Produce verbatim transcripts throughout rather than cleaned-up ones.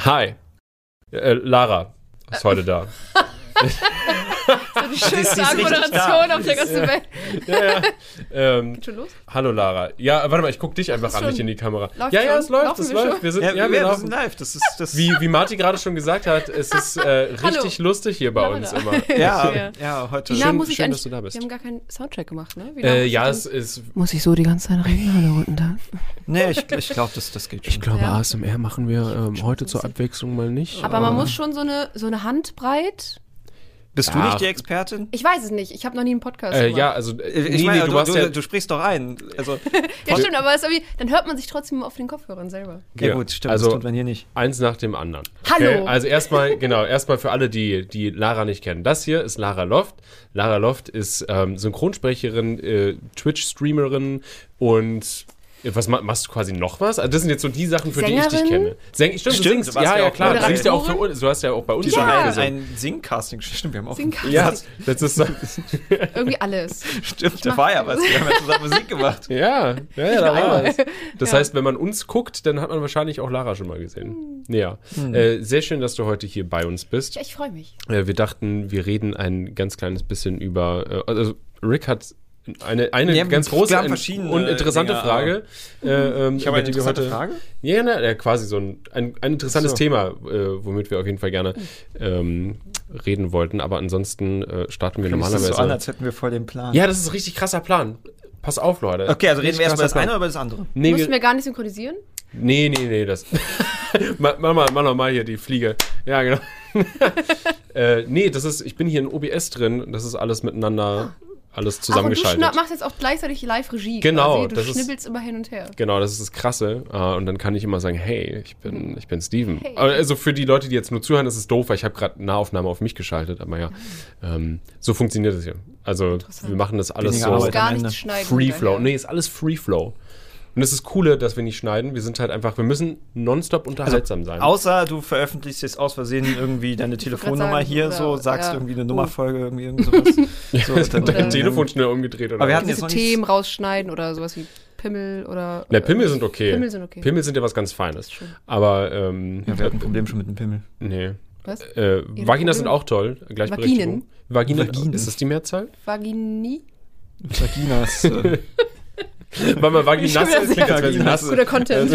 Hi. Äh, Lara ist heute da. So die schönste Moderation auf der ganzen Welt. Ja, ja. Ähm, Geht schon los? Hallo Lara. Ja, warte mal, ich guck dich einfach an, nicht in die Kamera. Läuft ja, ja, schon? es läuft, Laufen es wir läuft. schon? Wir sind, Ja, ja, wir, wir wir laufen. sind live. Das ist, das Wie, wie Marti gerade schon gesagt hat, es ist äh, richtig lustig hier bei Lara. uns immer. ja, Ja. ja, heute. Wie nah Schön- muss ich schön, eigentlich, dass du da bist. Wir haben gar keinen Soundcheck gemacht, ne? Wie nah Äh, muss ja, ich es denn- ist. Muss ich so die ganze Zeit reden? Hallo, guten Tag. Nee, ich, ich glaube, das, das geht schon. Ich glaube, Ja. A S M R machen wir ähm, heute zur Abwechslung mal nicht. Aber man muss schon so eine, so eine Handbreit. Bist du Ach. nicht die Expertin? Ich weiß es nicht. Ich habe noch nie einen Podcast Äh, gemacht. ja, also. Äh, Ich nee, meine, nee, du, du hast du, ja. du sprichst doch ein. Also, Ja, stimmt, aber es ist irgendwie, dann hört man sich trotzdem auf den Kopfhörern selber. ja, Ja, gut, stimmt, also- das tut man hier nicht. Eins nach dem anderen. Hallo. Also erstmal, genau, erstmal für alle, die, die Lara nicht kennen. Das hier ist Lara Loft. Lara Loft ist ähm, Synchronsprecherin, äh, Twitch-Streamerin und äh, was ma- machst du quasi noch was? Also das sind jetzt so die Sachen, für die ich dich Sängerin? kenne. Säng, stimmt, Stimmt, du singst, du warst ja, ja ja auch klar. Du singst ja auch für Moderatorin. uns, du hast ja auch bei uns Dieser schon Ja. ein, gesungen. ein Sing-Casting, stimmt, wir haben auch. Singcasting. Ja, das ist so, Irgendwie alles. Stimmt, da war ja was. Wir haben ja zusammen Musik gemacht. ja, ja, ja, da nur war einmal. es. Das Ja. heißt, wenn man uns guckt, dann hat man wahrscheinlich auch Lara schon mal gesehen. Ja, Hm. äh, sehr schön, dass du heute hier bei uns bist. Ja, ich freue mich. Äh, wir dachten, wir reden ein ganz kleines bisschen über. Äh, also, Rick hat eine, eine Ja, ganz wir große haben und verschiedene interessante Dinge, Frage. Äh, ähm, Ich habe eine über die wir interessante heute, Frage. Ja, ne, ja, quasi so ein, ein, ein interessantes So. Thema, äh, womit wir auf jeden Fall gerne ähm, reden wollten. Aber ansonsten äh, starten wir Das ist normalerweise. so an, als hätten wir voll den Plan. Ja, das ist ein richtig krasser Plan. Pass auf, Leute. Okay, also reden wir Richtig erst über das krasser eine Plan. oder über das andere? Nee, Mussten wir, wir gar nicht synchronisieren? nee, nee, nee, das. mach, mach, mal, mach noch mal hier die Fliege. Ja, genau. äh, nee, das ist, ich bin hier in O B S drin. Das ist alles miteinander, alles Ach, und zusammengeschaltet. du schna- machst jetzt auch gleichzeitig Live-Regie. Genau, quasi. Du das ist- schnippelst immer hin und her. Genau, das ist das Krasse. Uh, und dann kann ich immer sagen, hey, ich bin, ich bin Steven. Hey. Also für die Leute, die jetzt nur zuhören, ist es doof, weil ich habe gerade Nahaufnahme auf mich geschaltet. Aber ja, ähm, so funktioniert es hier. Also wir machen das alles Weniger so Du musst Arbeit gar am nichts Ende. schneiden. Free Flow. hinterher. Nee, ist alles Free Flow. Und das ist das Coole, dass wir nicht schneiden. Wir sind halt einfach, wir müssen nonstop unterhaltsam sein. Außer du veröffentlichst jetzt aus Versehen irgendwie deine Telefonnummer sagen, hier, oder- so, sagst ja. irgendwie eine Oh. Nummerfolge, irgendwie irgend sowas. So, dann, Dein Oder- Telefon schnell umgedreht oder Aber wir was? hatten jetzt Gewisse noch nicht- Themen rausschneiden oder sowas wie Pimmel oder. Na, Pimmel sind okay. Pimmel sind okay. Pimmel sind ja was ganz Feines. Schön. Aber, ähm, Ja, wir hatten ein Problem schon mit dem Pimmel. nee. Was? Äh, Vaginas sind auch toll. Gleichberechtigung. Vaginen. Vaginen. Ist das die Mehrzahl? Vagini? Vaginas. äh, Weil man Vaginasse Ich bin mir klingt, als wäre sie sicher. nass. Guter Content.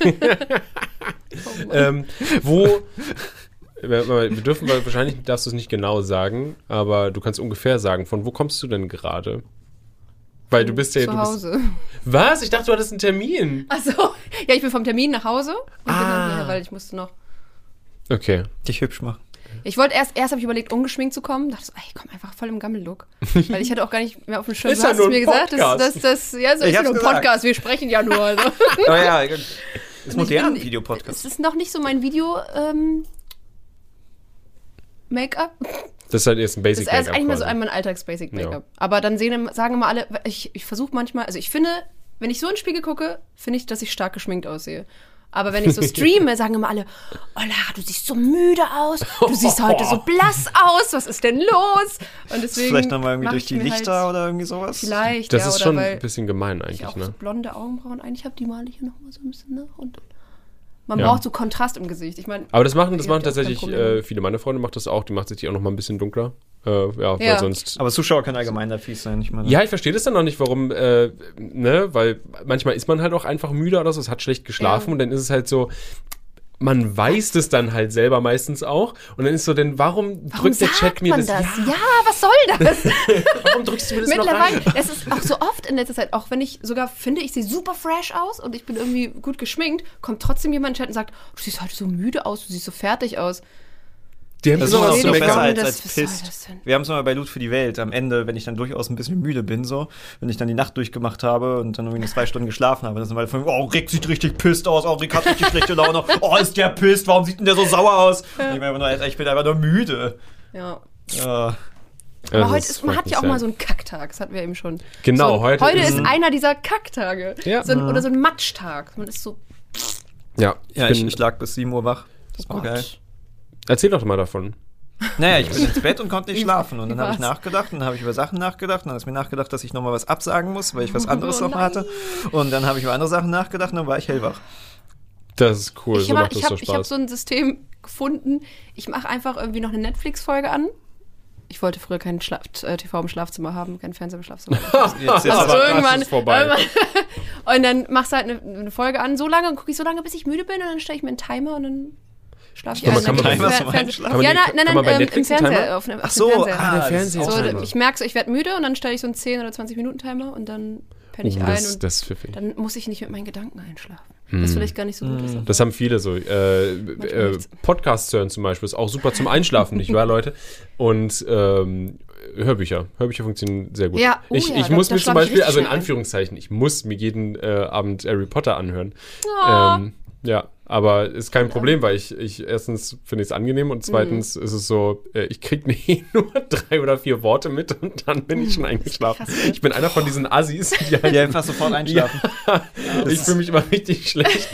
Oh Mann. Ähm, wo, wir wir dürfen, wahrscheinlich darfst du es nicht genau sagen, aber du kannst ungefähr sagen, von wo kommst du denn gerade? Weil du bist ja, Zu du bist, Hause. was? Ich dachte, du hattest einen Termin. Achso. Ja, ich bin vom Termin nach Hause. Und bin Ah. dann hierher, weil ich musste noch. Okay. dich hübsch machen. Ich wollte erst, erst habe ich überlegt, ungeschminkt zu kommen. Dachte so, ey, ich komm einfach voll im Gammel-Look. Weil ich hatte auch gar nicht mehr auf dem Schirm. Ist Du ja hast nur es mir ein gesagt, das, Podcast. das, das, ja, so Ich ist ja hab's nur ein gesagt. Podcast. Wir sprechen ja nur. Also. Aber ja, ist modern, bin- Es Videopodcast. ist noch nicht so mein Video ähm, Make-up. Das ist halt jetzt ein Das Basic ist erst Make-up eigentlich mal so quasi. ein Alltags-Basic-Make-up. Ja. Aber dann sehen, sagen immer alle, ich, ich versuche manchmal, also ich finde, wenn ich so in den Spiegel gucke, finde ich, dass ich stark geschminkt aussehe. Aber wenn ich so streame, sagen immer alle, oh Lara, du siehst so müde aus, du siehst heute so blass aus, was ist denn los? Und deswegen Vielleicht nochmal irgendwie mach durch ich die mir Lichter halt oder irgendwie sowas. vielleicht, Das ja, ist oder schon weil ein bisschen gemein ich eigentlich, auch ne? so blonde Augenbrauen eigentlich habe, die male ich hier nochmal so ein bisschen nach und man Ja. braucht so Kontrast im Gesicht. Ich meine, Aber das machen, das Ich machen hab ja auch kein tatsächlich Problem. äh, viele meiner Freunde macht das auch. Die macht sich die auch noch mal ein bisschen dunkler. Äh, ja, weil Ja. sonst. Aber Zuschauer können allgemein da fies sein, ich meine. Ja, ich verstehe das dann noch nicht, warum, äh, ne, weil manchmal ist man halt auch einfach müde oder so, es hat schlecht geschlafen Ja. und dann ist es halt so, man weiß das dann halt selber meistens auch und dann ist so, denn warum, warum drückt der sagt Chat mir man das? das? Ja, was soll das? Warum drückst du mir das noch Mittlerweile, rein? es ist auch so oft in letzter Zeit, auch wenn ich sogar finde, ich sehe super fresh aus und ich bin irgendwie gut geschminkt, kommt trotzdem jemand in den Chat und sagt, du siehst heute so müde aus, du siehst so fertig aus. Die haben Das so ist was auch zu so Rede besser von, meckern. als, das- als was soll pisst. das denn? Wir haben es mal bei Loot für die Welt. Am Ende, wenn ich dann durchaus ein bisschen müde bin, so, wenn ich dann die Nacht durchgemacht habe und dann irgendwie nur zwei Stunden geschlafen habe, dann sind wir von, oh, Rick sieht richtig pisst aus, oh, Rick hat richtig schlechte Laune, oh, ist der pisst, warum sieht denn der so sauer aus? Und ich, bin einfach nur, ich bin einfach nur müde. Ja. Ja. Ja, Aber heute das ist, man freut hat mich ja auch sehr. mal so einen Kacktag, das hatten wir eben schon. Genau, so, heute Heute ist ist ein- einer dieser Kacktage. Ja. So ein, oder so ein Matschtag. Man ist so, Ja, Ja, bin, ich, ich lag bis sieben Uhr wach. Das war oh geil. Gott. erzähl doch mal davon. Naja, ich bin ins Bett und konnte nicht Wie- schlafen. Und wie dann habe ich war's? nachgedacht und dann habe ich über Sachen nachgedacht. Und dann ist mir nachgedacht, dass ich nochmal was absagen muss, weil ich was anderes Oh noch hatte. Und dann habe ich über andere Sachen nachgedacht und dann war ich hellwach. Das ist cool, Ich so habe macht das ich hab, so ich hab Spaß. so ein System gefunden. Ich mache einfach irgendwie noch eine Netflix-Folge an. Ich wollte früher kein Schlaf- äh, T V im Schlafzimmer haben, kein Fernseher im Schlafzimmer. Jetzt, jetzt Aber aber, das irgendwann, ist vorbei. irgendwann- und dann machst du halt eine, eine Folge an, so lange, gucke ich so lange, bis ich müde bin und dann stelle ich mir einen Timer und dann schlafe ich Kann man- ein. kann Dann man- geht Timer Fer- zum Fernseh- Einschlafen? Kann man Ja, die- nein, kann nein, man nein, bei ähm, im Netflix einen Fernseher. Timer? Auf, auf Ach so, dem Fernseher. ah, der das Fernseher ist ist auch So, Timer. ich merke so, ich werde müde und dann stelle ich so einen zehn oder zwanzig Minuten Timer und dann penne ich Oh, ein das, und das ist pfiffig. dann muss ich nicht mit meinen Gedanken einschlafen. Was vielleicht gar nicht so gut ist. Das haben viele so. Äh, äh, nichts. Podcasts hören zum Beispiel ist auch super zum Einschlafen, nicht wahr, Leute? Und ähm, Hörbücher. Hörbücher funktionieren sehr gut. Ja, oh ich ja, ich da- muss da mir zum schlafe ich Beispiel, richtig also in schnell ein. Anführungszeichen, ich muss mir jeden äh, Abend Harry Potter anhören. Oh. Ähm, ja, aber ist kein Problem, weil ich, ich erstens finde ich es angenehm und zweitens ist es so, äh, ich kriege eh nur drei oder vier Worte mit und dann bin ich schon eingeschlafen. krass, ne? Ich bin einer von diesen Assis, die halt, die einfach sofort einschlafen. ich fühle mich immer richtig schlecht.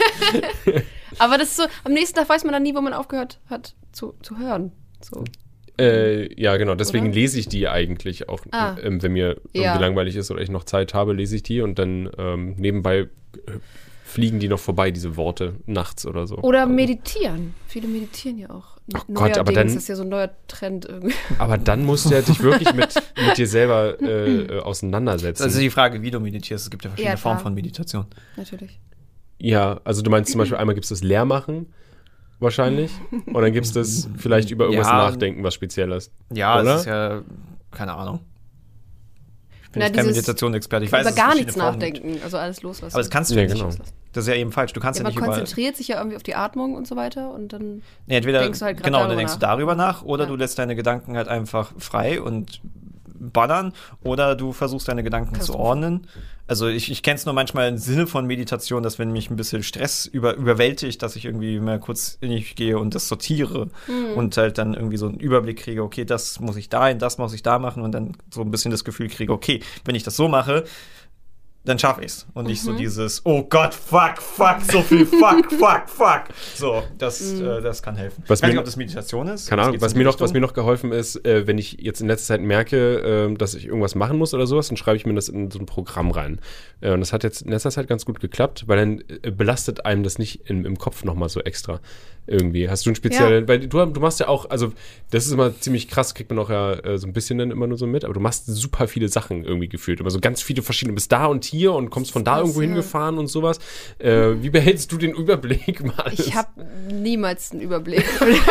Aber das ist so, am nächsten Tag weiß man dann nie, wo man aufgehört hat zu, zu hören. So. Äh, ja, genau. Deswegen Oder? lese ich die eigentlich auch, Ah. ähm, wenn mir irgendwie Ja. langweilig ist oder ich noch Zeit habe, lese ich die und dann ähm, nebenbei äh, fliegen die noch vorbei, diese Worte, nachts oder so. Oder Also, meditieren. Viele meditieren ja auch. Oh Gott, aber dann- Das ist ja so ein neuer Trend irgendwie. aber dann musst du ja dich wirklich mit, mit dir selber äh, äh, auseinandersetzen. Also die Frage, wie du meditierst. Es gibt ja verschiedene Ja, Formen klar. von Meditation. Natürlich. ja, also du meinst zum Beispiel, einmal gibt es das Leermachen, wahrscheinlich. Und dann gibt es das vielleicht über irgendwas Ja. nachdenken, was Spezielles. Ja, Oder? es ist ja, keine Ahnung. Ich bin Na, jetzt kein dieses Meditationsexperte. Ich weiß, Über dass es gar verschiedene nichts Formen gibt. nachdenken. Also alles loslassen. Aber das kannst du Ja, ja, nicht. genau. Das ist ja eben falsch. Du kannst Ja, ja, man nicht über... konzentriert sich ja irgendwie auf die Atmung und so weiter und dann. Nee, entweder, denkst du halt grad genau, dann darüber denkst du nach. darüber nach oder Ja. du lässt deine Gedanken halt einfach frei und ballern oder du versuchst deine Gedanken zu Katastrophe. ordnen. Also ich, ich kenne es nur manchmal im Sinne von Meditation, dass wenn mich ein bisschen Stress über, überwältigt, dass ich irgendwie mal kurz in mich gehe und das sortiere Mhm. und halt dann irgendwie so einen Überblick kriege, okay, das muss ich dahin, das muss ich da machen und dann so ein bisschen das Gefühl kriege, okay, wenn ich das so mache, dann schaffe ich's. Und nicht Mhm. so dieses, oh Gott, fuck, fuck, so viel fuck, fuck, fuck. So, das, Mhm. äh, das kann helfen. Was ich weiß mir- nicht, ob das Meditation ist. Keine Das Ahnung, geht was so in mir, die noch, was Richtung. mir noch geholfen ist, äh, wenn ich jetzt in letzter Zeit merke, äh, dass ich irgendwas machen muss oder sowas, dann schreibe ich mir das in so ein Programm rein. Äh, und das hat jetzt in letzter Zeit ganz gut geklappt, weil dann äh, belastet einem das nicht im, im Kopf nochmal so extra irgendwie. Hast du ein spezielles, Ja. weil du, du machst ja auch, also das ist immer ziemlich krass, kriegt man auch ja äh, so ein bisschen dann immer nur so mit, aber du machst super viele Sachen irgendwie gefühlt. Immer so ganz viele verschiedene, bist da und hier und kommst von da Krass, irgendwo ja. hingefahren und sowas. Äh, wie behältst du den Überblick mal? Ich habe niemals einen Überblick.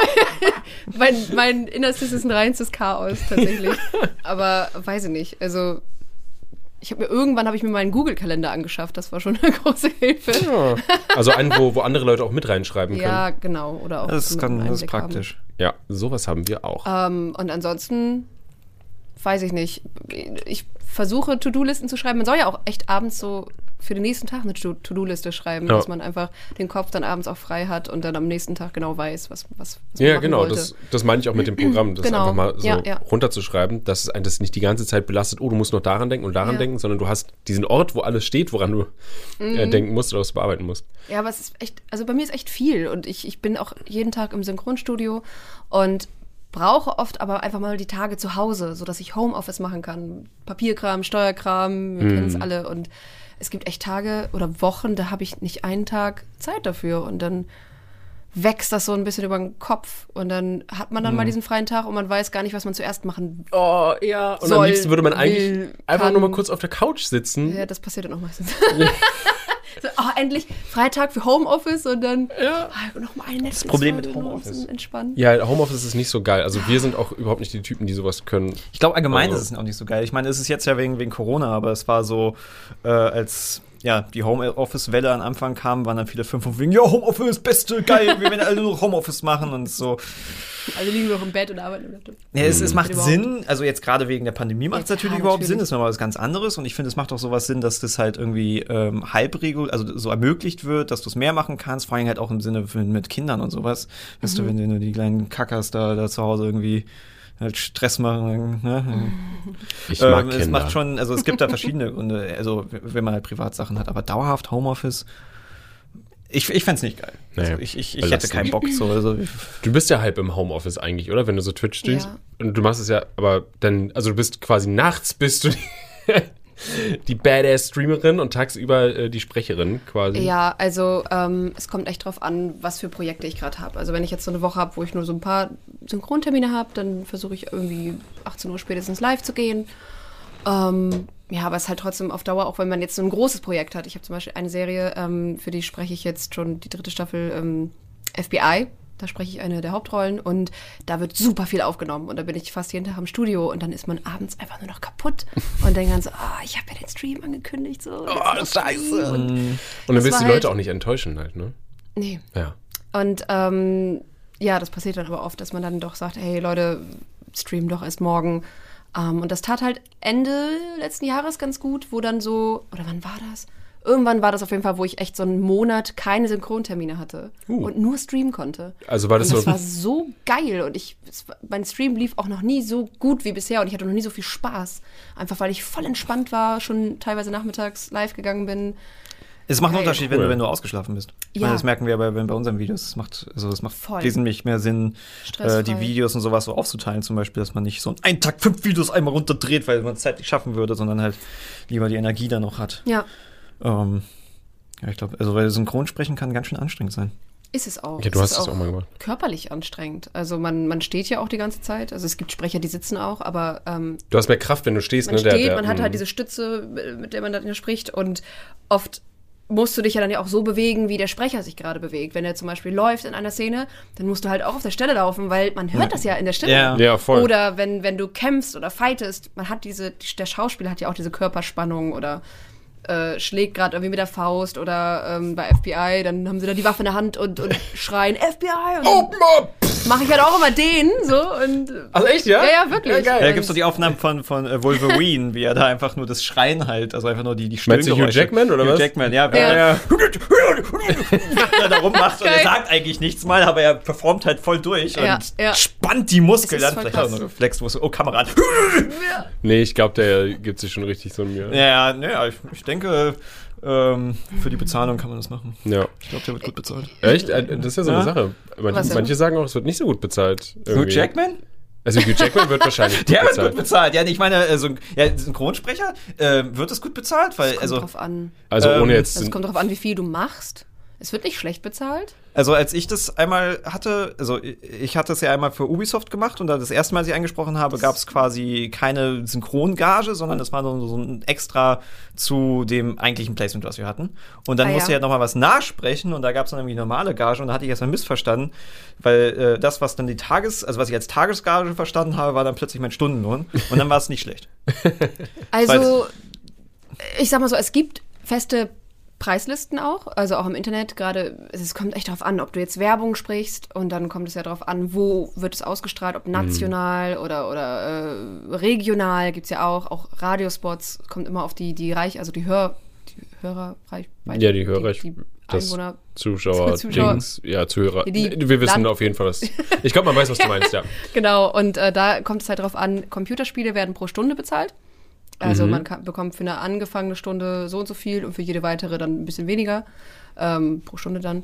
mein, mein Innerstes ist ein reinstes Chaos tatsächlich. Aber weiß ich nicht. Also ich habe mir irgendwann habe ich mir meinen Google-Kalender angeschafft. Das war schon eine große Hilfe. Ja. Also einen, wo, wo andere Leute auch mit reinschreiben können. Ja, genau. Oder auch Das, mit kann, einem das ist Einblick haben. praktisch. Ja, sowas haben wir auch. Ähm, und ansonsten weiß ich nicht. Ich versuche To-Do-Listen zu schreiben. Man soll ja auch echt abends so für den nächsten Tag eine To- To-Do-Liste schreiben, Ja. dass man einfach den Kopf dann abends auch frei hat und dann am nächsten Tag genau weiß, was, was, was man Ja, machen genau, wollte. das, das meine ich auch mit dem Programm, das Genau, einfach mal so ja, ja. runterzuschreiben, dass es einen das nicht die ganze Zeit belastet, oh, du musst noch daran denken und daran Ja. denken, sondern du hast diesen Ort, wo alles steht, woran du äh, Mhm. denken musst oder was du bearbeiten musst. Ja, aber es ist echt, also bei mir ist echt viel und ich, ich bin auch jeden Tag im Synchronstudio und brauche oft aber einfach mal die Tage zu Hause, sodass ich Homeoffice machen kann. Papierkram, Steuerkram, wir kennen es alle und es gibt echt Tage oder Wochen, da habe ich nicht einen Tag Zeit dafür und dann wächst das so ein bisschen über den Kopf und dann hat man dann mal diesen freien Tag und man weiß gar nicht, was man zuerst machen. Oh, ja. Und Soll, am liebsten würde man eigentlich will, einfach kann. nur mal kurz auf der Couch sitzen. Ja, das passiert dann auch meistens. So, oh, endlich Freitag für Homeoffice und dann Ja. ah, noch mal eine Netflix Problem mit Folge noch Homeoffice. zum Entspannen. Ja, Homeoffice ist nicht so geil. Also wir sind auch überhaupt nicht die Typen, die sowas können. Ich glaube, allgemein Also- ist es auch nicht so geil. Ich meine, es ist jetzt ja wegen, wegen Corona, aber es war so, äh, als ja, die Homeoffice-Welle am Anfang kam, waren dann viele fünf von wegen, ja, Homeoffice, beste, geil, wir werden alle nur Homeoffice machen und so. Alle liegen noch im Bett und arbeiten im Laptop. Ja, es, es macht Überhaupt. Sinn, also jetzt gerade wegen der Pandemie macht es Ja, natürlich klar, überhaupt natürlich. Sinn, das ist nochmal was ganz anderes und ich finde, es macht auch sowas Sinn, dass das halt irgendwie ähm, halbregul, also so ermöglicht wird, dass du es mehr machen kannst, vor allem halt auch im Sinne von, mit Kindern und sowas. Weißt Mhm. du, wenn du die kleinen Kackers da, da zu Hause irgendwie halt Stress machen, ne? Ich mag Ähm, Kinder. es macht schon, also es gibt da verschiedene Gründe, also wenn man halt Privatsachen hat, aber dauerhaft Homeoffice, ich, ich fänd's nicht geil. Nee, also ich ich, ich belastend. hätte keinen Bock so. Also ich, Du bist ja halb im Homeoffice eigentlich, oder? Wenn du so Twitch streamst. Ja. Und du machst es ja, aber dann, also du bist quasi nachts bist du die Badass-Streamerin und tagsüber äh, die Sprecherin quasi. Ja, also ähm, es kommt echt drauf an, was für Projekte ich gerade habe. Also wenn ich jetzt so eine Woche habe, wo ich nur so ein paar Synchrontermine habe, dann versuche ich irgendwie achtzehn Uhr spätestens live zu gehen. Ähm, ja, aber es ist halt trotzdem auf Dauer, auch wenn man jetzt so ein großes Projekt hat. Ich habe zum Beispiel eine Serie, ähm, für die spreche ich jetzt schon die dritte Staffel ähm, F B I. Da spreche ich eine der Hauptrollen und da wird super viel aufgenommen. Und da bin ich fast jeden Tag im Studio und dann ist man abends einfach nur noch kaputt und denkt dann so, ah, ich habe ja den Stream angekündigt. So, Oh, scheiße. Und, und dann das willst du war die halt- Leute auch nicht enttäuschen halt, ne? Nee. Ja. Und ähm, ja, das passiert dann aber oft, dass man dann doch sagt, hey Leute, stream doch erst morgen. Ähm, und das tat halt Ende letzten Jahres ganz gut, wo dann so, oder wann war das? Irgendwann war das auf jeden Fall, wo ich echt so einen Monat keine Synchrontermine hatte Uh. und nur streamen konnte. Also war das und das so- war so geil und ich, es war, mein Stream lief auch noch nie so gut wie bisher und ich hatte noch nie so viel Spaß. Einfach weil ich voll entspannt war, schon teilweise nachmittags live gegangen bin. Es macht einen Geil. Unterschied, wenn, Cool. du, wenn du ausgeschlafen bist. Ich Ja. meine, das merken wir bei, bei unseren Videos. Es macht, also es macht Voll. wesentlich mehr Sinn, Stressfrei. äh, die Videos und sowas so aufzuteilen. Zum Beispiel, dass man nicht so einen Tag fünf Videos einmal runterdreht, weil man es zeitlich schaffen würde, sondern halt lieber die Energie da noch hat. Ja, Ähm, ja, ich glaube, also weil Synchronsprechen kann ganz schön anstrengend sein. ist es auch. Ja, du Es hast ist es auch mal gemacht. körperlich anstrengend. Also man, man steht ja auch die ganze Zeit. Also es gibt Sprecher, die sitzen auch, aber ähm, Du hast mehr Kraft, wenn du stehst, man ne? steht, Der- der- man hat halt mh. diese Stütze, mit der man dann spricht und oft musst du dich ja dann ja auch so bewegen, wie der Sprecher sich gerade bewegt. Wenn er zum Beispiel läuft in einer Szene, dann musst du halt auch auf der Stelle laufen, weil man hört das ja in der Stimme. Ja. Ja, voll. Oder wenn, wenn du kämpfst oder fightest, man hat diese, der Schauspieler hat ja auch diese Körperspannung oder äh, schlägt gerade irgendwie mit der Faust oder ähm, bei F B I, dann haben sie da die Waffe in der Hand und, und schreien F B I und Open up! mache ich halt auch immer den so und Also echt, ja? ja, ja, wirklich. Ja, geil. Ja, da gibt's doch die Aufnahmen von, von äh, Wolverine, wie er da einfach nur das Schreien halt, also einfach nur die, die Stöhngeräusche. Meinst du Hugh Jackman, oder Hugh was? Jackman, ja. Wie Ja. er da, da rummacht und er Geil. sagt eigentlich nichts mal, aber er performt halt voll durch Ja, und ja. spannt die Muskeln Es ist an. voll Vielleicht hat er krass. noch einen Reflex, wo es so, oh, Kamera an. Nee, ich glaube, der gibt sich schon richtig so mir. Ja, naja, ich, ich denke, ähm, für die Bezahlung kann man das machen. Ja. Ich glaube, der wird gut bezahlt. Echt? Äh, Das ist ja so eine Ja. Sache. Manche, Was denn? manche sagen auch, es wird nicht so gut bezahlt. Hugh irgendwie. Jackman? Also Hugh Jackman wird wahrscheinlich gut Der wird bezahlt. gut bezahlt. Ja, ich meine, äh, so, ja, Synchronsprecher, äh, wird es gut bezahlt? Weil, Kommt also, drauf an. Also Ähm, ohne jetzt... Es kommt drauf an, wie viel du machst. Es wird nicht schlecht bezahlt. Also als ich das einmal hatte, also ich hatte es ja einmal für Ubisoft gemacht und da das erste Mal, als ich eingesprochen habe, gab es quasi keine Synchrongage, sondern es war so, so ein Extra zu dem eigentlichen Placement, was wir hatten. Und dann Ah, musste ja. ich halt noch mal was nachsprechen und da gab es dann irgendwie normale Gage und da hatte ich erstmal missverstanden, weil äh, das, was dann die Tages-, also was ich als Tagesgage verstanden habe, war dann plötzlich mein Stundenlohn und dann war es nicht schlecht. Also, ich sag mal so, es gibt feste Preislisten auch, also auch im Internet gerade, es kommt echt darauf an, ob du jetzt Werbung sprichst und dann kommt es ja darauf an, wo wird es ausgestrahlt, ob national oder, oder äh, regional gibt's ja auch, auch Radiospots, kommt immer auf die, die Reich, also die Hör, die Hörerreichweite. Ja, die Hörer, die, die das Einwohner. Zuschauer, Zuschauer. Dings, ja, Zuhörer. Die Wir wissen Land- auf jeden Fall, was... Ich glaube, man weiß, was du meinst, ja. Genau, und äh, da kommt es halt drauf an, Computerspiele werden pro Stunde bezahlt. Also man kann, bekommt für eine angefangene Stunde so und so viel und für jede weitere dann ein bisschen weniger, ähm, pro Stunde dann.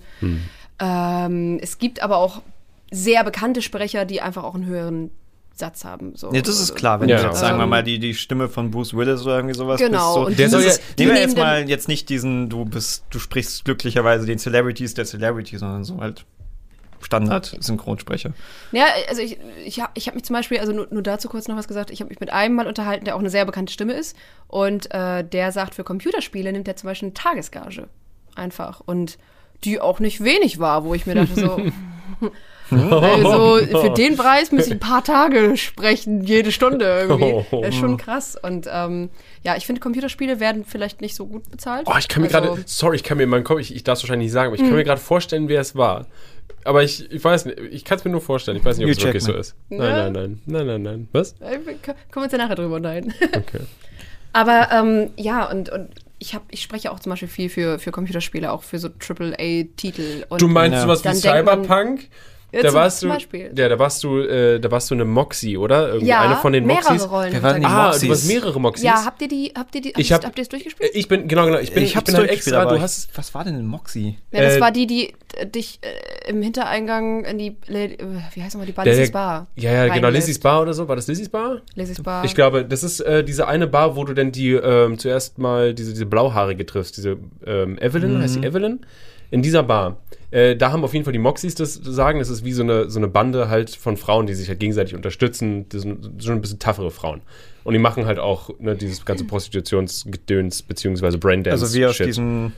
Ähm, es gibt aber auch sehr bekannte Sprecher, die einfach auch einen höheren Satz haben. So. Ja, das ist klar, wenn Ja. du jetzt, sagen wir Ähm, mal, die, die Stimme von Bruce Willis oder irgendwie sowas Genau, bist. So. und Der soll das ja- ist, die nehmen wir nehmen jetzt dann- mal jetzt nicht diesen, du bist, du sprichst glücklicherweise den Celebrities der Celebrity, sondern so halt Standard-Synchronsprecher. Ja, also ich, ich habe ich hab mich zum Beispiel, also nur, nur dazu kurz noch was gesagt, ich habe mich mit einem mal unterhalten, der auch eine sehr bekannte Stimme ist und äh, der sagt, für Computerspiele nimmt er zum Beispiel eine Tagesgage. Einfach. Und die auch nicht wenig war, wo ich mir dachte so, also für den Preis muss ich ein paar Tage sprechen, jede Stunde irgendwie. Das ist schon krass. Und ähm, ja, ich finde, Computerspiele werden vielleicht nicht so gut bezahlt. Oh, ich kann mir Also- gerade... Sorry, ich kann mir in meinem Kopf... Ich, ich darf es wahrscheinlich nicht sagen, aber ich kann Mhm. mir gerade vorstellen, wer es war. Aber ich, ich weiß nicht, ich kann es mir nur vorstellen. Ich weiß nicht, ob es Hugh wirklich so Jackman. ist. Ja. Nein, nein, nein. Nein, nein, nein. Was? Äh, wir Können wir uns ja nachher drüber unterhalten. Okay. Aber ähm, ja, und, und ich, hab, ich spreche auch zum Beispiel viel für, für Computerspiele, auch für so Triple A Titel. Und Du meinst Ja. sowas wie Dann denkt man- Cyberpunk? Ja, da zum, warst zum du, Beispiel. ja, da warst du, äh, da warst du eine Moxie, oder? Irgendwie Ja, eine von den mehrere Moxies. Rollen. Wer war denn die Ah, Moxies? du warst mehrere Moxies. Ja, habt ihr die, habt ihr die, Ich habt, hab- habt ihr es durchgespielt? Ich bin, genau, genau, ich bin, ich ich hab's bin halt durchgespielt, extra, aber du hast, ich, was war denn ein Moxie? Ja, das Äh, war die, die äh, dich äh, im Hintereingang in die, äh, wie heißt nochmal, die Bar, Der- Lizzie's Bar. ja, ja, genau, reinlässt. Lizzie's Bar oder so, war das Lizzie's Bar? Lizzie's Bar. Ich glaube, das ist äh, diese eine Bar, wo du denn die, ähm, zuerst mal diese, diese Blauhaarige triffst, diese, ähm, Evelyn, heißt die Evelyn? In dieser Bar. Äh, da haben auf jeden Fall die Moxies das sagen, das ist wie so eine, so eine Bande halt von Frauen, die sich halt gegenseitig unterstützen, das sind so ein bisschen toughere Frauen. Und die machen halt auch, ne, dieses ganze Prostitutionsgedöns, beziehungsweise Braindance. Also wie aus Shit. diesem,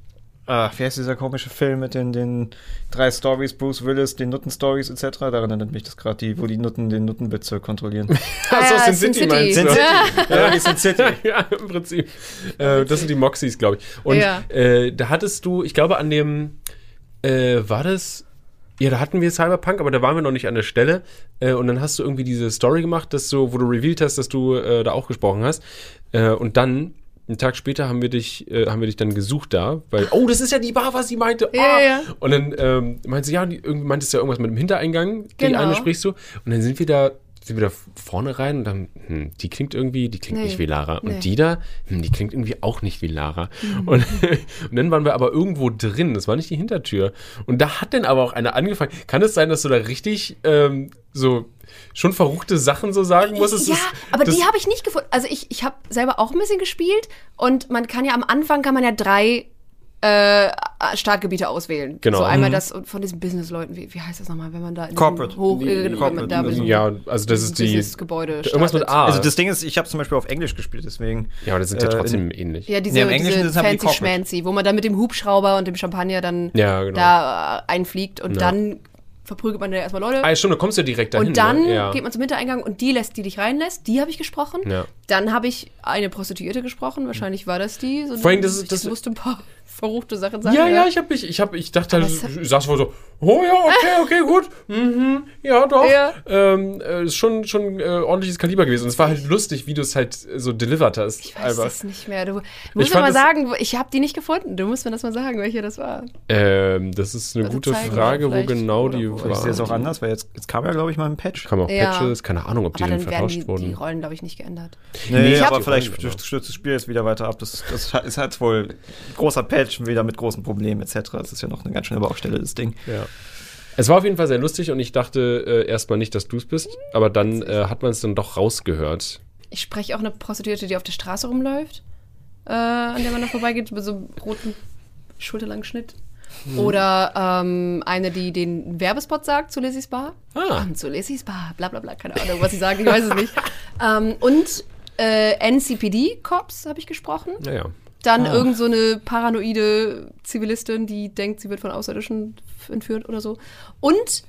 ah, wie heißt dieser komische Film mit den, den drei Stories, Bruce Willis, den Nutten-Stories et cetera. Daran erinnert mich das gerade, die, wo die Nutten den Nuttenbezirk kontrollieren. Achso, ja, Sin Sin City City. meinst du? Sin City. Ja, die Sin City. Ja, im Prinzip. Äh, das sind die Moxies, glaube ich. Und Ja. äh, da hattest du, ich glaube, an dem, äh, war das, ja, da hatten wir Cyberpunk, aber da waren wir noch nicht an der Stelle. Äh, und dann hast du irgendwie diese Story gemacht, dass du, wo du revealed hast, dass du äh, da auch gesprochen hast. Äh, und dann, einen Tag später, haben wir dich, äh, haben wir dich dann gesucht da, weil, oh, das ist ja die Bar, was sie meinte. Ah. Ja, ja. Und dann ähm, meinte sie, ja, die, irgendwie meintest du ja irgendwas mit dem Hintereingang, die Genau. eine sprichst du. Und dann sind wir da, sind wir da vorne rein und dann, hm, die klingt irgendwie, die klingt Nee. nicht wie Lara. Und Nee. die da, hm, die klingt irgendwie auch nicht wie Lara. Und, und dann waren wir aber irgendwo drin, das war nicht die Hintertür. Und da hat dann aber auch eine angefangen. Kann es sein, dass du da richtig ähm, so schon verruchte Sachen so sagen musstest? Ja, Das- aber das- die habe ich nicht gefunden. Also ich, ich habe selber auch ein bisschen gespielt und man kann ja am Anfang kann man ja drei äh, Startgebiete auswählen. Genau. So einmal Mhm. das von diesen Businessleuten, wie, wie heißt das nochmal, wenn man da in Corporate. diesem Hoch, Die- äh, wenn man Corporate. da bei so einem Ja, also das ist die, Businessgebäude irgendwas mit startet. A. Also das Ding ist, ich habe zum Beispiel auf Englisch gespielt, deswegen. ja, aber das sind ja äh, trotzdem ähnlich. Ja, diese, Nee, im Englischen diese ist es halt wie fancy Corporate. schmancy, wo man dann mit dem Hubschrauber und dem Champagner dann Ja, genau. da äh, einfliegt und Ja. dann verprügelt man da erstmal Leute. Ah, stimmt, da kommst du direkt dahin. Und dann ne? ja. geht man zum Hintereingang und die lässt, die dich reinlässt, die habe ich gesprochen. Ja. Dann habe ich eine Prostituierte gesprochen, wahrscheinlich war das die. So Vor allem, das ist- ich das- musste ein paar verruchte Sachen sagen. Ja, ja, ich hab mich, ich hab, ich dachte halt, Aber es hat- ich saß wohl so, oh ja, okay, okay, gut, mhm, ja, doch. Ja. Ähm, äh, ist schon, schon äh, ordentliches Kaliber gewesen. Und es war halt lustig, wie du es halt so delivered hast. Ich weiß einfach. das nicht mehr. Du musst fand mir mal das- sagen, wo- ich habe die nicht gefunden. Du musst mir das mal sagen, welche das war. Ähm, das ist eine Also gute zeigen Frage, wo vielleicht, genau oder die wo. Ich war. sehe es auch anders, weil jetzt, jetzt kam ja, glaube ich, mal ein Patch. Kam auch Ja. Patches, keine Ahnung, ob die Aber denn dann werden vertauscht die, die wurden. Rollen, glaube ich, nicht geändert. Nee, Ich hab- aber vielleicht Die Rollen, stürzt stürzt das Spiel jetzt wieder weiter ab. Das, das ist halt wohl ein großer Patch, wieder mit großen Problemen et cetera. Das ist ja noch eine ganz schöne Baustelle, das Ding. Ja. Es war auf jeden Fall sehr lustig und ich dachte äh, erstmal nicht, dass du es bist, aber dann äh, hat man es dann doch rausgehört. Ich spreche auch eine Prostituierte, die auf der Straße rumläuft, äh, an der man da vorbeigeht, mit so einem roten, schulterlangen Schnitt. Mhm. Oder ähm, eine, die den Werbespot sagt zu Lizzie's Bar. Ah. Komm zu Lizzie's Bar, bla bla bla, keine Ahnung, was sie sagen, ich weiß es nicht. ähm, und äh, N C P D-Cops habe ich gesprochen. Naja. Dann Ah. irgend so eine paranoide Zivilistin, die denkt, sie wird von Außerirdischen f- entführt oder so. Und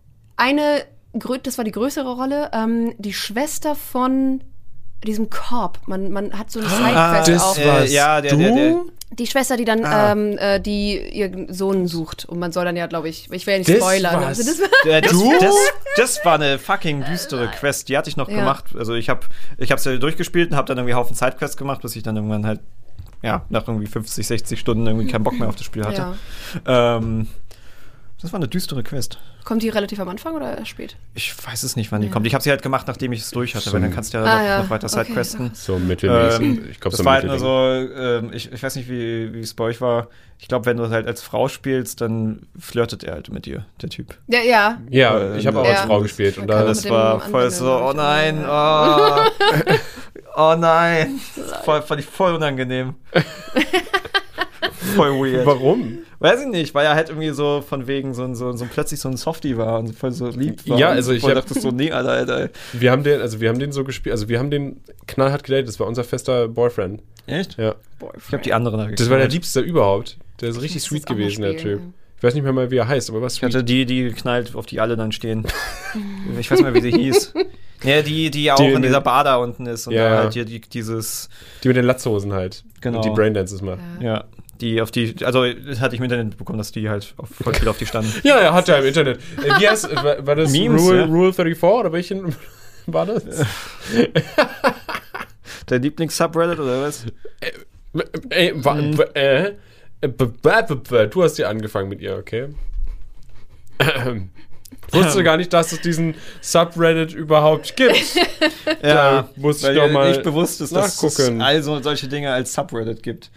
eine, grö- das war die größere Rolle, ähm, die Schwester von diesem Cop. Man, man hat so eine Sidequest das auch. äh, warst ja, der- du? der- der- Die Schwester, die dann, Ah. ähm, äh, die ihren Sohn sucht. Und man soll dann ja, glaube ich, ich will ja nicht Das spoilern. war's. Also das, Äh, das, Du? das, das war eine fucking düstere Quest. Die hatte ich noch Ja. gemacht. Also ich habe ich hab's ja durchgespielt und habe dann irgendwie Haufen Sidequests gemacht, bis ich dann irgendwann halt, ja, nach irgendwie fünfzig, sechzig Stunden irgendwie keinen Bock mehr auf das Spiel hatte. ja. Ähm, das war eine düstere Quest. Kommt die relativ am Anfang oder erst spät? Ich weiß es nicht, wann die Ja. kommt. Ich habe sie halt gemacht, nachdem ich es durch hatte, So weil dann kannst du ja, Ah, noch, ja. noch weiter Okay. Sidequesten. So mittelmäßig. Ähm, ich glaube, das so war halt ein nur so, ähm, ich, ich weiß nicht, wie, wie es bei euch war. Ich glaube, wenn du halt als Frau spielst, dann flirtet er halt mit dir, der Typ. Ja, ja. Ja, Äh, ich habe auch ja. als Frau gespielt. Und Man da kann Das mit dem war anderen voll so, dann oh nein, ja. oh, oh nein. Das ist voll, fand ich voll unangenehm. Voll weird. Warum? Weiß ich nicht, weil er halt irgendwie so von wegen so, ein- so, so plötzlich so ein Softie war und voll so lieb war. Ja, und also ich voll hab- dachte so, nee, Alter, Alter. Wir haben den, also wir haben den so gespielt, also wir haben den knallhart gedatet, das war unser fester Boyfriend. Echt? Ja. Ich habe die anderen da Das war der geknallt. liebste überhaupt. Der ist richtig muss sweet das auch mal gewesen, der Typ. spielen. Ich weiß nicht mehr mal, wie er heißt, aber was Ich hatte die, die geknallt, auf die alle dann stehen. Ich weiß nicht mehr, wie sie hieß. Ja, die, die auch Die in in dieser den- Bar da unten ist und Ja, da ja. halt hier die, dieses, Die mit den Latzhosen halt. Genau. Und die Braindances macht. Ja. ja, die auf die, also das hatte ich im Internet bekommen, dass die halt auf, voll viel auf die standen. Ja, er hat ja im Internet. Äh, Wie heißt, war, war das Memes, Rule, ja. Rule vierunddreißig oder welchen war das? Der Lieblings-Subreddit oder was? Ey, wa, Mhm. b- äh, äh, b- b- b- b- du hast ja angefangen mit ihr, okay? Wusste gar nicht, dass es diesen Subreddit überhaupt gibt. Ja, Da muss ich weil doch dir mal nicht bewusst ist, dass es nachgucken. also solche Dinge als Subreddit gibt.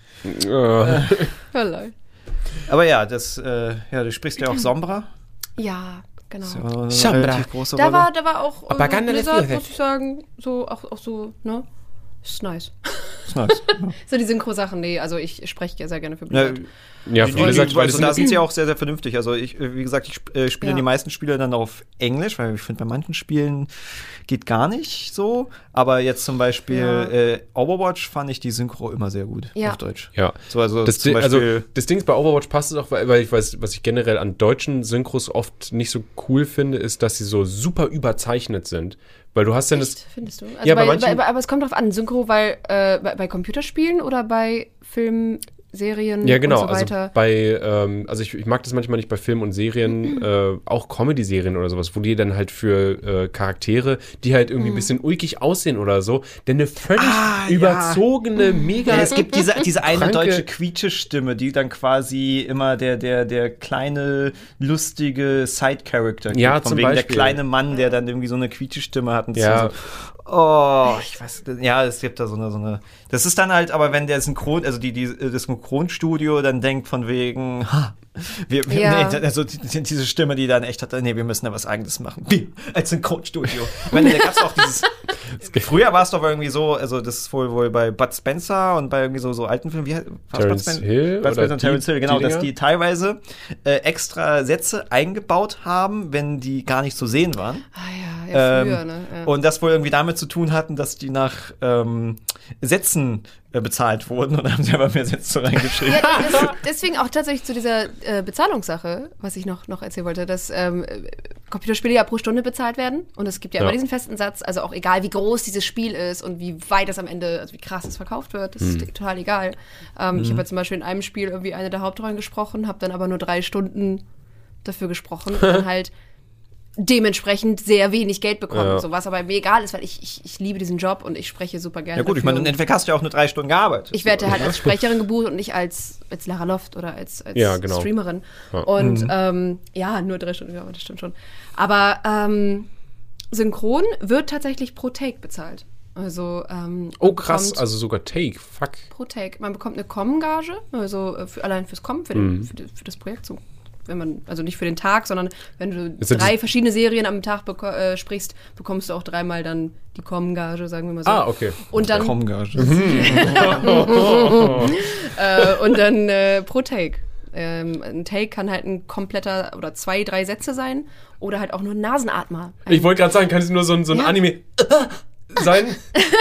Ja. Verleih. Aber ja, das, äh, ja, du sprichst ja auch Sombra. Ja, genau. Das ist ja auch eine Sombra. relativ große Da Rolle. war, da war auch Aber äh, ganz Blizzard, viel. muss ich sagen, so, auch, auch so, ne? Ist nice. ist nice. So die Synchro-Sachen, nee, also ich spreche ja sehr gerne für Ja, Blizzard. Ja, die, für die, Blizzard, die, weil also das da sind sind sie auch sehr, sehr vernünftig. Also ich, äh, wie gesagt, ich sp- äh, spiele Ja. die meisten Spiele dann auf Englisch, weil ich finde, bei manchen Spielen geht gar nicht so. Aber jetzt zum Beispiel Ja. äh, Overwatch fand ich die Synchro immer sehr gut Ja. auf Deutsch. Ja. So, also Das, zum Ding- also, Beispiel, das Ding ist, bei Overwatch passt es auch, weil, weil ich weiß, was ich generell an deutschen Synchros oft nicht so cool finde, ist, dass sie so super überzeichnet sind. Weil du hast ja das. Echt, findest du? Also Ja, bei bei, manchen- bei, aber es kommt drauf an, Synchro, weil äh, bei, bei Computerspielen oder bei Filmen, Serien Ja, genau. und so weiter. Also bei, ähm, also ich, ich mag das manchmal nicht bei Filmen und Serien, äh, auch Comedy-Serien oder sowas, wo die dann halt für äh, Charaktere, die halt irgendwie ein bisschen ulkig aussehen oder so, denn eine völlig Ah, ja. überzogene, mega. ja, es gibt diese, diese eine kranke- deutsche Quietsche-Stimme, die dann quasi immer der, der, der kleine, lustige Side-Character gibt. Ja, Von zum wegen der Beispiel. kleine Mann, der dann irgendwie so eine Quietsche-Stimme hat. Und Ja. so, oh, ich weiß, ja, es gibt da so eine, so eine, das ist dann halt, aber wenn der Synchron, also die, die, das Synchronstudio dann denkt von wegen, ha, wir, wir Ja. nee, also die, die, diese Stimme, die dann echt hat, nee, wir müssen da was Eigenes machen. Wir, als Synchronstudio. Ich meine, da gab's auch dieses, früher war es doch irgendwie so, also das ist wohl, wohl bei Bud Spencer und bei irgendwie so, so alten Filmen, wie heißt war's Terence Bud Spen- Hill Bud oder Spencer und Terence die- Hill, genau, die dass Dinger? die teilweise äh, extra Sätze eingebaut haben, wenn die gar nicht zu sehen waren. Ah ja, ja, Ähm, früher, ne? Ja. Und das wohl irgendwie damit zu tun hatten, dass die nach ähm, Sätzen äh, bezahlt wurden und haben sie aber mehr Sätze reingeschrieben. Ja, das, deswegen auch tatsächlich zu dieser äh, Bezahlungssache, was ich noch, noch erzählen wollte, dass ähm, äh, Computerspiele ja pro Stunde bezahlt werden und es gibt ja, Ja. immer diesen festen Satz, also auch egal wie groß dieses Spiel ist und wie weit es am Ende, also wie krass es verkauft wird, das ist total egal. Ähm, Ich habe ja zum Beispiel in einem Spiel irgendwie eine der Hauptrollen gesprochen, habe dann aber nur drei Stunden dafür gesprochen und dann halt dementsprechend sehr wenig Geld bekommen, Ja. so was aber mir egal ist, weil ich, ich, ich liebe diesen Job und ich spreche super gerne Ja gut, ich dafür. meine, im Endeffekt hast du ja auch nur drei Stunden gearbeitet. Ich werde halt als Sprecherin gebucht und nicht als, als Lara Loft oder als, als Ja, genau. Streamerin. Ja. Und ähm, ja, nur drei Stunden, ja, das stimmt schon. Aber ähm, Synchron wird tatsächlich pro Take bezahlt. Also ähm, Oh, man krass, bekommt also sogar Take, fuck. pro Take. Man bekommt eine Com-Gage, also äh, für, allein fürs Com, für, den, Mhm. für, die- für das Projekt. So. Wenn man, also nicht für den Tag, sondern wenn du Ist das drei das- verschiedene Serien am Tag beko- äh, sprichst, bekommst du auch dreimal dann die Com-Gage, sagen wir mal so. Ah, okay. Und dann Kommgage. Äh, und dann äh, pro Take. Ähm, ein Take kann halt ein kompletter oder zwei, drei Sätze sein oder halt auch nur ein Nasenatmer. Ein, Ich wollte gerade sagen, kann es nur so ein, so ein Ja. Anime sein?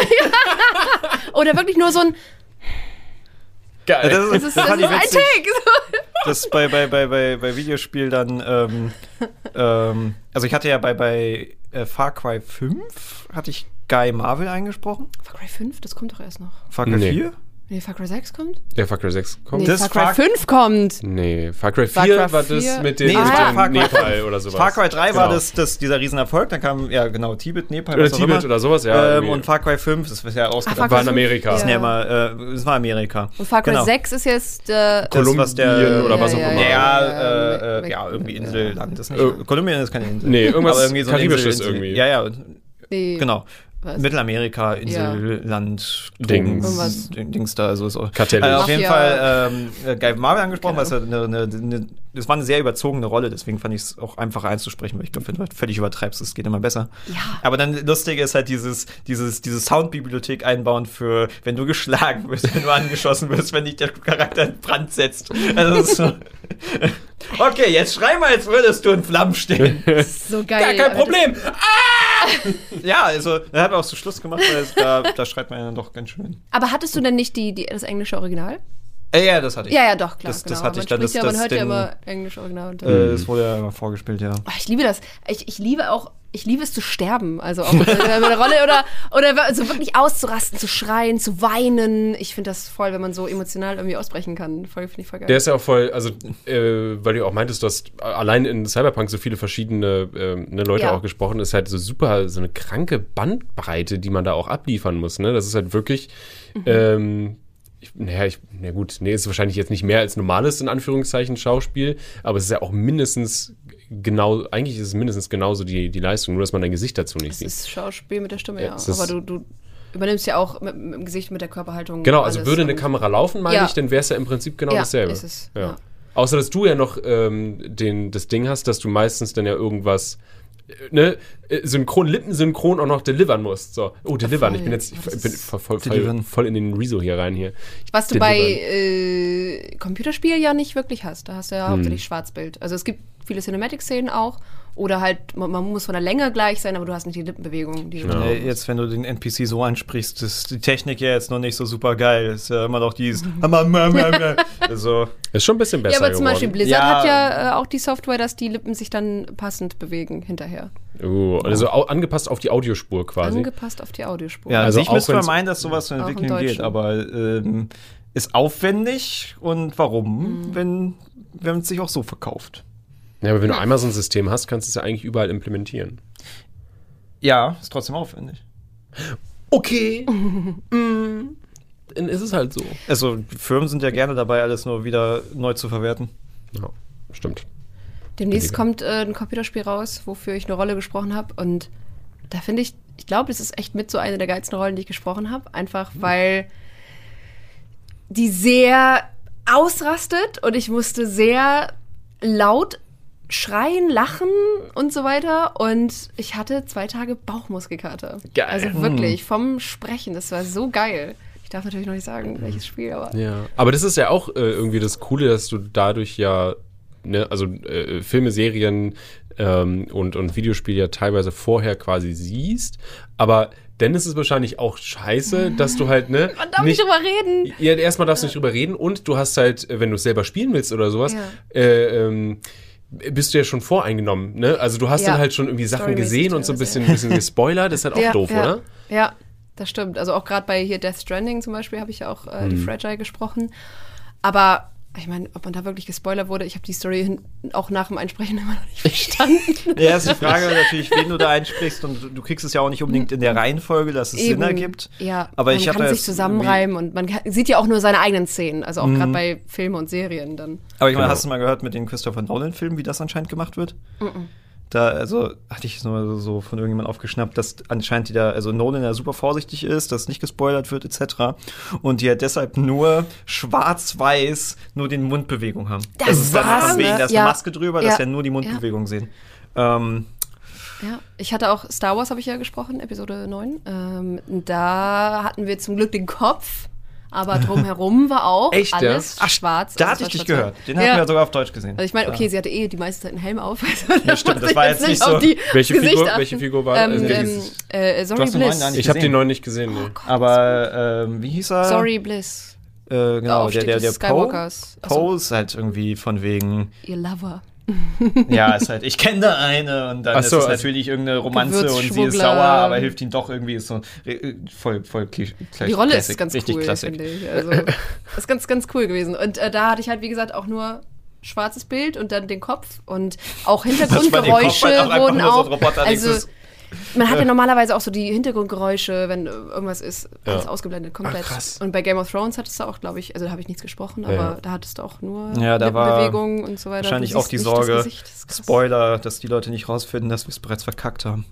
oder wirklich nur so ein, Geil. Das ist, das ist, das das fand ist ich ein witzig, Take. dass bei, bei, bei, bei, bei Videospiel dann, ähm, ähm, also ich hatte ja bei, bei äh, Far Cry fünf, hatte ich Guy Marvel eingesprochen. Far Cry fünf, das kommt doch erst noch. Far Cry Nee. vier? Nee, Far Cry sechs kommt? Der Far Cry sechs kommt? Nee, Das Far Cry Far- fünf kommt. Nee, Far Cry Far vier Cry war vier? das mit dem, Nee, mit das war dem Far Cry Nepal fünf. oder sowas. Far Cry drei war Genau. das, das, dieser Riesenerfolg, dann kam, ja genau, Tibet, Nepal, Oder was auch Tibet immer. oder sowas, ja. Ähm, irgendwie. und Far Cry fünf, das ist ja Far ausgedacht. Cry war in fünf? Amerika. Das, Ja. ja. mal, äh, das war Amerika. Und Far Cry Genau. sechs ist jetzt äh, Das, Kolumbien was der, oder was Ja, auch ja, immer. Ja, Ja, äh, ja, äh, ja, irgendwie ja. Inselland. Das ist nicht, Äh, Kolumbien ist keine Insel. Nee, irgendwas Aber irgendwie so eine Karibisches Insel, Insel, irgendwie. Ja, ja, nee, genau. was? Mittelamerika, Inselland, Dings. Dings, Dings da, also so. Kartelle. Äh, auf jeden Mafia. Fall ähm, äh, Guy Marvel angesprochen, Keine weil es ja eine, eine, eine, das war eine sehr überzogene Rolle, deswegen fand ich es auch einfacher einzusprechen, weil ich glaube, wenn du halt völlig übertreibst, es geht immer besser. Ja. Aber dann lustig ist halt dieses, dieses, diese Soundbibliothek einbauen für, wenn du geschlagen wirst, wenn du angeschossen wirst, wenn dich der Charakter in Brand setzt. Also das ist so, okay, jetzt schrei mal, als würdest du in Flammen stehen. So geil. Gar kein aber Problem. Ja, also, er hat auch so Schluss gemacht, weil es, da, da schreit man ja dann doch ganz schön. Das, aber hattest du denn nicht die, die, das englische Original? Äh, ja, das hatte ich. Ja, ja, doch, klar. Das- genau. das hatte man ich dann, spricht das- ja, man das hört ja den- immer Englisch Original. Und, Äh, das wurde ja immer vorgespielt, ja. Oh, ich liebe das. Ich, ich liebe auch, ich liebe es zu sterben. Also auch in einer Rolle oder, oder so wirklich auszurasten, zu schreien, zu weinen. Ich finde das voll, wenn man so emotional irgendwie ausbrechen kann. Voll, finde ich voll geil. Der ist ja auch voll, also, äh, weil du auch meintest, du hast allein in Cyberpunk so viele verschiedene äh, ne, Leute Ja. auch gesprochen, ist halt so super, so eine kranke Bandbreite, die man da auch abliefern muss, ne? Das ist halt wirklich, Mhm. ähm, ich, naja, ich, na gut, nee, ist wahrscheinlich jetzt nicht mehr als normales, in Anführungszeichen, Schauspiel, aber es ist ja auch mindestens genau, eigentlich ist es mindestens genauso die, die Leistung, nur dass man dein Gesicht dazu nicht Es sieht. ist Schauspiel mit der Stimme, Ja, ja. es ist- Aber du, du übernimmst ja auch mit, mit dem Gesicht, mit der Körperhaltung. Genau, also alles würde eine und- Kamera laufen, meine Ja. ich, dann wäre es ja im Prinzip genau Ja, dasselbe. ist es, ja. ja. Außer, dass du ja noch ähm, den, das Ding hast, dass du meistens dann ja irgendwas, äh, ne, äh, synchron, lippensynchron auch noch delivern musst. So, oh, delivern, voll. ich bin jetzt, ich Das bin ist- voll, voll, voll, Delivern. voll in den Rezo hier rein hier. Ich Was du bei delivern. äh, Computerspielen ja nicht wirklich hast. Da hast du ja Hm. hauptsächlich Schwarzbild. Also es gibt viele Cinematic-Szenen auch. Oder halt, man, man muss von der Länge gleich sein, aber du hast nicht die Lippenbewegung. Die du Ja. Nee, jetzt, wenn du den N P C so ansprichst, ist die Technik ja jetzt noch nicht so super geil. Ist ja immer noch dieses. also, Ist schon ein bisschen besser ja, aber zum geworden. Beispiel Blizzard Ja. hat ja äh, auch die Software, dass die Lippen sich dann passend bewegen hinterher. Oh, also au- angepasst auf die Audiospur quasi. Angepasst auf die Audiospur. ja, Also also ich auch müsste mal wenn's- meinen, dass sowas zu Auch im entwickeln geht, Deutschen. aber ähm, ist aufwendig und warum, Mhm. wenn wenn es sich auch so verkauft? Ja, aber wenn du einmal so ein System hast, kannst du es ja eigentlich überall implementieren. Ja, ist trotzdem aufwendig. Okay. mm. Dann ist es halt so. Also, die Firmen sind ja gerne dabei, alles nur wieder neu zu verwerten. Ja, stimmt. Demnächst Billiger. kommt äh, ein Computerspiel raus, wofür ich eine Rolle gesprochen habe. Und da finde ich, ich glaube, das ist echt mit so eine der geilsten Rollen, die ich gesprochen habe. Einfach weil die sehr ausrastet und ich musste sehr laut schreien, lachen und so weiter. Und ich hatte zwei Tage Bauchmuskelkater. Geil. Also wirklich, vom Sprechen. Das war so geil. Ich darf natürlich noch nicht sagen, welches Spiel, aber Ja. Aber das ist ja auch äh, irgendwie das Coole, dass du dadurch ja, ne, also äh, Filme, Serien ähm, und, und Videospiele ja teilweise vorher quasi siehst. Aber dann ist es wahrscheinlich auch scheiße, dass du halt, ne? man darf nicht drüber reden. Ja, erstmal darfst du nicht drüber reden und du hast halt, äh, wenn du es selber spielen willst oder sowas, Ja. äh, ähm, bist du ja schon voreingenommen, ne? Also du hast Ja. dann halt schon irgendwie Sachen Storymäßig gesehen und so ein bisschen, teilweise, bisschen gespoilert, das ist halt auch ja, doof, ja. oder? Ja, das stimmt. Also auch gerade bei hier Death Stranding zum Beispiel habe ich ja auch äh, die Fragile gesprochen. Aber ich meine, ob man da wirklich gespoilert wurde, ich habe die Story hin, auch nach dem Einsprechen immer noch nicht verstanden. Ja, ist die Frage natürlich, wen du da einsprichst und du, du kriegst es ja auch nicht unbedingt in der Reihenfolge, dass es Sinn Eben. ergibt. Ja, aber man ich hab kann da sich jetzt zusammenreimen und man kann, sieht ja auch nur seine eigenen Szenen, also auch gerade bei Filmen und Serien dann. Aber ich meine, Genau. hast du mal gehört mit den Christopher Nolan-Filmen, wie das anscheinend gemacht wird? Da, also, hatte ich es nur so von irgendjemandem aufgeschnappt, dass anscheinend die da, also Nolan ja super vorsichtig ist, dass nicht gespoilert wird, et cetera. Und die ja deshalb nur schwarz-weiß nur den Mundbewegung haben. Das Das ist dann war's, von wegen, ne? da ist Ja. eine Maske drüber, dass Ja. ja nur die Mundbewegung sehen. Ähm, Ja, ich hatte auch Star Wars, habe ich ja gesprochen, Episode neun. Ähm, da hatten wir zum Glück den Kopf, aber drumherum war auch Echt, ja? alles Ach, schwarz. da also hatte ich es dich war gehört. schwarz. Den hatten Ja. wir ja sogar auf Deutsch gesehen. Also ich meine, okay, Ja. sie hatte eh die meiste Zeit einen Helm auf. Also Ja, stimmt, muss das ich war jetzt nicht so- auf die Welche Gesicht Figur- achten. welche Figur war ähm, das? ähm, äh, Sorry Du hast den neuen Bliss. gar nicht Ich habe gesehen. den neuen nicht gesehen, nee. Aber, ähm, wie hieß er? Sorry Bliss. Äh, genau, der, Aufstieg der, der des Poe. Skywalkers. Ach so. Poe ist halt irgendwie von wegen, Ihr Lover. ja, ist halt, ich kenne da eine und dann Ach so, ist es also- natürlich irgendeine Romanze und sie ist Gewürzschmuggler. sauer, aber hilft ihm doch irgendwie, ist so äh, voll, voll Klisch- Die Rolle Classic, ist ganz richtig cool, Klassik. finde ich. Also, ist ganz, ganz cool gewesen. Und äh, da hatte ich halt, wie gesagt, auch nur schwarzes Bild und dann den Kopf und auch Hintergrundgeräusche halt auch einfach wurden nur so auch. ein Roboter, also, nächstes- man hat ja normalerweise auch so die Hintergrundgeräusche, wenn äh, irgendwas ist, alles Ja. ausgeblendet, komplett. Ach, krass. Und bei Game of Thrones hattest du auch, glaube ich, also da habe ich nichts gesprochen, aber Ja. da hattest du auch nur Ja, da war Lippenbewegungen und so weiter. Wahrscheinlich Du auch siehst die nicht das Sorge, Gesicht. Das ist krass. Spoiler, dass die Leute nicht rausfinden, dass wir es bereits verkackt haben.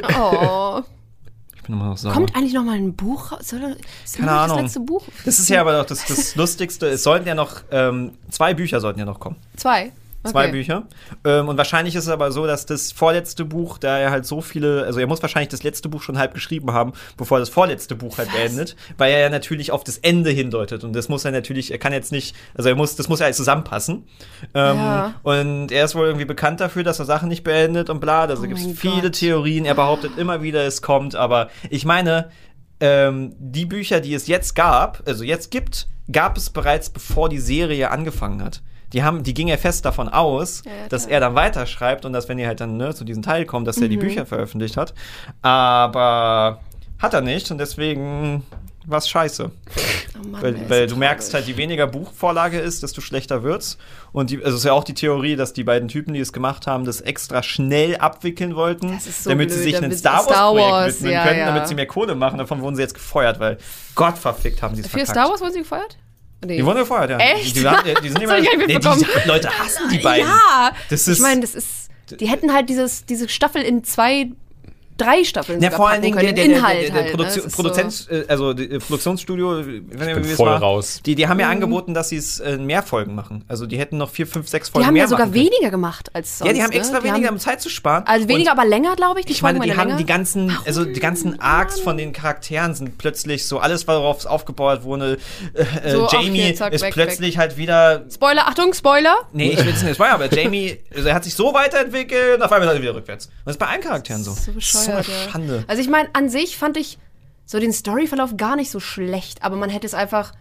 Oh. Ich bin immer noch sauer. Kommt eigentlich noch mal ein Buch raus? Soll da- Ist Keine noch nicht Ahnung. Das letzte Buch? Das ist ja aber doch das, das Lustigste. Es sollten ja noch, ähm, zwei Bücher sollten ja noch kommen. Zwei. Zwei Okay. Bücher. Ähm, und wahrscheinlich ist es aber so, dass das vorletzte Buch, da er halt so viele, also er muss wahrscheinlich das letzte Buch schon halb geschrieben haben, bevor er das vorletzte Buch halt beendet, weil er ja natürlich auf das Ende hindeutet. Und das muss er natürlich, er kann jetzt nicht, also er muss, das muss ja alles zusammenpassen. Ähm, Ja. Und er ist wohl irgendwie bekannt dafür, dass er Sachen nicht beendet und bla. Also Oh gibt es mein viele Gott. Theorien. Er behauptet immer wieder, es kommt, aber ich meine, ähm, die Bücher, die es jetzt gab, also jetzt gibt, gab es bereits, bevor die Serie angefangen hat. Die haben, die ging ja fest davon aus, Ja, ja, dass klar. er dann weiterschreibt und dass, wenn ihr halt dann ne, zu diesem Teil kommt, dass er Mhm. die Bücher veröffentlicht hat. Aber hat er nicht und deswegen war's scheiße. Oh Mann, Weil, ey, weil ist du so merkst traurig. halt, je weniger Buchvorlage ist, desto schlechter wird's. Und die, also es ist ja auch die Theorie, dass die beiden Typen, die es gemacht haben, das extra schnell abwickeln wollten, Das ist so damit sie blöd, sich einem damit Star Wars, Star Projekt Wars, widmen ja, können, ja. damit sie mehr Kohle machen. Davon wurden sie jetzt gefeuert, weil Gott verfickt haben sie es Für verkackt. Star Wars wurden sie gefeuert? Nee. Die wurden gefeuert, ja. Echt? Die, die, waren, die sind Das immer, hab ich gar nicht nee, mitbekommen. die Leute hassen die beiden. Ja, Das ich ist- meine, das ist, die hätten halt dieses, diese Staffel in zwei, drei Staffeln Ja, sogar vor allen packen Dingen können, der, den der, Inhalt der, der, halt. Produzi- ne? Das ist Produzenz, äh, also die, äh, Produktionsstudio, wenn ihr bin wie es voll war, raus. Die, die haben Mhm. ja angeboten, dass sie es äh, mehr Folgen machen. Also die hätten noch vier, fünf, sechs so. Folgen Die haben mehr ja sogar machen können. weniger gemacht als sonst. Ja, die haben ne? extra Die weniger, haben, um Zeit zu sparen. Also weniger, Und aber länger, glaube ich. Die ich meine, Folgen die waren haben die länger. ganzen, also die ganzen Arcs von den Charakteren sind plötzlich so, alles, worauf es aufgebaut wurde. Äh, So, ach, Jamie hier, zack, ist weg, plötzlich halt wieder. Spoiler, Achtung, Spoiler. Nee, ich will es nicht spoilern, aber Jamie, also er hat sich so weiterentwickelt und auf einmal ist er wieder rückwärts. Und das ist bei allen Charakteren so. So bescheuert, so eine ja. Schande. Also ich meine, an sich fand ich so den Storyverlauf gar nicht so schlecht, aber man hätte es einfach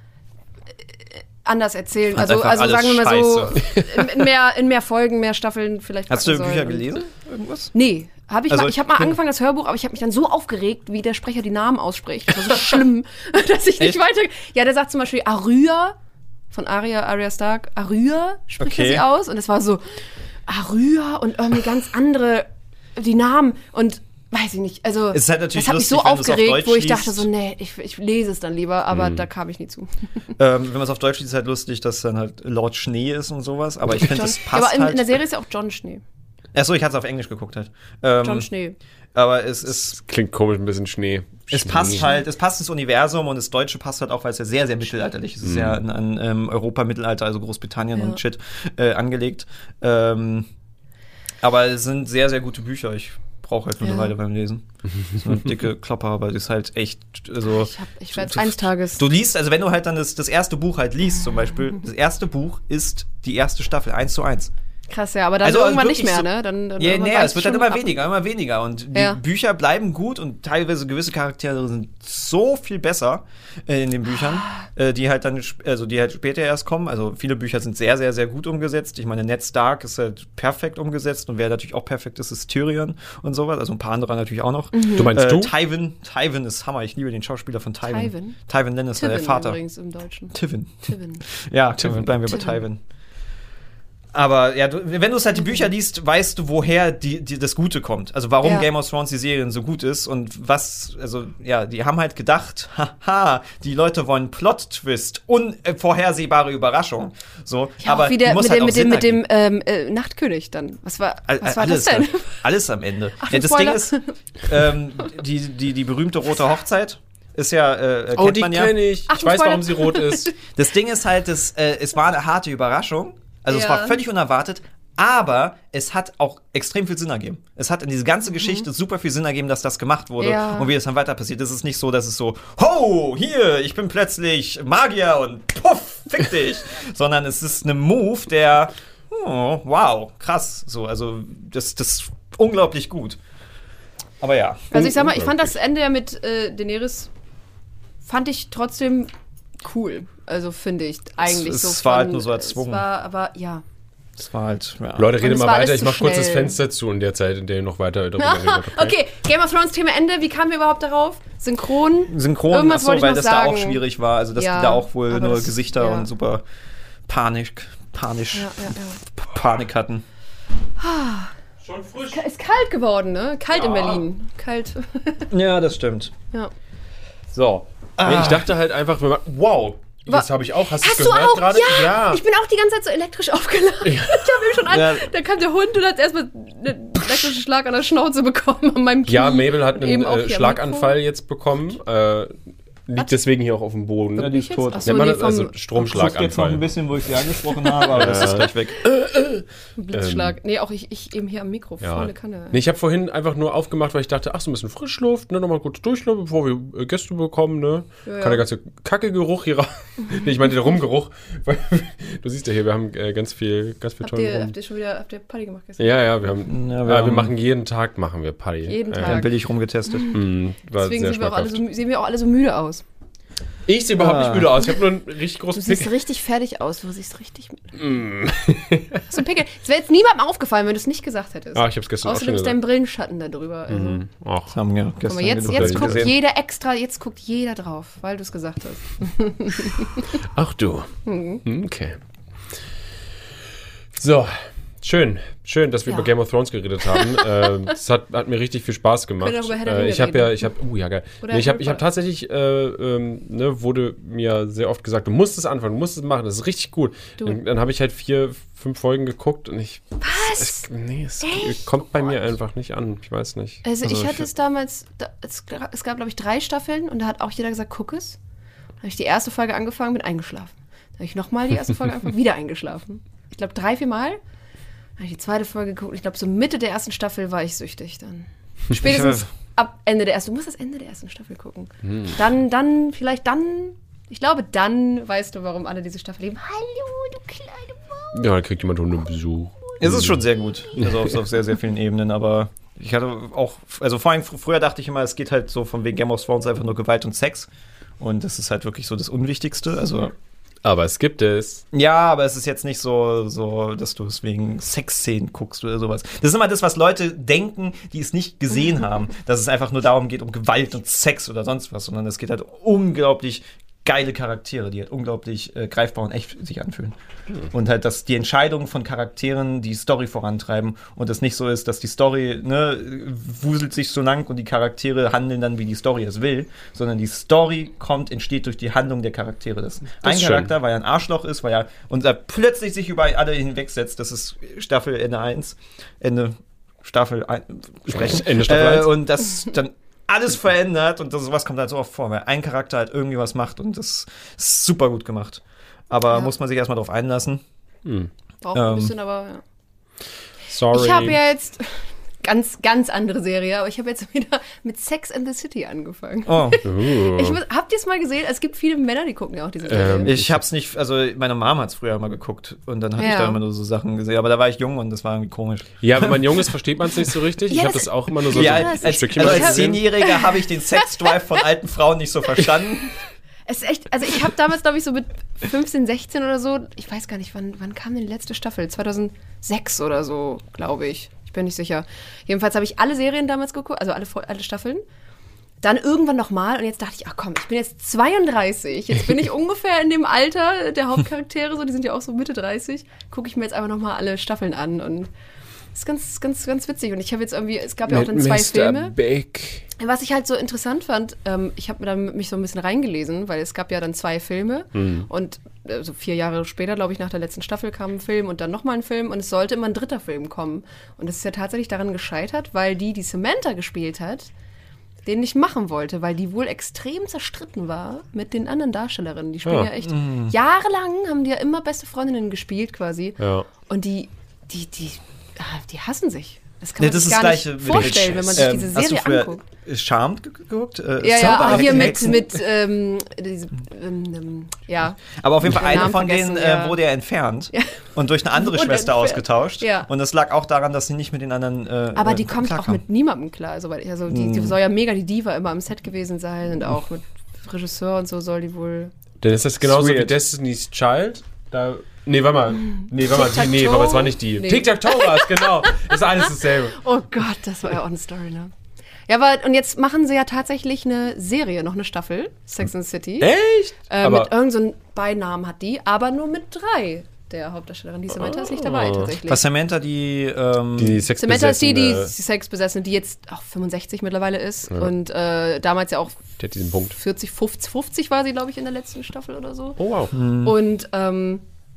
äh, anders erzählen. Fand Also, einfach also alles sagen wir mal so, scheiße. in, in, mehr, in mehr Folgen, mehr Staffeln vielleicht. Hast du packen Bücher sollen. gelesen? Irgendwas? Nee. Hab ich Also mal, ich habe mal ich bin- angefangen das Hörbuch, aber ich habe mich dann so aufgeregt, wie der Sprecher die Namen ausspricht. Das war so schlimm, dass ich nicht Echt? weiter... Ja, der sagt zum Beispiel Arya von Arya, Arya Stark. Arya spricht er Okay. sie aus. Und es war so Arya und irgendwie ganz andere, die Namen. Und weiß ich nicht, also Es ist halt natürlich das hat mich lustig, so wenn du's auf aufgeregt, Deutsch wo ich liest. dachte so, nee, ich, ich lese es dann lieber, aber Mhm. da kam ich nie zu. Ähm, wenn man es auf Deutsch liest, ist halt lustig, dass dann halt Lord Schnee ist und sowas. Aber ich finde, John, das ja, passt aber in, halt. in der Serie ist ja auch John Schnee. Achso, ich hatte es auf Englisch geguckt halt. Ähm, John Schnee. Aber es ist. Klingt komisch, ein bisschen Schnee. Es Schnee. passt halt, es passt ins Universum und das Deutsche passt halt auch, weil es ja sehr, sehr mittelalterlich ist. Es ist ja an, an ähm, Europa-Mittelalter, also Großbritannien Ja. und Shit, äh, angelegt. Ähm, aber es sind sehr, sehr gute Bücher. Ich brauche halt nur eine Ja. Weile beim Lesen. So eine dicke Klopper, aber das ist halt echt, also. Ich, hab- ich werde es du- eines Tages... Du liest, also wenn du halt dann das, das erste Buch halt liest, zum Beispiel, das erste Buch ist die erste Staffel, eins zu eins. Krass, ja, aber dann Also irgendwann nicht wirklich mehr, so- ne? Dann, dann Ja, irgendwann nee, reicht's es wird dann schon immer ab. weniger, immer weniger. Und die Ja. Bücher bleiben gut und teilweise gewisse Charaktere sind so viel besser äh, in den Büchern, äh, die halt dann, sp- also die halt später erst kommen. Also viele Bücher sind sehr, sehr, sehr gut umgesetzt. Ich meine, Ned Stark ist halt perfekt umgesetzt und wer natürlich auch perfekt ist, ist Tyrion und sowas. Also ein paar andere natürlich auch noch. Du meinst Äh, du? Tywin, Tywin ist Hammer. Ich liebe den Schauspieler von Tywin. Tywin? Tywin Lannister, Tywin der Vater. übrigens im Deutschen. Tywin. Tywin. Ja, Tywin, bleiben wir bei Tywin. Tywin. Aber ja, du, wenn du es halt die Bücher liest, weißt du, woher die, die, das Gute kommt. Also warum Ja. Game of Thrones die Serien so gut ist und was, also ja, die haben halt gedacht, haha, die Leute wollen Plot-Twist, unvorhersehbare Überraschung. So, Ja, aber auch wieder die muss mit halt dem, auch mit dem, Sinn mit dem ergeben. ähm, äh, Nachtkönig dann. Was war, All- was war alles, das denn? alles am Ende. Ach, Ja, das Spoiler. Ding ist, ähm, die, die, die berühmte rote Hochzeit ist ja, äh, kennt Oh, die man ja. kenne ich. Ach, Ich weiß, Spoiler. warum sie rot ist. Das Ding ist halt, das, äh, es war eine harte Überraschung. Also es Ja. war völlig unerwartet, aber es hat auch extrem viel Sinn ergeben. Es hat in diese ganze Geschichte super viel Sinn ergeben, dass das gemacht wurde Ja. und wie es dann weiter passiert. Es ist nicht so, dass es so, ho, hier, ich bin plötzlich Magier und puff, fick dich. Sondern es ist ein Move, der, oh, wow, krass. So, also das, das ist unglaublich gut. Aber ja. Also ich sag mal, ich fand das Ende ja mit äh, Daenerys, fand ich trotzdem cool. Also finde ich eigentlich Es- so. es war halt von- nur so erzwungen. Es war, aber ja. Das war halt, ja. Leute, Und redet es mal war weiter. alles Ich zu mach kurz das schnell. Fenster zu in der Zeit, in der ihr noch weiter darüber redet. Okay, Game of Thrones Thema Ende. Wie kamen wir überhaupt darauf? Synchron? Synchron, Irgendwas achso, wollte ich weil noch das da auch sagen. schwierig war. Also, dass Ja, die da auch wohl aber nur das- Gesichter ja. und super Panik, panisch, Ja, ja, ja. Panik hatten. Schon frisch. Ist kalt geworden, ne? Kalt in Ja. Berlin. Kalt. Ja, das stimmt. Ja. So. Nee, ich dachte halt einfach, wenn man, wow, das Wa- habe ich auch. Hast, Hast du du gehört auch? gerade? Ja. Ich bin auch die ganze Zeit so elektrisch aufgeladen. Ich habe eben schon an. Ja. Da kam der Hund und hat erstmal einen elektrischen Schlag an der Schnauze bekommen an meinem Knie. Ja, Mabel hat Und einen eben auch äh, hier am Schlaganfall jetzt bekommen. Äh, liegt deswegen hier auch auf dem Boden. Ja, die ist tot. Ach so, Nennt man nee, das also vom Stromschlaganfall. bisschen, wo ich sie angesprochen habe, aber das ist gleich weg. Blitzschlag. nee, auch ich, ich eben hier am Mikro. Ja. Volle Kanne. Nee, ich habe vorhin einfach nur aufgemacht, weil ich dachte, ach, so ein bisschen Frischluft, ne, nochmal kurz durchlaufen, bevor wir äh, Gäste bekommen, ne? Ja, ja. Kann der ganze Kacke-Geruch hier raus. Nee, ich meinte der Rumgeruch. Weil, du siehst ja hier, wir haben äh, ganz viel, ganz viel Habt tollen ihr, Rum. habt ihr schon wieder habt ihr Party gemacht gestern? Ja, ja, wir haben, Ja, ja, wir wir, haben- machen jeden Tag, machen wir Party. Jeden ja, Tag. Dann billig rumgetestet. Mm, war Deswegen sehr sind wir, auch alle schmackhaft. so, sehen wir auch alle so müde aus. Ich sehe überhaupt Ah. nicht müde aus. Ich habe nur einen richtig Du großen siehst Pickel. richtig fertig aus. Du siehst richtig. Mm. Hast du einen Pickel? Es wäre jetzt niemandem aufgefallen, wenn du es nicht gesagt hättest. Ah, ich habe es gestern auch Außerdem schon ist dein gesagt. Brillenschatten da drüber. Also. Mhm. Ach. Das haben wir Guck gestern mal, jetzt, genug jetzt Leute guckt gesehen. jeder extra, jetzt guckt jeder drauf, weil du es gesagt hast. Ach du. Mhm. Okay. So, schön. Schön, dass wir Ja. über Game of Thrones geredet haben. ähm, das hat, hat mir richtig viel Spaß gemacht. Können wir darüber Herr der Äh, Ringe ich habe ja, reden. ich habe, oh ja geil. Oder Nee, ich habe Harry ich hab Potter. tatsächlich, äh, ähm, ne, wurde mir sehr oft gesagt, du musst es anfangen, du musst es machen, das ist richtig gut. Du. Dann, dann habe ich halt vier, fünf Folgen geguckt und ich, Was? es, nee, es Echt? kommt bei mir einfach nicht an. Ich weiß nicht. Also ich hatte es damals, da, es, es gab glaube ich drei Staffeln und da hat auch jeder gesagt, guck es. Dann habe ich die erste Folge angefangen, bin eingeschlafen. Dann habe ich nochmal die erste Folge angefangen, wieder eingeschlafen. Ich glaube drei, vier Mal. Dann habe ich die zweite Folge geguckt. Ich glaube so Mitte der ersten Staffel war ich süchtig dann. Spätestens ab Ende der ersten. Du musst das Ende der ersten Staffel gucken. Hm. Dann, dann, vielleicht dann, ich glaube dann weißt du, warum alle diese Staffel lieben. Hallo, du kleine Maus. Ja, dann kriegt jemand Hundebesuch. Es ist schon sehr gut. Also auf, auf sehr, sehr vielen Ebenen, aber ich hatte auch, also vor allem fr- früher dachte ich immer, es geht halt so von wegen Game of Thrones einfach nur Gewalt und Sex. Und das ist halt wirklich so das Unwichtigste. Also Aber es gibt es. ja, aber es ist jetzt nicht so, so, dass du es wegen Sexszenen guckst oder sowas. Das ist immer das, was Leute denken, die es nicht gesehen haben, dass es einfach nur darum geht, um Gewalt und Sex oder sonst was, sondern es geht halt um unglaublich geile Charaktere, die halt unglaublich äh, greifbar und echt sich anfühlen. Und halt, dass die Entscheidungen von Charakteren die Story vorantreiben und es nicht so ist, dass die Story, ne, wuselt sich so lang und die Charaktere handeln dann, wie die Story es will, sondern die Story kommt, entsteht durch die Handlung der Charaktere. Das, ein ist Charakter, schön. weil er ein Arschloch ist, weil er und er plötzlich sich über alle hinwegsetzt, das ist Staffel Ende eins, Ende Staffel eins, sprechen. Ende Staffel äh, eins. Und das dann alles verändert und das, sowas kommt halt so oft vor, weil ein Charakter halt irgendwie was macht und das ist super gut gemacht. Aber Ja. muss man sich erstmal drauf einlassen. Braucht ein Ähm. bisschen, aber ja. Sorry. Ich habe ja jetzt ganz, ganz andere Serie, aber ich habe jetzt wieder mit Sex and the City angefangen. Oh, Uh. Ich muss, habt ihr es mal gesehen? Es gibt viele Männer, die gucken ja auch diese Serie. Ähm, ich hab's nicht, also meine Mom hat's früher mal geguckt und dann habe Ja. ich da immer nur so Sachen gesehen, aber da war ich jung und das war irgendwie komisch. Ja, wenn man jung ist, versteht man es nicht so richtig. Ich Ja, habe das- das auch immer nur so, Ja, so als, ein als, Stückchen also mal als gesehen. Zehnjähriger habe ich den Sex-Drive von alten Frauen nicht so verstanden. Es ist echt, also ich habe damals, glaube ich, so mit fünfzehn, sechzehn oder so, ich weiß gar nicht, wann, wann kam denn die letzte Staffel? zweitausendsechs oder so, glaube ich. Ich bin nicht sicher. Jedenfalls habe ich alle Serien damals geguckt, also alle, Fol- alle Staffeln. Dann irgendwann nochmal und jetzt dachte ich, ach komm, ich bin jetzt zweiunddreißig. Jetzt bin ich ungefähr in dem Alter der Hauptcharaktere, so, die sind ja auch so Mitte dreißig. Gucke ich mir jetzt einfach nochmal alle Staffeln an und das ist ganz, ganz, ganz witzig. Und ich habe jetzt irgendwie, es gab ja auch dann zwei Filme. Big. Was ich halt so interessant fand, ähm, ich habe mir dann mich so ein bisschen reingelesen, weil es gab ja dann zwei Filme und äh, so vier Jahre später, glaube ich, nach der letzten Staffel kam ein Film und dann nochmal ein Film und es sollte immer ein dritter Film kommen. Und es ist ja tatsächlich daran gescheitert, weil die, die Samantha gespielt hat, den nicht machen wollte, weil die wohl extrem zerstritten war mit den anderen Darstellerinnen. Die spielen Ja. ja echt jahrelang, haben die ja immer beste Freundinnen gespielt quasi. Ja. Und die, die, die, ah, die hassen sich. Das kann Nee, man das sich ist gar das nicht Gleiche vorstellen, wenn man sich Ähm, diese hast du Serie früher anguckt. Charmed ge- geguckt? Äh, Ja, ja, Zauberhafte hier mit, Hexen? mit ähm, diese, ähm, ähm, ja. Aber auf jeden Fall Den eine Namen von denen vergessen, äh, ja. wurde ja entfernt und durch eine andere Wurde Schwester entfernt. ausgetauscht. Ja. Und das lag auch daran, dass sie nicht mit den anderen äh, Aber äh, die kommt auch klarkam. mit niemandem klar. Soweit ich, also die, die soll ja mega die Diva immer am Set gewesen sein und auch mit Regisseur und so soll die wohl. Dann ist das genauso Weird. wie Destiny's Child. Da, nee, warte mal. Nee, warte mal. Die, nee, Tic-Tac-Toe? warte mal, es war nicht die. Nee. Tic-Tac-Toe war es, genau. Das ist alles dasselbe. Oh Gott, das war ja auch eine Story, ne? Ja, aber und jetzt machen sie ja tatsächlich eine Serie, noch eine Staffel, Sex and the City. Echt? Äh, Aber- mit irgendeinem so Beinamen hat die, aber nur mit drei der Hauptdarstellerin. Die Samantha ist nicht dabei tatsächlich. Was Samantha, die, ähm, Die Sex Samantha ist die, die besessene- Sexbesessene, die jetzt auch fünfundsechzig mittlerweile ist und äh, damals ja auch Die hat diesen Punkt. vierzig, fünfzig, fünfzig war sie, glaube ich, in der letzten Staffel oder so. Oh, wow. Und ähm,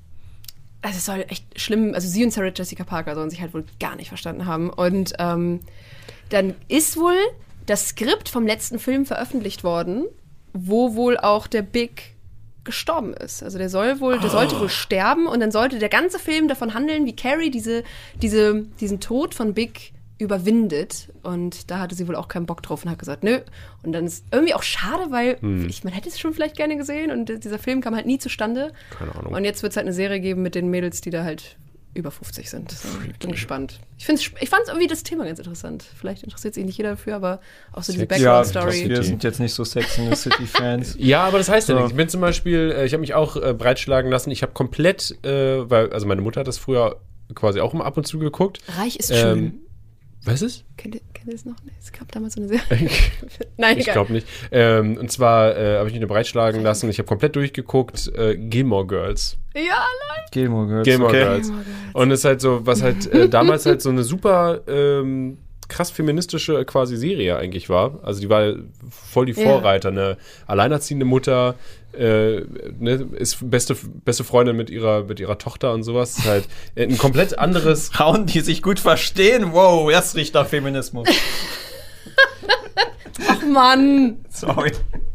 also es soll echt schlimm, also sie und Sarah Jessica Parker sollen sich halt wohl gar nicht verstanden haben. Und ähm, dann ist wohl das Skript vom letzten Film veröffentlicht worden, wo wohl auch der Big gestorben ist. Also der soll wohl, der sollte wohl sterben und dann sollte der ganze Film davon handeln, wie Carrie diese, diese, diesen Tod von Big überwindet. Und da hatte sie wohl auch keinen Bock drauf und hat gesagt, nö. Und dann ist irgendwie auch schade, weil ich, man hätte es schon vielleicht gerne gesehen und dieser Film kam halt nie zustande. Keine Ahnung. Und jetzt wird es halt eine Serie geben mit den Mädels, die da halt über fünfzig sind. So, ich bin gespannt. Ich, find's, ich fand irgendwie das Thema ganz interessant. Vielleicht interessiert sich nicht jeder dafür, aber auch so diese Sex- Ja, Background-Story. wir sind jetzt nicht so Sex in the City-Fans. Ja, aber das heißt ja So. nichts. Ich bin zum Beispiel, äh, ich habe mich auch äh, breitschlagen lassen. Ich habe komplett, äh, weil, also meine Mutter hat das früher quasi auch immer ab und zu geguckt. Reich ist schön. Ähm, was ist? Kennt ihr, kennt ihr das noch? Nee, es gab damals so eine Serie. Nein, Ich egal. glaube nicht. Ähm, und zwar äh, habe ich mich eine breitschlagen lassen. Ich habe komplett durchgeguckt. Äh, Gilmore Girls. Ja, nein. Gilmore Girls. Gilmore okay. Girls. Und es ist halt so, was halt äh, damals halt so eine super ähm, krass feministische quasi Serie eigentlich war. Also die war voll die Ja. Vorreiter. Eine alleinerziehende Mutter, äh, ne, ist beste, beste Freundin mit ihrer, mit ihrer Tochter und sowas. Ist halt ein komplett anderes. Frauen, die sich gut verstehen. Wow, das riecht nach Feminismus. Ach Mann. Sorry.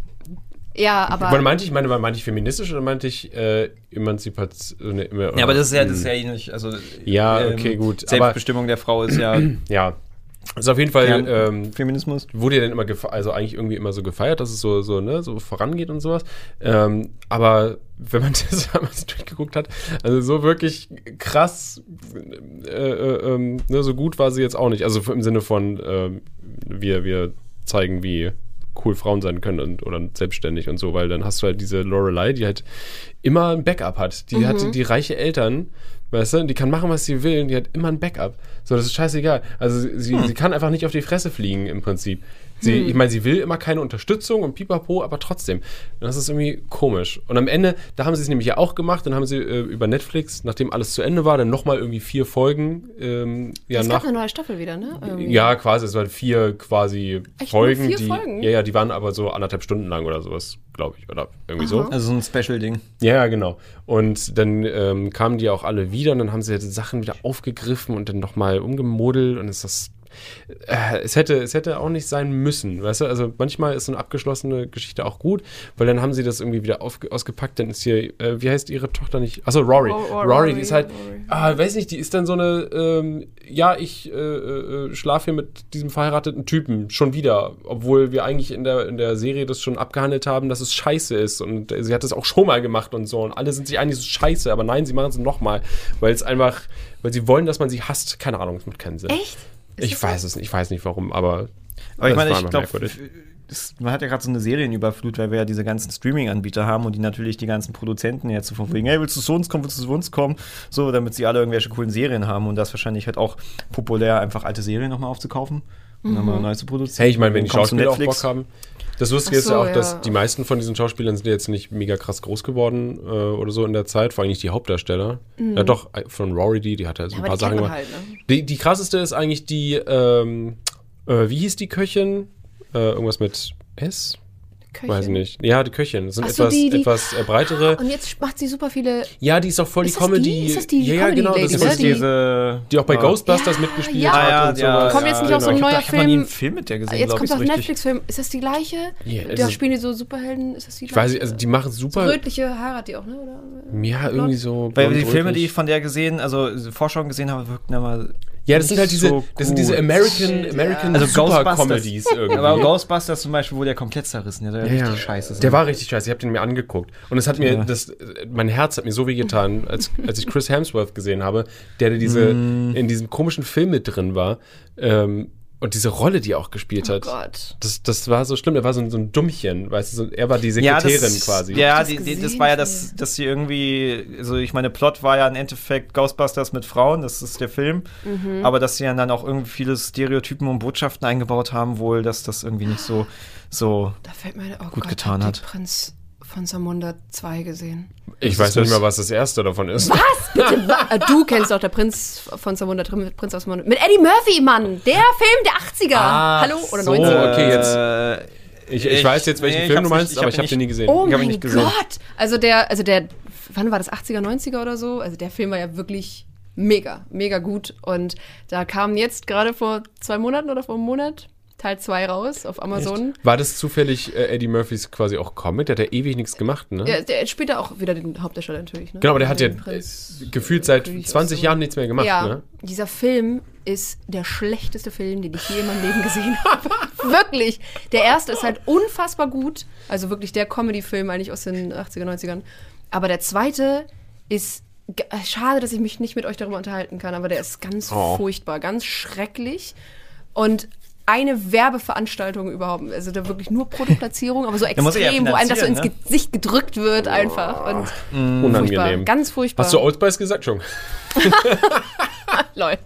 Ja, Wann aber meinte ich, meine, meinte ich feministisch oder meinte ich äh, Emanzipation? Ne, immer- Ja, aber das ist ja, das ist ja ähnlich. Also, Ja, okay, gut. Aber- Selbstbestimmung der Frau ist ja Ja. Das ist auf jeden Fall. Kern- Ähm, Feminismus. wurde ja dann immer gefeiert, also eigentlich irgendwie immer so gefeiert, dass es so, so, ne, so vorangeht und sowas. Ähm, aber wenn man das einmal so durchgeguckt hat, also so wirklich krass, äh, äh, ähm, ne, so gut war sie jetzt auch nicht. Also im Sinne von, ähm, wir, wir zeigen, wie cool Frauen sein können und oder selbstständig und so, weil dann hast du halt diese Lorelei, die halt immer ein Backup hat. Die Mhm. hat die reiche Eltern, weißt du, die kann machen, was sie will, und die hat immer ein Backup. So, das ist scheißegal. Also sie, Hm. sie kann einfach nicht auf die Fresse fliegen im Prinzip. Sie, Hm. Ich meine, sie will immer keine Unterstützung und pipapo, aber trotzdem. Das ist irgendwie komisch. Und am Ende, da haben sie es nämlich ja auch gemacht, dann haben sie äh, über Netflix, nachdem alles zu Ende war, dann nochmal irgendwie vier Folgen ähm, ja, es nach. gab eine neue Staffel wieder, ne? Irgendwie. Ja, quasi, es waren vier quasi Echt, nur Folgen, vier die. Folgen? Ja, ja, die waren aber so anderthalb Stunden lang oder sowas, glaube ich. Oder irgendwie so. Aha. Also so ein Special-Ding. Ja, ja, genau. Und dann ähm, kamen die auch alle wieder und dann haben sie halt Sachen wieder aufgegriffen und dann nochmal umgemodelt und ist das. Äh, es, hätte, es hätte auch nicht sein müssen, weißt du? Also manchmal ist so eine abgeschlossene Geschichte auch gut, weil dann haben sie das irgendwie wieder auf, ausgepackt, dann ist hier, äh, wie heißt ihre Tochter nicht? Achso, Rory. Oh, oh, Rory, Rory, die ist halt, Rory. ah, weiß nicht, die ist dann so eine, ähm, ja, ich äh, äh, schlafe hier mit diesem verheirateten Typen schon wieder, obwohl wir eigentlich in der, in der Serie das schon abgehandelt haben, dass es scheiße ist und äh, sie hat das auch schon mal gemacht und so und alle sind sich eigentlich so scheiße, aber nein, sie machen es nochmal, weil es einfach, weil sie wollen, dass man sie hasst, keine Ahnung, es macht keinen Sinn. Echt? Ist Ich das so? weiß es nicht, ich weiß nicht warum, aber, Aber ich es meine, war ich einfach glaube, merkwürdig. man hat ja gerade so eine Serienüberflut, weil wir ja diese ganzen Streaming-Anbieter haben und die natürlich die ganzen Produzenten jetzt so von wegen, hey, willst du zu uns kommen, willst du zu uns kommen? So, damit sie alle irgendwelche coolen Serien haben und das wahrscheinlich halt auch populär, einfach alte Serien nochmal aufzukaufen und nochmal neu zu produzieren. Hey, ich meine, wenn die Dann kommst du Schauspieler auch Netflix. Bock haben. Das Lustige Ach ist ja so, auch, dass ja. die meisten von diesen Schauspielern sind jetzt nicht mega krass groß geworden äh, oder so in der Zeit, vor allem nicht die Hauptdarsteller. Ja doch, äh, von Rory, die, die hat ja so ein Aber paar die Sachen kennt man gemacht. halt, ne? Die, die krasseste ist eigentlich die, ähm, äh, wie hieß die Köchin? Äh, irgendwas mit S? Köchin. Weiß nicht. Ja, die Köchin. Das sind Ach so, etwas, die- die- etwas äh, breitere. Und jetzt macht sie super viele. Ja, die ist auch voll Ist die das die? Comedy. Ist das die ja, ja, genau. Das Comedy-Lady, ist ne? Das ist Die- diese. die auch bei Ja. Ghostbusters Ja, mitgespielt ja. hat Ah, ja, und ja, sowas. Kommt jetzt nicht auch so ein Ich hab- neuer ich hab noch nie Film? einen Film mit der gesehen, Jetzt glaub kommt ich, auf so richtig. Netflix-Film. Ist das die gleiche? Ja, da also- spielen die so Superhelden. Ist das die Ich gleiche? weiß nicht, also die machen super. Rötliche Haare hat die auch, ne? Oder? Ja, irgendwie so. Weil die blond, Filme, die rötlich. ich von der gesehen, also Vorschauen gesehen habe, wirkten immer. Ja, das sind nicht halt diese, so das sind diese gut. American, American Also Super Ghostbusters. Comedies irgendwie. Aber Ghostbusters zum Beispiel wurde ja komplett zerrissen. Ja, der Ja, ja. richtig scheiße. Der war richtig scheiße. Ich habe den mir angeguckt und es hat mir Ja. das, mein Herz hat mir so wehgetan, als als ich Chris Hemsworth gesehen habe, der diese Mm. in diesem komischen Film mit drin war ähm, und diese Rolle, die er auch gespielt Oh hat. Gott. Das, das war so schlimm. Er war so, ein- so ein Dummchen, weißt du. So, er war die Ja, Sekretärin das, quasi. Ja, das die, die, das gesehen? war ja das, dass sie irgendwie, also ich meine, Plot war ja im Endeffekt Ghostbusters mit Frauen, das ist der Film, Mhm. aber dass sie ja dann auch irgendwie viele Stereotypen und Botschaften eingebaut haben, wohl, dass das irgendwie nicht so, so. Da fällt mir, oh Gut Gott, getan habt hat. ihr Prinz von Samunda zwei gesehen? Ich Das weiß ist nicht das- mehr, was das erste davon ist. Bitte, wa- äh, du kennst doch der Prinz von Samunda, Prinz aus Samunda. Mit Eddie Murphy, Mann! Der Film der achtziger! Ah, Hallo? Oder so. neunziger? okay, jetzt- Äh, Ich, ich weiß jetzt, welchen nee, ich Film hab's du nicht- meinst, ich aber hab ich habe nicht- den nie gesehen. Oh Ich hab ihn mein nicht gesehen. Gott! Also der, also der, wann war das, achtziger, neunziger oder so? Also der Film war ja wirklich mega, mega gut. Und da kam jetzt gerade vor zwei Monaten oder vor einem Monat Teil zwei raus auf Amazon. War das zufällig äh, Eddie Murphys quasi auch Comic? Der hat ja ewig nichts gemacht, ne? Ja, der spielt da auch wieder den Hauptdarsteller natürlich. Ne? Genau, aber der hat ja Den Prinz, äh, gefühlt seit König aus zwanzig Samunda. Jahren nichts mehr gemacht, ja, ne? dieser Film ist der schlechteste Film, den ich je in meinem Leben gesehen habe. Wirklich. Der erste ist halt unfassbar gut. Also wirklich der Comedy-Film eigentlich aus den achtziger, neunzigern. Aber der zweite ist G- Schade, dass ich mich nicht mit euch darüber unterhalten kann, aber der ist ganz Oh. furchtbar, ganz schrecklich. Und eine Werbeveranstaltung überhaupt, also da wirklich nur Produktplatzierung, aber so muss er ja extrem, wo einem das so ins finanzieren, Gesicht gedrückt wird einfach. Und furchtbar, Unangenehm. ganz furchtbar. Hast du Old Spice gesagt schon? Lol.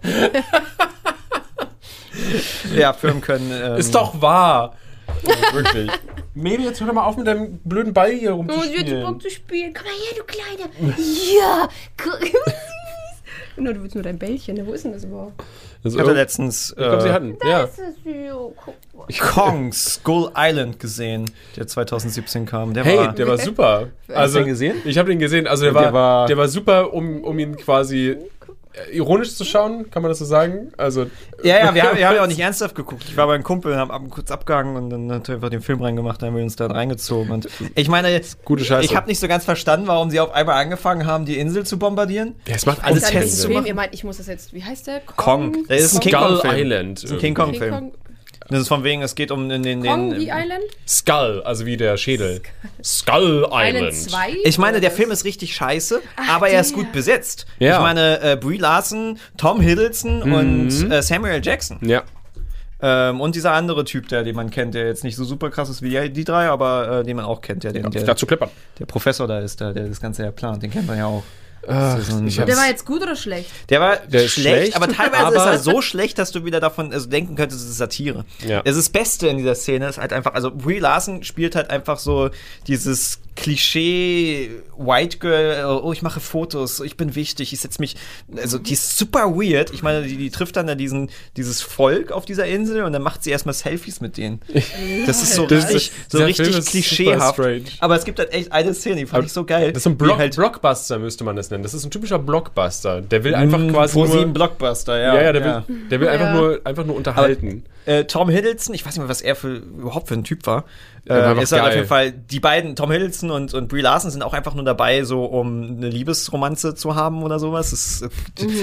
Ja, Firmen können. Ähm, Ist doch wahr. Wirklich. Mary, jetzt hör doch mal auf mit deinem blöden Ball hier Oh, ich hab rumzuspielen. Bock zu spielen. Komm mal her, du Kleine. Ja. Guck, wie süß. Nur, du willst nur dein Bällchen. ne? Wo ist denn das überhaupt? Also, ich hatte ich letztens glaube, sie äh, hatten. Ja. Das ist so, guck mal. Kong Skull Island gesehen, der zwanzig siebzehn kam. Der Hey, war, der war super. Also, du den gesehen? Ich habe den gesehen. Also der, Der war, war- der war super, um, um ihn quasi äh, ironisch zu schauen, kann man das so sagen? Also ja, ja, wir haben, wir haben ja auch nicht ernsthaft geguckt. Ich war bei einem Kumpel, haben ab, kurz abgehangen und dann hat er einfach den Film reingemacht, dann haben wir uns da reingezogen. Und ich meine, Gute Scheiße. ich habe nicht so ganz verstanden, warum sie auf einmal angefangen haben, die Insel zu bombardieren. Ja, es macht Ich alles weiß Tests nicht, Sinn. welchen zu Film machen. ihr meint. Ich muss das jetzt, wie heißt der? Kong. Der ist ein Kong? King Kong Skull Film. Island. Das ist ein King King Kong-Film. Kong, Das ist von wegen, es geht um den... den, Kong den the Island? Skull, also wie der Schädel. Skull Island Island. zwei? Ich meine, der Oder Film was? ist richtig scheiße, Ach, aber er ist der. gut besetzt. Ja. Ich meine, äh, Brie Larson, Tom Hiddleston Mhm. und äh, Samuel Jackson. Ja. Ähm, und dieser andere Typ, der, den man kennt, der jetzt nicht so super krass ist wie die, die drei, aber äh, den man auch kennt, der, den, der, Dazu klippern. der Professor da ist, da, der das Ganze ja plant, den kennt man ja auch. Ach, ist so ein- ich Der hab's- war jetzt gut oder schlecht? Der war Der ist schlecht, schlecht, aber teilweise aber- ist er so schlecht, dass du wieder davon also denken könntest, es ist Satire. Ja. Es ist das Beste in dieser Szene ist halt einfach, also Brie Larson spielt halt einfach so dieses Klischee White Girl, oh, ich mache Fotos, ich bin wichtig, ich setze mich, also die ist super weird. Ich meine, die, die trifft dann da diesen, dieses Volk auf dieser Insel und dann macht sie erstmal Selfies mit denen. Das ist so Das richtig, ist- so dieser richtig Film ist klischeehaft. super strange. Aber es gibt halt echt eine Szene, die fand ich so geil. Das ist ein wie Block halt Blockbuster, müsste man das nennen. Das ist ein typischer Blockbuster. Der will einfach quasi Pro nur... sieben Blockbuster, ja. Ja, ja, der will, der will Ja. einfach, nur, einfach nur unterhalten. Äh, Tom Hiddleston, ich weiß nicht mehr, was er für überhaupt für ein Typ war. Der war Äh, einfach ist halt auf geil. jeden Fall, die beiden, Tom Hiddleston und, und Brie Larson, sind auch einfach nur dabei, so um eine Liebesromanze zu haben oder sowas. Das ist,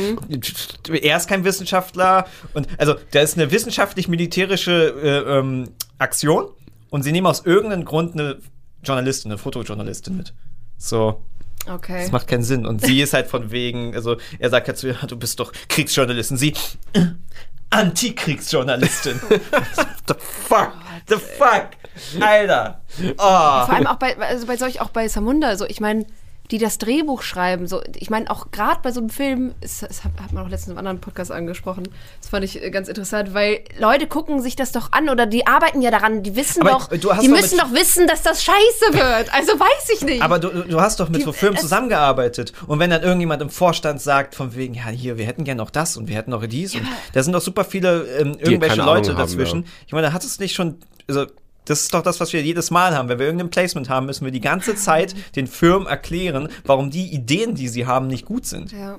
äh, Er ist kein Wissenschaftler und also da ist eine wissenschaftlich-militärische äh, ähm, Aktion und sie nehmen aus irgendeinem Grund eine Journalistin, eine Fotojournalistin mit. So. Okay. Das macht keinen Sinn. Und sie ist halt von wegen, also er sagt halt zu ihr, du bist doch Kriegsjournalistin. Sie, äh, Antikriegsjournalistin. The fuck? The fuck? Alter. Oh. Vor allem auch bei, also bei solch, auch bei Samunda, so, ich meine, die das Drehbuch schreiben, so, ich meine, auch gerade bei so einem Film, das, das hat, hat man auch letztens im anderen Podcast angesprochen, das fand ich äh, ganz interessant, weil Leute gucken sich das doch an oder die arbeiten ja daran, die wissen Aber doch, du hast die doch müssen mit- doch wissen, dass das scheiße wird, also weiß ich nicht. Aber du, du hast doch mit Die- so Firmen es- zusammengearbeitet. Und wenn dann irgendjemand im Vorstand sagt, von wegen, ja, hier, wir hätten gern noch das und wir hätten noch dies. Und da sind doch super viele ähm, irgendwelche keine Leute Ahnung haben, dazwischen. ja. Ich meine, da hat es nicht schon, also das ist doch das, was wir jedes Mal haben. Wenn wir irgendein Placement haben, müssen wir die ganze Zeit den Firmen erklären, warum die Ideen, die sie haben, nicht gut sind. ja.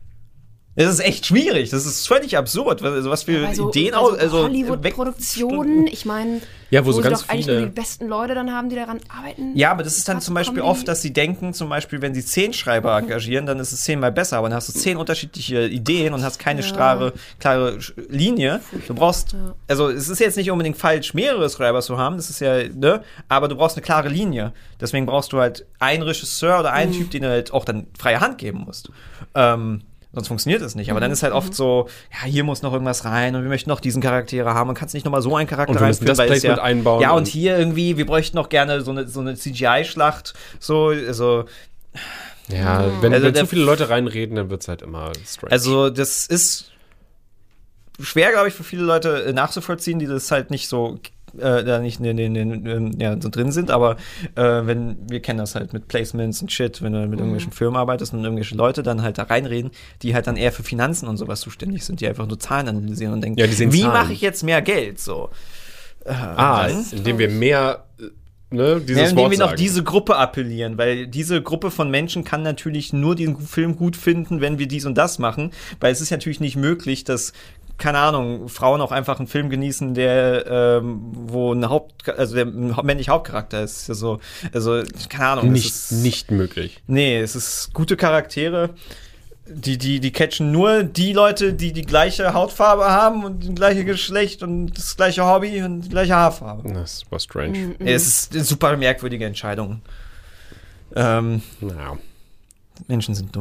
Das ist echt schwierig. Das ist völlig absurd. Also was für Bei so, Ideen bei aus, so also Hollywood-Produktionen, ich meine, Ja, wo so sie ganz doch eigentlich viele- nur die besten Leute dann haben, die daran arbeiten. Ja, aber das ist dann Krass, zum Beispiel Comedy. oft, dass sie denken, zum Beispiel, wenn sie zehn Schreiber engagieren, dann ist es zehnmal besser. Aber dann hast du zehn unterschiedliche Ideen und hast keine Ja. klare, klare Sch- Linie. Du brauchst, Ja. also es ist jetzt nicht unbedingt falsch, mehrere Schreiber zu haben, das ist ja, ne, aber du brauchst eine klare Linie. Deswegen brauchst du halt einen Regisseur oder Mhm. einen Typ, den du halt auch dann freie Hand geben musst. Ähm, Sonst funktioniert das nicht. Aber Mhm. dann ist halt oft so, ja, hier muss noch irgendwas rein und wir möchten noch diesen Charaktere haben und kannst nicht noch mal so einen Charakter Und wir müssen reinführen, das weil es ja, Placement einbauen ja, und und- hier irgendwie, wir bräuchten noch gerne so eine, so eine C G I-Schlacht, so, also, Ja, wenn, Also wenn der- zu viele Leute reinreden, dann wird es halt immer strange. also das ist schwer, glaube ich, für viele Leute äh, nachzuvollziehen, die das halt nicht so äh, da nicht in den, in, in, ja, so drin sind, aber äh, wenn, wir kennen das halt mit Placements und Shit, wenn du mit irgendwelchen Firmen arbeitest und irgendwelche Leute dann halt da reinreden, die halt dann eher für Finanzen und sowas zuständig sind, die einfach nur Zahlen analysieren und denken, Ja, die sehen wie Zahlen. mache ich jetzt mehr Geld, so. Äh, ah, dann- indem wir mehr, äh, ne, dieses Ja, indem Wort wir noch sagen. diese Gruppe appellieren, weil diese Gruppe von Menschen kann natürlich nur den Film gut finden, wenn wir dies und das machen, weil es ist natürlich nicht möglich, dass keine Ahnung, Frauen auch einfach einen Film genießen, der ähm, wo ein Haupt, also der ein männlicher Hauptcharakter ist. Also, also keine Ahnung. es nicht, ist, nicht möglich. Nee, es ist gute Charaktere. Die, die, die catchen nur die Leute, die die gleiche Hautfarbe haben und das gleiche Geschlecht und das gleiche Hobby und die gleiche Haarfarbe. Das war strange. Mhm. Es ist eine super merkwürdige Entscheidung. Ähm, Naja. Menschen sind dumm.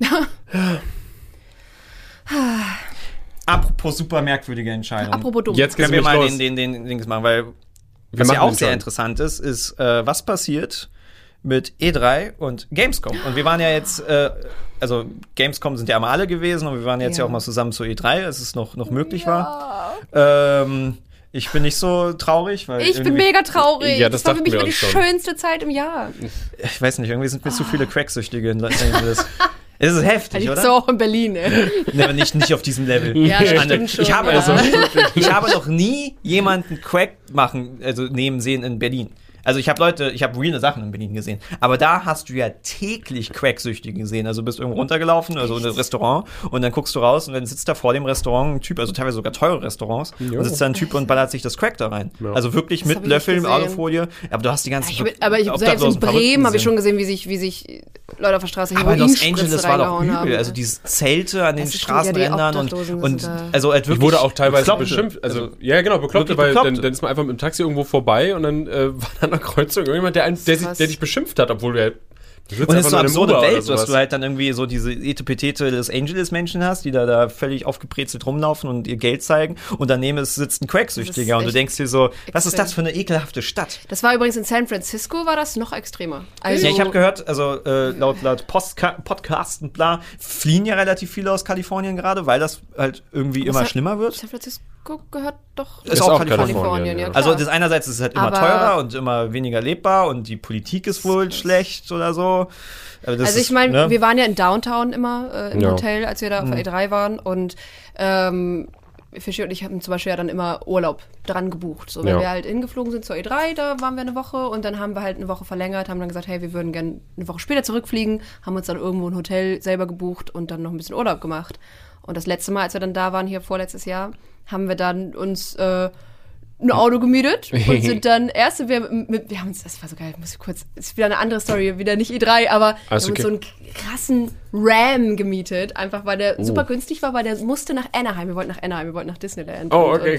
Apropos super merkwürdige Entscheidung. Apropos dumm. Jetzt geht's Können wir nämlich mal los. den, den, den Dings machen, weil Wir was ja machen auch den sehr schon. interessant ist, ist, äh, was passiert mit E drei und Gamescom. Und wir waren ja jetzt, äh, also Gamescom sind ja immer alle gewesen und wir waren jetzt ja, Ja. auch mal zusammen zur E drei, als es noch, noch möglich war. Ähm, ich bin nicht so traurig, weil Ich bin irgendwie- mega traurig. Ja, das das war für dachten mich wir immer die uns schon. schönste Zeit im Jahr. Ich weiß nicht, irgendwie sind mir zu viele Cracksüchtige in Los Angeles. Es ist heftig, Die oder? ist auch in Berlin, ne? Nee, aber nicht, nicht auf diesem Level. Ja, Ich stimmt meine, schon, ich habe, ja. also, ich habe noch nie jemanden Crack machen, also nehmen sehen in Berlin. Also ich habe Leute, ich habe reale Sachen in Berlin gesehen. Aber da hast du ja täglich Cracksüchtige gesehen. Also du bist irgendwo runtergelaufen, also in ein Restaurant, und dann guckst du raus und dann sitzt da vor dem Restaurant ein Typ, also teilweise sogar teure Restaurants, Jo. und sitzt da ein Typ und ballert sich das Crack da rein. Ja. Also wirklich Das mit hab ich Löffeln, nicht mit gesehen. Alufolie. Aber du hast die ganzen Ich hab, aber ich, selbst in obdachlosen Bremen Verrückten habe ich schon gesehen. gesehen, wie sich, wie sich Leute auf der Straße Aber Los Heroinspritze Angeles war doch reingehauen übel. haben. Also diese Zelte an den Das stimmt, ja, die Straßenrändern und, Obdachlosen und sind da. also halt Ich wirklich wurde auch teilweise Bekloppte. beschimpft. Also, ja, genau, Bekloppte, wirklich weil Bekloppte. dann, dann ist man einfach mit dem Taxi irgendwo vorbei und dann äh, war da an der Kreuzung irgendjemand, der, einen, der, sich, Krass. der dich beschimpft hat, obwohl du ja. Du sitzt Und es einfach ist so nur eine in einem absurde Uber oder Welt, dass sowas. du halt dann irgendwie so diese Etepetete des Angeles-Menschen hast, die da, da völlig aufgebrezelt rumlaufen und ihr Geld zeigen. Und daneben ist, sitzt ein Cracksüchtiger. Und du echt denkst dir so, was ist extrem. das für eine ekelhafte Stadt? Das war übrigens in San Francisco, war das noch extremer. Also, Ja, ich habe gehört, also äh, laut, laut Postka- Podcast und bla, fliehen ja relativ viele aus Kalifornien gerade, weil das halt irgendwie Aber immer San- schlimmer wird. San Francisco gehört doch Ist auch Kalifornien, Kalifornien, ja. ja. Klar. Also das einerseits ist es halt immer Aber- teurer und immer weniger lebbar und die Politik ist wohl schlecht oder so. Aber das Also ich ist, meine, ne? wir waren ja in Downtown immer äh, im Ja. Hotel, als wir da auf der E drei waren, und ähm, Fischi und ich hatten zum Beispiel ja dann immer Urlaub dran gebucht. So, wenn Ja. wir halt hingeflogen sind zur E drei, da waren wir eine Woche, und dann haben wir halt eine Woche verlängert, haben dann gesagt, hey, wir würden gerne eine Woche später zurückfliegen, haben uns dann irgendwo ein Hotel selber gebucht und dann noch ein bisschen Urlaub gemacht. Und das letzte Mal, als wir dann da waren, hier vorletztes Jahr, haben wir dann uns äh, ein Auto gemietet und sind dann erst, wir, mit, wir haben uns, das war so geil, muss ich kurz, ist wieder eine andere Story, wieder nicht E drei, aber Alles wir haben okay. uns so einen krassen Ram gemietet, einfach weil der super günstig war, weil der musste nach Anaheim, wir wollten nach Anaheim, wir wollten nach Disneyland. Oh, und, okay.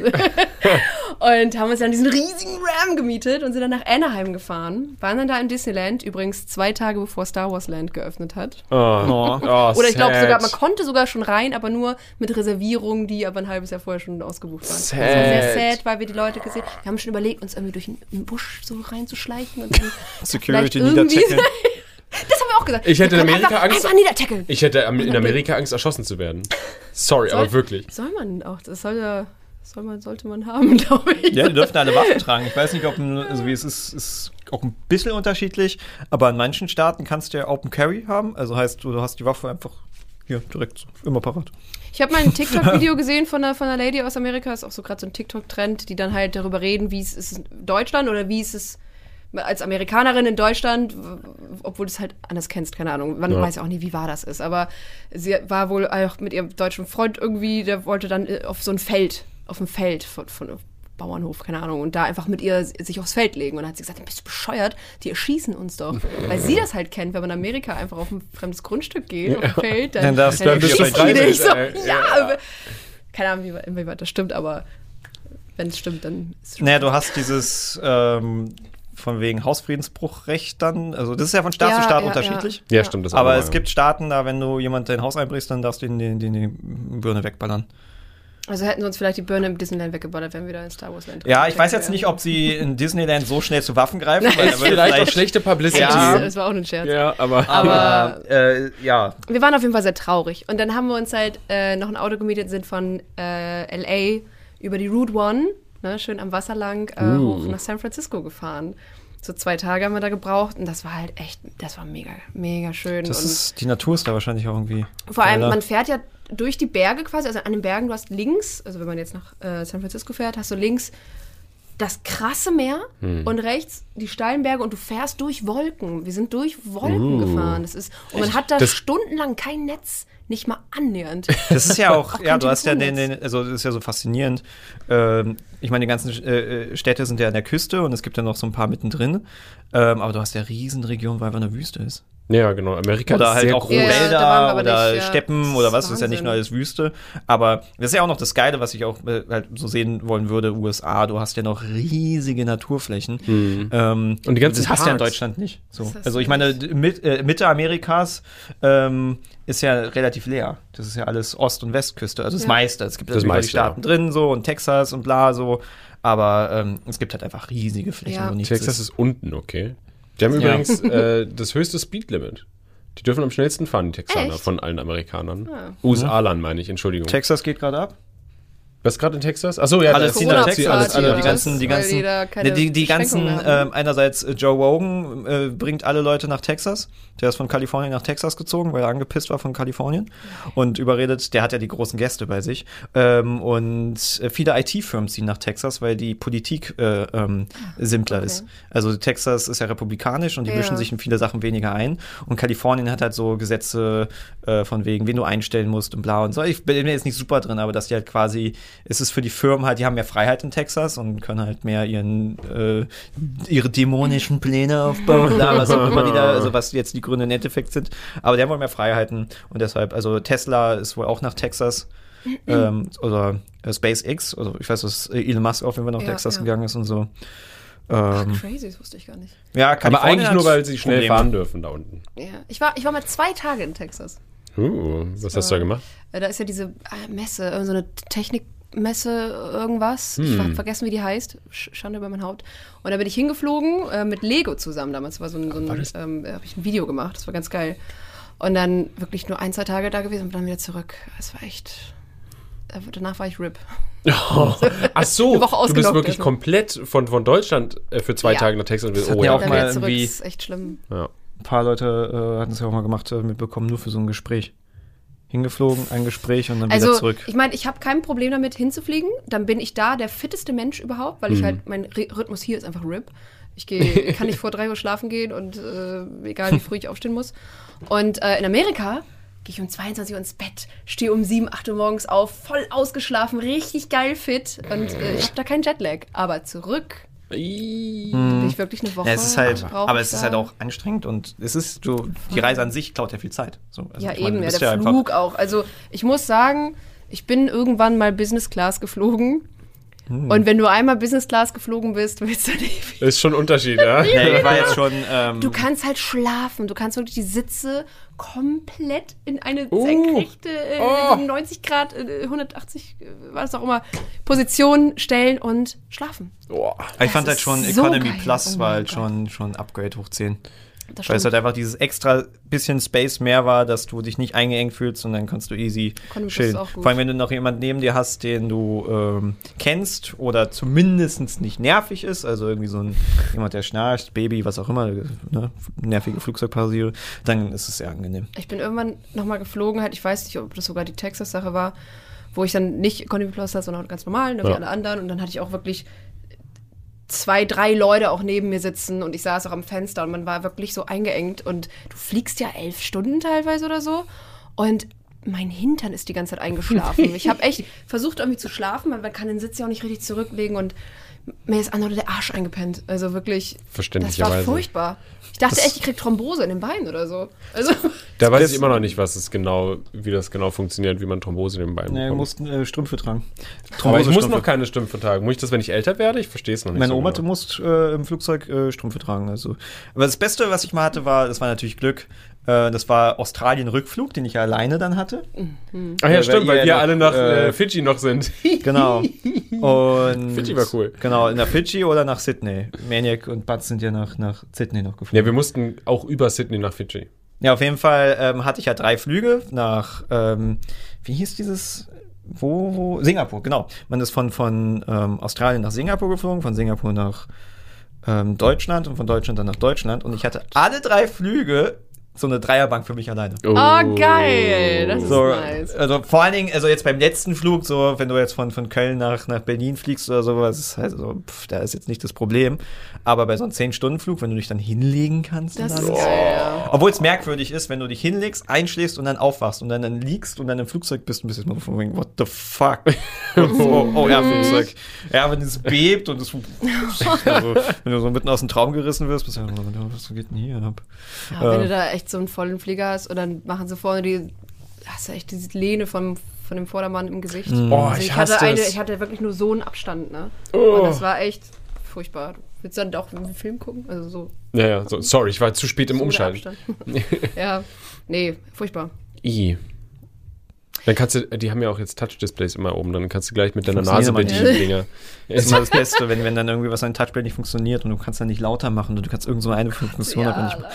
Und, und haben uns dann diesen riesigen Ram gemietet und sind dann nach Anaheim gefahren, waren dann da in Disneyland, übrigens zwei Tage bevor Star Wars Land geöffnet hat. Oh. Oh. Oh, Oder ich glaube sad. sogar, man konnte sogar schon rein, aber nur mit Reservierungen, die aber ein halbes Jahr vorher schon ausgebucht waren. Sad. Das war sehr sad, weil wir die Leute gesehen haben. Wir haben schon überlegt, uns irgendwie durch einen Busch so reinzuschleichen und dann Security vielleicht irgendwie- niedertackeln. Das haben wir auch gesagt. Ich hätte Wir in können Amerika einfach, Angst- Einfach niedertackeln. Ich hätte am- in Amerika Angst, erschossen zu werden. Sorry, Soll- aber wirklich. Soll man auch, das soll ja, soll man, sollte man haben, glaube ich. Ja, die dürfen alle Waffen tragen. Ich weiß nicht, ob ein, also wie es ist, ist auch ein bisschen unterschiedlich, aber in manchen Staaten kannst du ja Open Carry haben. Also heißt, du hast die Waffe einfach hier direkt so, immer parat. Ich habe mal ein TikTok-Video gesehen von einer, von einer Lady aus Amerika, ist auch so gerade so ein TikTok-Trend, die dann halt darüber reden, wie es ist in Deutschland oder wie es ist als Amerikanerin in Deutschland, w- obwohl du es halt anders kennst, keine Ahnung. Man Ja. weiß ja auch nie, wie wahr das ist. Aber sie war wohl auch mit ihrem deutschen Freund irgendwie, der wollte dann äh, auf so ein Feld, auf ein Feld von, von einem Bauernhof, keine Ahnung, und da einfach mit ihr sich aufs Feld legen. Und dann hat sie gesagt, bist du bescheuert? Die erschießen uns doch. Weil sie das halt kennt, wenn man in Amerika einfach auf ein fremdes Grundstück geht, auf ein Feld, dann, Dann darfst du- dann dann bist du schießen die freiwillig, dich so. ey. Ja, Ja. aber- keine Ahnung, wie, weit- inwieweit das stimmt, aber wenn es stimmt, dann ist es schon. Naja, du hast dieses ähm, von wegen Hausfriedensbruchrecht dann, also das ist ja von Staat Ja, zu Staat ja, unterschiedlich. Ja, stimmt. Das auch Aber nochmal, es ja. gibt Staaten, da wenn du jemand dein Haus einbrichst, dann darfst du den, den, den, den Birne wegballern. Also hätten sie uns vielleicht die Birne im Disneyland weggeballert, wenn wir da in Star Wars Land Ja, ich weiß jetzt nicht, ob sie in Disneyland so schnell zu Waffen greifen. weil Ist da würde vielleicht auch schlechte Publicity. Ja. Das war auch ein Scherz. Ja, aber. Aber, äh, ja. Wir waren auf jeden Fall sehr traurig. Und dann haben wir uns halt äh, noch ein Auto gemietet, sind von äh, L A über die Route One, ne, schön am Wasser lang, äh, Uh. hoch nach San Francisco gefahren. So zwei Tage haben wir da gebraucht und das war halt echt, das war mega, mega schön. Das und ist, die Natur ist da wahrscheinlich auch irgendwie. vor allem, geiler. man fährt ja durch die Berge quasi, also an den Bergen, du hast links, also wenn man jetzt nach äh, San Francisco fährt, hast du links das krasse Meer und rechts die steilen Berge und du fährst durch Wolken. Wir sind durch Wolken Uh. gefahren. Das ist, und man hat da Das- stundenlang kein Netz, nicht mal annähernd. Das ist ja auch, Auch ja, kein du hast ja den, Telefonnetz. den, also das ist ja so faszinierend. Ähm, ich meine, die ganzen äh, Städte sind ja an der Küste und es gibt ja noch so ein paar mittendrin. Ähm, aber du hast ja Riesenregionen, weil einfach eine Wüste ist. Ja, genau. Amerika Oder ist halt sehr auch groß. Ja, da waren wir Wälder aber oder nicht, ja. Steppen Das oder ist was. Das ist ja nicht nur Wahnsinn. alles Wüste. Aber das ist ja auch noch das Geile, was ich auch äh, halt so sehen wollen würde, U S A. Du hast ja noch riesige Naturflächen. Ähm, Und die ganzen das hast du ja in Parks. Deutschland nicht. So. Das hast Also du ich meine, mit, äh, Mitte Amerikas, ähm, ist ja relativ leer. Das ist ja alles Ost- und Westküste, also das Ja. meiste. Es gibt Das natürlich meiste, die Staaten ja. drin so und Texas und bla so, aber ähm, es gibt halt einfach riesige Flächen, Ja. wo nichts Texas ist. ist unten, okay. Die haben Ja. übrigens äh, das höchste Speedlimit. Die dürfen am schnellsten fahren, die Texaner, Echt? von allen Amerikanern. Ah. U S A-Land meine ich, Entschuldigung. Texas geht gerade ab. Was gerade in Texas? Achso, ja, Alle da- ziehen nach Corona-Zeit, Texas, alle alle, ziehen alle nach die das, ganzen, die weil ganzen, die da keine die, die ganzen, Beschränkungen haben. ähm, einerseits äh, Joe Rogan äh, bringt alle Leute nach Texas. Der ist von Kalifornien nach Texas gezogen, weil er angepisst war von Kalifornien und überredet, der hat ja die großen Gäste bei sich. Ähm, und äh, viele I T-Firmen ziehen nach Texas, weil die Politik äh, ähm, simpler Okay. ist. Also Texas ist ja republikanisch und die Ja. mischen sich in viele Sachen weniger ein. Und Kalifornien hat halt so Gesetze äh, von wegen, wen du einstellen musst und bla und so. Ich bin jetzt nicht super drin, aber dass die halt quasi, es ist für die Firmen halt, die haben mehr Freiheit in Texas und können halt mehr ihren äh, ihre dämonischen Pläne aufbauen, bla, was auch immer die da, also was jetzt die Gründe im Endeffekt sind. Aber die haben wohl mehr Freiheiten und deshalb, also Tesla ist wohl auch nach Texas ähm, oder äh, SpaceX, also ich weiß, dass Elon Musk auch, wenn wir nach Ja, Texas ja. gegangen ist und so. Ach, Ähm, crazy, das wusste ich gar nicht. ja, Aber Kalifornien eigentlich hat nur, weil sie schnell Probleme. fahren dürfen da unten. Ja. Ich war, ich war mal zwei Tage in Texas. Uh, was hast du da gemacht? Äh, Da ist ja diese äh, Messe, irgend so eine Technikmesse, irgendwas. Ich Hm. habe vergessen, wie die heißt. Sch- Schande über mein Haupt. Und da bin ich hingeflogen äh, mit Lego zusammen damals. War so ein, so ein War das- ähm, da habe ich ein Video gemacht. Das war ganz geil. Und dann wirklich nur ein, zwei Tage da gewesen und dann wieder zurück. Es war echt. äh, Danach war ich R I P. Ach so, Eine Woche du bist ausgelockt wirklich erstmal. komplett von, von Deutschland äh, für zwei Ja. Tage nach Texas. Und Das oh, hatten ja ja. auch Dann mal wieder zurück. irgendwie- Das ist echt schlimm. ja. Ein paar Leute äh, hatten es ja auch mal gemacht, äh, mitbekommen, nur für so ein Gespräch. Hingeflogen, ein Gespräch und dann wieder Also, zurück. ich meine, ich habe kein Problem damit hinzufliegen. Dann bin ich da der fitteste Mensch überhaupt, weil ich Mhm. halt, mein Ry- Rhythmus hier ist einfach R I P. Ich gehe, kann nicht vor drei Uhr schlafen gehen und äh, egal wie früh ich aufstehen muss. Und äh, in Amerika gehe ich um zweiundzwanzig Uhr ins Bett, stehe um sieben, acht Uhr morgens auf, voll ausgeschlafen, richtig geil fit und äh, ich habe da keinen Jetlag. Aber zurück bin ich wirklich eine Woche. Ja, es ist halt, brauch aber ich es ist da. halt auch anstrengend und es ist, du, die Reise an sich klaut ja viel Zeit. So, also Ja, ich meine, eben, du ja, bist der einfach- Flug auch. Also ich muss sagen, ich bin irgendwann mal Business Class geflogen. Hm. Und wenn du einmal Business Class geflogen bist, willst du nicht. Ist schon ein Unterschied, ja? Ja, ich war jetzt schon. Ähm, Du kannst halt schlafen. Du kannst wirklich die Sitze komplett in eine Oh. senkrechte, äh, Oh. neunzig Grad, äh, hundertachtzig, äh, was auch immer, Position stellen und schlafen. Boah. ich fand das halt schon ist so Economy geil. Plus Oh war mein halt Gott. schon, schon Upgrade hoch zehn. Das Weil es stimmt. halt einfach dieses extra bisschen Space mehr war, dass du dich nicht eingeengt fühlst und dann kannst du easy Economy Plus chillen. ist auch gut. Vor allem, wenn du noch jemanden neben dir hast, den du ähm, kennst oder zumindest nicht nervig ist, also irgendwie so ein jemand, der schnarcht, Baby, was auch immer, ne, nervige Flugzeugpassagiere, dann ist es sehr angenehm. Ich bin irgendwann nochmal geflogen, halt, ich weiß nicht, ob das sogar die Texas-Sache war, wo ich dann nicht Economy Plus hatte, sondern ganz normal, ne, wie Ja. alle anderen. Und dann hatte ich auch wirklich zwei, drei Leute auch neben mir sitzen und ich saß auch am Fenster und man war wirklich so eingeengt und du fliegst ja elf Stunden teilweise oder so und mein Hintern ist die ganze Zeit eingeschlafen. Ich habe echt versucht irgendwie zu schlafen, weil man kann den Sitz ja auch nicht richtig zurücklegen und mir ist andere der Arsch eingepennt. Also wirklich, das war Verständlicherweise. furchtbar. Ich dachte Das- echt, ich krieg Thrombose in den Beinen oder so. Also Da weiß Das- ich immer noch nicht, was es genau, wie das genau funktioniert, wie man Thrombose in den Beinen Nee, wir bekommt. mussten äh, Strümpfe tragen. Aber ich muss Thrombosestrümpfe. noch keine Strümpfe tragen. Muss ich das, wenn ich älter werde? Ich verstehe es noch nicht Meine so Oma, genau. du musst äh, im Flugzeug äh, Strümpfe tragen. Also. Aber das Beste, was ich mal hatte, war, das war natürlich Glück, äh, das war Australien-Rückflug, den ich ja alleine dann hatte. Ach ja, Äh, stimmt, weil weil ihr wir noch, alle nach äh, äh, Fidschi noch sind. Genau. Und Fidschi war cool. Genau, in der Fidschi oder nach Sydney. Maniac und Butz sind ja nach, nach Sydney noch geflogen. Ja, wir mussten auch über Sydney nach Fidschi. Ja, auf jeden Fall ähm, hatte ich ja drei Flüge nach, ähm, wie hieß dieses, wo, wo? Singapur, genau. Man ist von, von ähm, Australien nach Singapur geflogen, von Singapur nach ähm, Deutschland und von Deutschland dann nach Deutschland. Und ich hatte alle drei Flüge so eine Dreierbank für mich alleine. Oh, geil. Das ist So, nice. also vor allen Dingen, also jetzt beim letzten Flug, so wenn du jetzt von, von Köln nach, nach Berlin fliegst oder sowas, ist halt so, pff, da ist jetzt nicht das Problem. Aber bei so einem zehn-Stunden-Flug, wenn du dich dann hinlegen kannst, Das und ist alles, geil, ja. obwohl es merkwürdig ist, wenn du dich hinlegst, einschläfst und dann aufwachst und dann, dann liegst und dann im Flugzeug bist und bist jetzt mal von wegen, what the fuck? oh, oh ja, Flugzeug. Ja, wenn es bebt und es also, wenn du so mitten aus dem Traum gerissen wirst, bist du ja, was geht denn hier ab? Ja, wenn äh, du da echt so einen vollen Flieger hast und dann machen sie vorne die, hast du echt diese Lehne vom, von dem Vordermann im Gesicht. Oh, Also ich ich, hatte hasse eine, es. ich hatte wirklich nur so einen Abstand, ne? Oh. Und das war echt furchtbar. Du willst dann auch einen Film gucken? Also so, Ja, ja, so, sorry, ich war zu spät im so der Umschalten. Abstand. Ja, nee, furchtbar. I. Dann kannst du, die haben ja auch jetzt Touch-Displays immer oben, dann kannst du gleich mit deiner Nase Funktioniert bedienen, Dinger. Das ist immer das Beste, wenn, wenn dann irgendwie was an Touchpad nicht funktioniert und du kannst dann nicht lauter machen und du kannst irgend so eine Funktion aber nicht.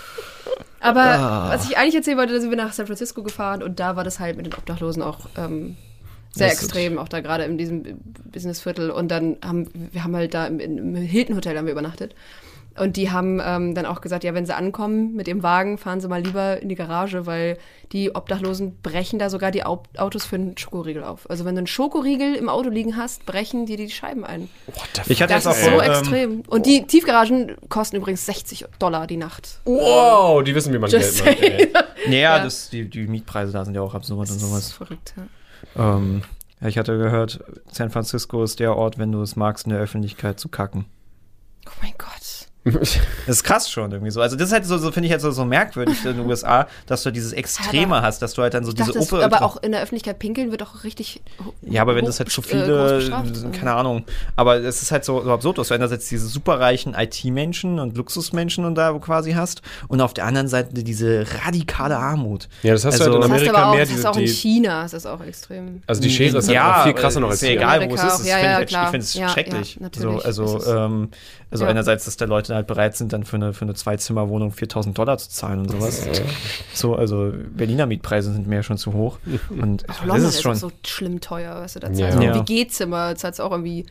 Aber Ah. was ich eigentlich erzählen wollte, da sind wir nach San Francisco gefahren und da war das halt mit den Obdachlosen auch ähm, sehr Das ist- extrem, auch da gerade in diesem Businessviertel. Und dann haben wir haben halt da im, im Hilton Hotel haben wir übernachtet. Und die haben ähm, dann auch gesagt, ja, wenn sie ankommen mit ihrem Wagen, fahren sie mal lieber in die Garage, weil die Obdachlosen brechen da sogar die Au- Autos für einen Schokoriegel auf. Also wenn du einen Schokoriegel im Auto liegen hast, brechen die die Scheiben ein. What the Ich hatte Das jetzt auch ist so vor, ähm, extrem. Und die Tiefgaragen kosten übrigens sechzig Dollar die Nacht. Wow, die wissen, wie man Just Geld macht. Ey. Naja, Ja. das, die, die Mietpreise da sind ja auch absurd und Das ist sowas. verrückt, ja. Ähm, ja, ich hatte gehört, San Francisco ist der Ort, wenn du es magst, in der Öffentlichkeit zu kacken. Oh mein Gott. Das ist krass schon irgendwie so. Also das ist halt so, so finde ich halt so, so merkwürdig in den U S A, dass du dieses Extreme Aber hast, dass du halt dann so Ich diese dachte, das, Uppe... aber auch in der Öffentlichkeit pinkeln wird auch richtig Ja, aber wenn hoch das halt zu best- äh, groß viele, bestraft. keine Ahnung, aber es ist halt so, so absurd, dass du einerseits diese superreichen I T-Menschen und Luxusmenschen und da quasi hast und auf der anderen Seite diese radikale Armut. Ja, das hast Also- du halt in Das hast du Amerika aber auch, mehr. das ist diese, auch in die, China, ist das auch extrem. also die Schere ist halt ja, noch viel krasser noch als ist ja hier. egal, wo es Amerika ist. auch. Das Ja, find ja, ich, klar. ich finde es Ja, schrecklich. ja, natürlich. so, also, Es ist- ähm, also Ja. einerseits, dass da Leute halt bereit sind, dann für eine, für eine Zwei-Zimmer-Wohnung viertausend Dollar zu zahlen und sowas. So, also Berliner Mietpreise sind mir ja schon zu hoch. Und Auch das London ist ist schon. auch so schlimm teuer, weißt du, da Ja. zahlst du Ja. ein W G-Zimmer, zahlst du auch irgendwie,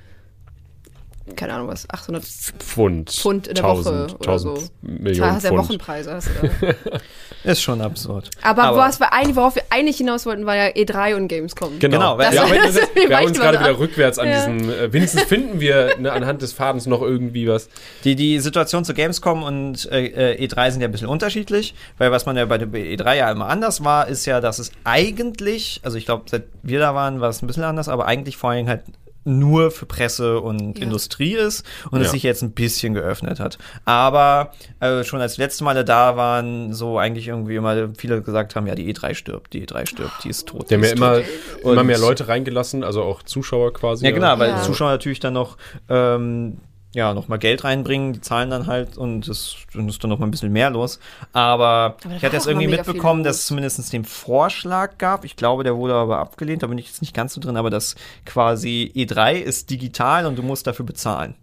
keine Ahnung was, achthundert Pfund. Pfund in der tausend, Woche oder tausend so. Millionen Hast ja Pfund. Wochenpreise, hast du da. Ist schon absurd. Aber, Aber- was wir eigentlich, worauf wir eigentlich hinaus wollten, war ja E drei und Gamescom. Genau, Genau, wir, das- haben, das- wir wir haben uns weichen gerade mal wieder ab. rückwärts an Ja. diesen, äh, wenigstens finden wir ne, anhand des Fadens noch irgendwie was. Die, die Situation zu Gamescom und äh, E drei sind ja ein bisschen unterschiedlich, weil was man ja bei der E drei ja immer anders war, ist ja, dass es eigentlich, also ich glaube, seit wir da waren, war es ein bisschen anders, aber eigentlich vor allem halt nur für Presse und Ja. Industrie ist und Ja. es sich jetzt ein bisschen geöffnet hat. Aber äh, schon als die letzten Male da waren, so eigentlich irgendwie immer viele gesagt haben, ja, die E drei stirbt, die E drei stirbt, die ist tot. Die haben die ja ist immer, tot. immer Und- mehr Leute reingelassen, also auch Zuschauer quasi. Ja, genau, weil Ja. die Zuschauer natürlich dann noch ähm, ja, noch mal Geld reinbringen, die zahlen dann halt und es dann ist dann noch mal ein bisschen mehr los. Aber, Aber da ich war hatte jetzt auch irgendwie immer mega viel mitbekommen, dass los. es zumindest den Vorschlag gab. Ich glaube, der wurde aber abgelehnt, da bin ich jetzt nicht ganz so drin, aber dass quasi E drei ist digital und du musst dafür bezahlen.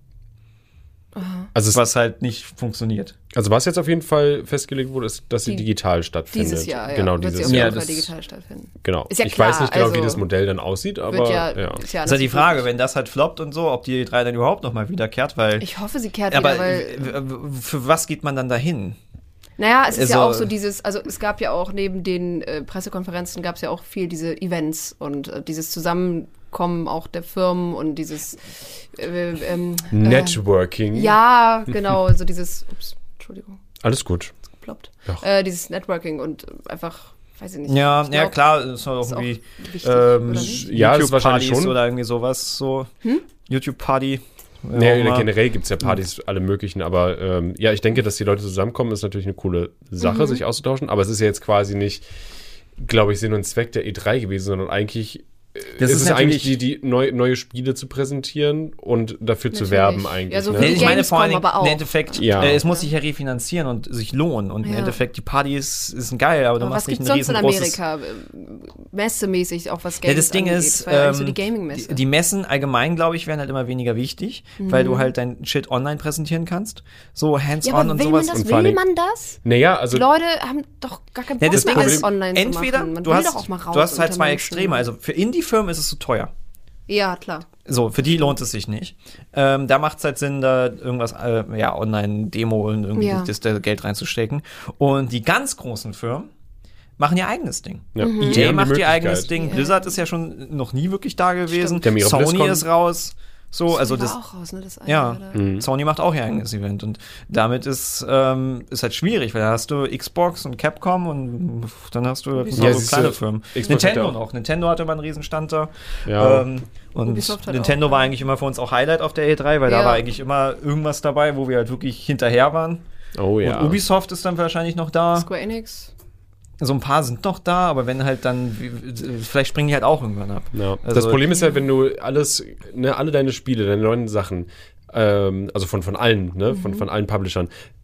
Also, es, Was halt nicht funktioniert. also was jetzt auf jeden Fall festgelegt wurde, ist, dass sie Die- digital stattfindet. Dieses Jahr, ja. Genau, wird sie dieses auf jeden Ja, Jahr. Fall das- digital stattfinden. Genau. Ist ja ich klar, weiß nicht genau, wie also das Modell dann aussieht, aber Wird ja, ja. ist ja Das ist anders halt die Frage, möglich. wenn das halt floppt und so, ob die E drei dann überhaupt noch mal wiederkehrt, weil Ich hoffe, sie kehrt aber wieder, weil w- w- für was geht man dann dahin? Naja, es ist ja Also- auch so dieses, also es gab ja auch neben den äh, Pressekonferenzen gab es ja auch viel diese Events und äh, dieses Zusammenkommen auch der Firmen und dieses äh, ähm, Networking. Äh, ja, genau, so dieses, ups, Entschuldigung, Alles gut. geploppt. Ach. Äh, dieses Networking und einfach, weiß ich nicht. Ja, ich ja glaub, klar, ist halt auch ist auch irgendwie wichtig, ähm, oder nicht? Ja, das ist wahrscheinlich YouTube-Partys schon. oder irgendwie sowas, so YouTube-Party. Nee, Ja, generell gibt es ja Partys, alle möglichen, aber ähm, ja, ich denke, dass die Leute zusammenkommen, ist natürlich eine coole Mhm. Sache, sich auszutauschen, aber es ist ja jetzt quasi nicht, glaube ich, Sinn und Zweck der E drei gewesen, sondern eigentlich äh, Das ist ist es eigentlich natürlich- die, die neu, neue Spiele zu präsentieren und dafür zu Natürlich. werben eigentlich. Ja, so ne? wie Nee, ich meine Gamescom vor allem aber auch. im Endeffekt, Ja. äh, es muss sich ja refinanzieren und sich lohnen. Und im Ja. Endeffekt, die Partys sind geil, aber du Aber was machst nicht gibt's ein sonst in riesengroßes... Amerika? Ähm, Messemäßig, auch was Ja, Games das Ding angeht. ist, Das war ja eigentlich so ähm, die Gaming-Messe. die, die Messen allgemein, glaube ich, werden halt immer weniger wichtig, weil du halt dein Shit online präsentieren kannst. So Mhm. ja, hands-on aber und will sowas. man das? Und vor allen Will Dingen- man das? Naja, also Die Leute haben doch gar keinen Ja, Bock das mehr, Ding alles ist, online entweder, zu machen. Man du will hast, doch auch mal raus. du hast halt unter zwei Menschen. Extreme. Also für Indie-Firmen ist es zu teuer. Ja, klar. So, für die lohnt es sich nicht. Ähm, da macht es halt Sinn, da irgendwas, äh, ja, Online-Demo und irgendwie Ja. das, das Geld reinzustecken. Und die ganz großen Firmen machen ihr eigenes Ding. ja, Mhm. die E A haben die macht ihr Möglichkeit. eigenes Ding. Ja. Blizzard ist ja schon noch nie wirklich da gewesen. Die haben ihre Sony BlizzCon. ist raus. So, also Sony das. war auch raus, ne? Das eine Ja, oder? Mhm. Sony macht auch ihr eigenes Event und damit ist ähm, ist halt schwierig, weil da hast du Xbox und Capcom und dann hast du halt ein Ubisoft. paar Ja, so siehst kleine du, Firmen. Xbox hat Nintendo ja auch- noch. Nintendo hatte mal einen Riesenstand da. Ja. Ähm, und Ubisoft hat Nintendo auch, war ja. eigentlich immer für uns auch Highlight auf der E drei, weil da Ja. war eigentlich immer irgendwas dabei, wo wir halt wirklich hinterher waren. Oh ja. Und Ubisoft ist dann wahrscheinlich noch da. Square Enix. So ein paar sind noch da, aber wenn halt dann, vielleicht springen die halt auch irgendwann ab. Ja. Also- das Problem ist halt, wenn du alles, ne, alle deine Spiele, deine neuen Sachen, ähm, also von, von allen, ne, Mhm. von, von allen Publishern,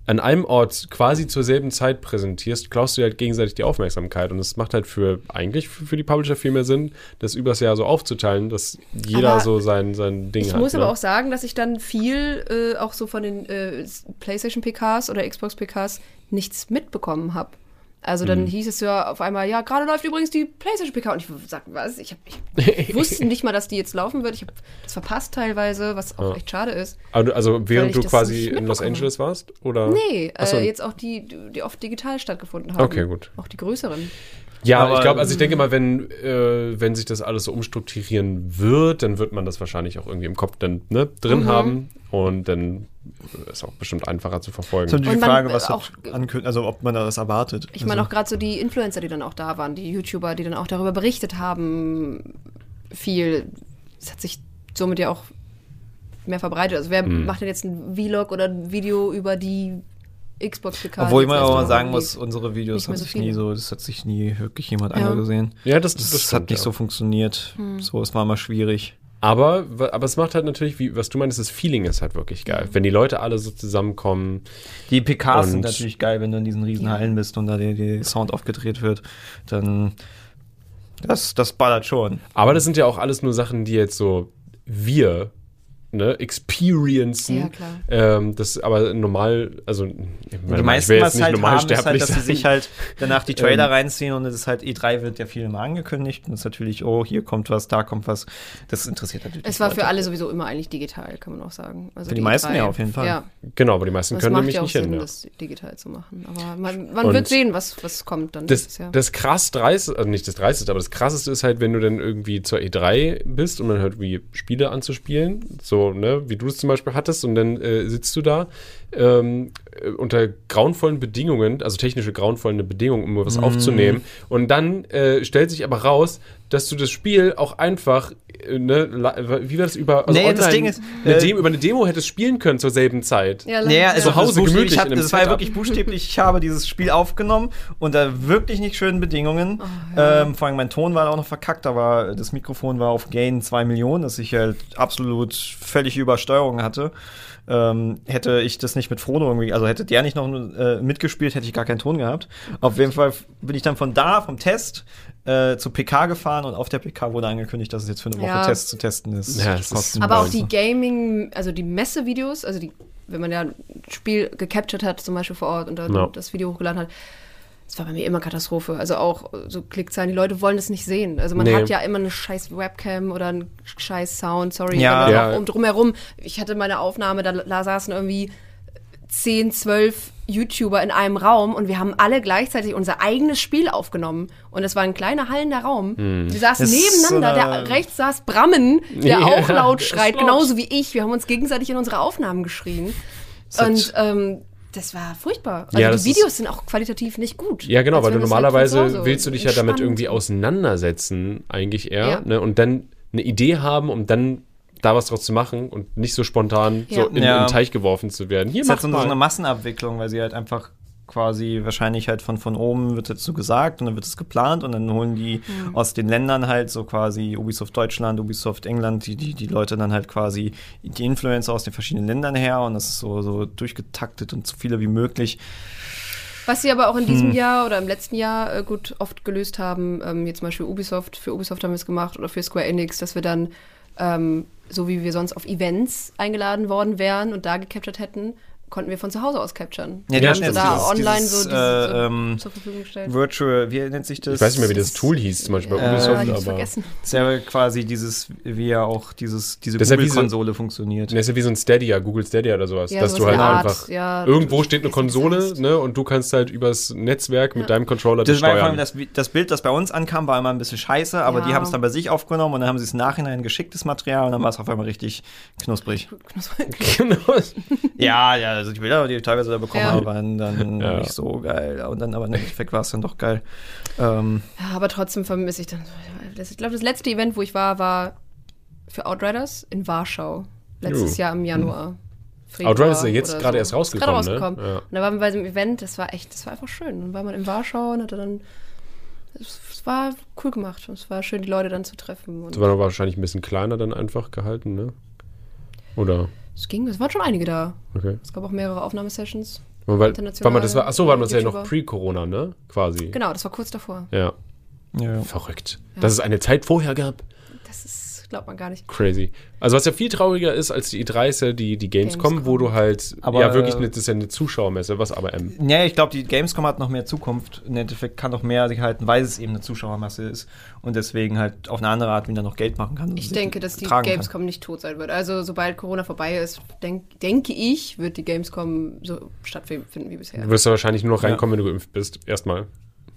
an einem Ort quasi zur selben Zeit präsentierst, klaust du dir halt gegenseitig die Aufmerksamkeit. Und es macht halt für eigentlich für, für die Publisher viel mehr Sinn, das übers Jahr so aufzuteilen, dass jeder Aber so sein, sein Ding Ich hat. muss ne? aber auch sagen, dass ich dann viel äh, auch so von den äh, PlayStation-P Ks oder Xbox-P Ks nichts mitbekommen habe. Also dann Mhm. hieß es ja auf einmal, ja, gerade läuft übrigens die PlayStation-P K. Und ich sag, was? Ich, hab, ich wusste nicht mal, dass die jetzt laufen wird. Ich habe das verpasst teilweise, was auch Ja. echt schade ist. Also, also Weil während ich du das quasi nicht in Los mitbekommen Angeles warst? Oder? Nee, Ach so. äh, jetzt auch die, die oft digital stattgefunden haben. Okay, gut. Auch die größeren. Ja, Aber, ich glaube, also ich denke mal, wenn, äh, wenn sich das alles so umstrukturieren wird, dann wird man das wahrscheinlich auch irgendwie im Kopf dann ne, drin Mhm. haben und dann ist auch bestimmt einfacher zu verfolgen. Das ist natürlich Und die man, Frage, was äh, auch- ankündigt, also ob man da das erwartet. Ich meine also, auch gerade so die Influencer, die dann auch da waren, die YouTuber, die dann auch darüber berichtet haben, viel. Es hat sich somit ja auch mehr verbreitet. Also wer Mhm. macht denn jetzt ein Vlog oder ein Video über die Xbox-P K? Obwohl die man jetzt aber erst mal mal sagen lief? muss, unsere Videos Nicht mehr haben so sich viele. nie so, das hat sich nie wirklich jemand Ja. angesehen. Ja, das, Das, das hat stimmt, nicht ja. so funktioniert. Hm. So, es war mal schwierig. Aber, aber es macht halt natürlich, wie, was du meinst, das Feeling ist halt wirklich geil. Wenn die Leute alle so zusammenkommen. Die P Ks sind Und- natürlich geil, wenn du in diesen riesen Hallen bist und da der, der Sound aufgedreht wird. Dann, das, das ballert schon. Aber das sind ja auch alles nur Sachen, die jetzt so wir ne, experiencen. Ja, klar. Ähm, das aber normal, also ich meine, Die meisten, ich will was jetzt nicht halt normal haben, ist halt, sterblich dass sie sein. sich halt danach die Trailer Ähm. reinziehen und es ist halt E drei wird ja viel immer angekündigt und es ist natürlich, oh, hier kommt was, da kommt was. Das interessiert natürlich Es war Leute. für alle sowieso immer eigentlich digital, kann man auch sagen. Also Für die meisten E drei, ja, auf jeden Fall. Ja, Genau, aber die meisten das können macht nämlich ja auch nicht Sinn, hin. Ja. das digital zu machen. Aber man, man Und wird sehen, was, was kommt dann nächstes Das, Jahr. das krass dreiste, also nicht das dreisteste, aber das krasseste ist halt, wenn du dann irgendwie zur E drei bist und man hört, wie Spiele anzuspielen, so, ne, wie du es zum Beispiel hattest, und dann äh, sitzt du da ähm, äh, unter grauenvollen Bedingungen, also technische grauenvollen Bedingungen, um was aufzunehmen, und dann äh, stellt sich aber raus, dass du das Spiel auch einfach, äh, ne, la- wie war das über, also Nee, das online, Ding ist, eine äh, Demo, über eine Demo hättest spielen können zur selben Zeit. Ja, Naja, also Zu Hause das buchstäblich, gemütlich ich hab, in einem das war ja Setup. wirklich buchstäblich, ich habe dieses Spiel aufgenommen unter wirklich nicht schönen Bedingungen. ja. ähm, vor allem mein Ton war auch noch verkackt, da war, das Mikrofon war auf Gain zwei Millionen, dass ich halt absolut völlige Übersteuerung hatte. Ähm, hätte ich das nicht mit Frodo irgendwie, also hätte der nicht noch äh, mitgespielt, hätte ich gar keinen Ton gehabt. Auf jeden Fall bin ich dann von da, vom Test, äh, zu P K gefahren und auf der P K wurde angekündigt, dass es jetzt für eine Woche Ja. Test zu testen ist. Ja, es ist- Kostenlos. Aber auch die Gaming, also die Messevideos, also die, wenn man ja ein Spiel gecaptured hat, zum Beispiel vor Ort und dann Ja. das Video hochgeladen hat, das war bei mir immer Katastrophe. Also auch so Klickzahlen, die Leute wollen das nicht sehen. Also man Nee. hat ja immer eine scheiß Webcam oder einen scheiß Sound, sorry, Ja. aber Ja. auch um drumherum. Ich hatte meine Aufnahme, da, da saßen irgendwie zehn, zwölf YouTuber in einem Raum und wir haben alle gleichzeitig unser eigenes Spiel aufgenommen. Und es war ein kleiner hallender Raum. Wir saßen Das ist nebeneinander. so eine- Der rechts saß Brammen, der Ja, auch laut der ist schreit, laut. genauso wie ich. Wir haben uns gegenseitig in unsere Aufnahmen geschrien. hat- Und ähm, das war furchtbar. Also Ja, das die Videos sind auch qualitativ nicht gut. Ja, genau, Als weil du wenn wir es halt normalerweise von zu Hause willst du dich ja damit entspannt- irgendwie auseinandersetzen, eigentlich eher, Ja. ne, und dann eine Idee haben, um dann da was draus zu machen und nicht so spontan Ja. so in, Ja. in den Teich geworfen zu werden. Hier, Es ist halt mach so eine, so mal. eine Massenabwicklung, weil sie halt einfach quasi wahrscheinlich halt von, von oben wird dazu gesagt und dann wird es geplant und dann holen die Mhm. aus den Ländern halt so quasi Ubisoft Deutschland, Ubisoft England, die, die, die Leute dann halt quasi die Influencer aus den verschiedenen Ländern her und das ist so, so durchgetaktet und so viele wie möglich. Was sie aber auch in Hm. diesem Jahr oder im letzten Jahr äh, gut oft gelöst haben, ähm, jetzt zum Beispiel Ubisoft, für Ubisoft haben wir es gemacht oder für Square Enix, dass wir dann, ähm, so wie wir sonst auf Events eingeladen worden wären und da gecaptured hätten, konnten wir von zu Hause aus capturen. Ja, die wir hatten haben so jetzt da dieses- online dieses, so, diese, so äh, ähm, zur Verfügung gestellt. Virtual, wie nennt sich das? Ich weiß nicht mehr, wie das Tool hieß, zum Beispiel bei Äh, Ubisoft, Ah, ich hab's aber vergessen. Das ist ja quasi dieses, wie ja auch dieses, diese Das ist ja wie so- Google-Konsole funktioniert. das ist ja wie so ein Stadia, Google Stadia oder sowas, Ja, dass sowas du halt in der Art, einfach ja. irgendwo steht eine Ich weiß nicht, was das Konsole, heißt. ne, und du kannst halt übers Netzwerk mit Ja. deinem Controller das Das war vor allem steuern. das, das Bild, das bei uns ankam, war immer ein bisschen scheiße, aber Ja. die haben es dann bei sich aufgenommen und dann haben sie es im Nachhinein geschicktes Material und dann war es auf einmal richtig knusprig. Genau. Ja, ja, also die Bilder, die ich teilweise da bekommen Ja. habe, waren dann Ja. nicht so geil. Und dann aber im Endeffekt war es dann doch geil. Ähm, Ja, aber trotzdem vermisse ich dann. Das, ich glaube, das letzte Event, wo ich war, war für Outriders in Warschau. Letztes Jo. Jahr im Januar. Februar Outriders ist ja jetzt oder gerade so. erst Ist rausgekommen, gerade rausgekommen. ne? Ja. Und da waren wir bei diesem Event, das war echt, das war einfach schön. Dann war man in Warschau und hatte dann. Es, es war cool gemacht. Es war schön, die Leute dann zu treffen. Und Das war doch wahrscheinlich ein bisschen kleiner dann einfach gehalten, ne? Oder? es ging, es waren schon einige da. Okay. Es gab auch mehrere Aufnahmesessions. Weil, weil internationale man das war, achso, war das ja noch YouTuber. pre-Corona, ne? Quasi. Genau, das war kurz davor. Ja. Ja. Verrückt. Dass es eine Zeit vorher gab. Das ist, glaubt man gar nicht. Crazy. Also was ja viel trauriger ist als die E drei ist ja die, die Gamescom, Gamescom. wo du halt, Aber, ja wirklich, äh, eine, das ist ja eine Zuschauermesse, was aber M. Ja, ich glaube, die Gamescom hat noch mehr Zukunft. Im Endeffekt kann noch mehr sich halten, weil es eben eine Zuschauermasse ist und deswegen halt auf eine andere Art wieder noch Geld machen kann. Ich denke, dass die tragen Gamescom nicht tot sein wird. Also sobald Corona vorbei ist, denk, denke ich, wird die Gamescom so stattfinden wie bisher. Du wirst ja wahrscheinlich nur noch Ja. reinkommen, wenn du geimpft bist. Erstmal.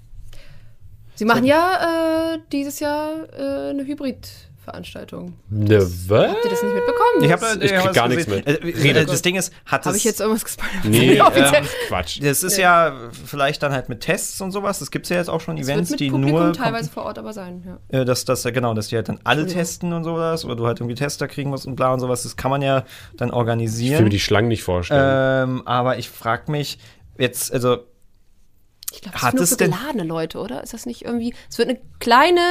Sie machen ja äh, dieses Jahr äh, eine Hybrid-Veranstaltung. Ne, was? Habt ihr das nicht mitbekommen? Ich, hab, Ich krieg gar nichts mit. Äh, äh, Redet. das Ding ist, hat Habe es. ich jetzt irgendwas gespoilert? Nee, Offiziell. ähm, Quatsch. Das ist ja vielleicht dann halt mit Tests und sowas. Es gibt ja jetzt auch schon Es Events, wird mit die Publikum nur. teilweise vor Ort aber sein, ja. Äh, dass das genau, dass die halt dann alle Entschuldigung. testen und sowas, oder du halt irgendwie Tester kriegen musst und bla und sowas. Das kann man ja dann Ich will organisieren. mir die Schlangen nicht vorstellen. Ähm, aber ich frag mich jetzt, also Ich glaube, das Hat ist nur es für denn- geladene Leute, oder? Ist das nicht irgendwie... Es wird eine kleine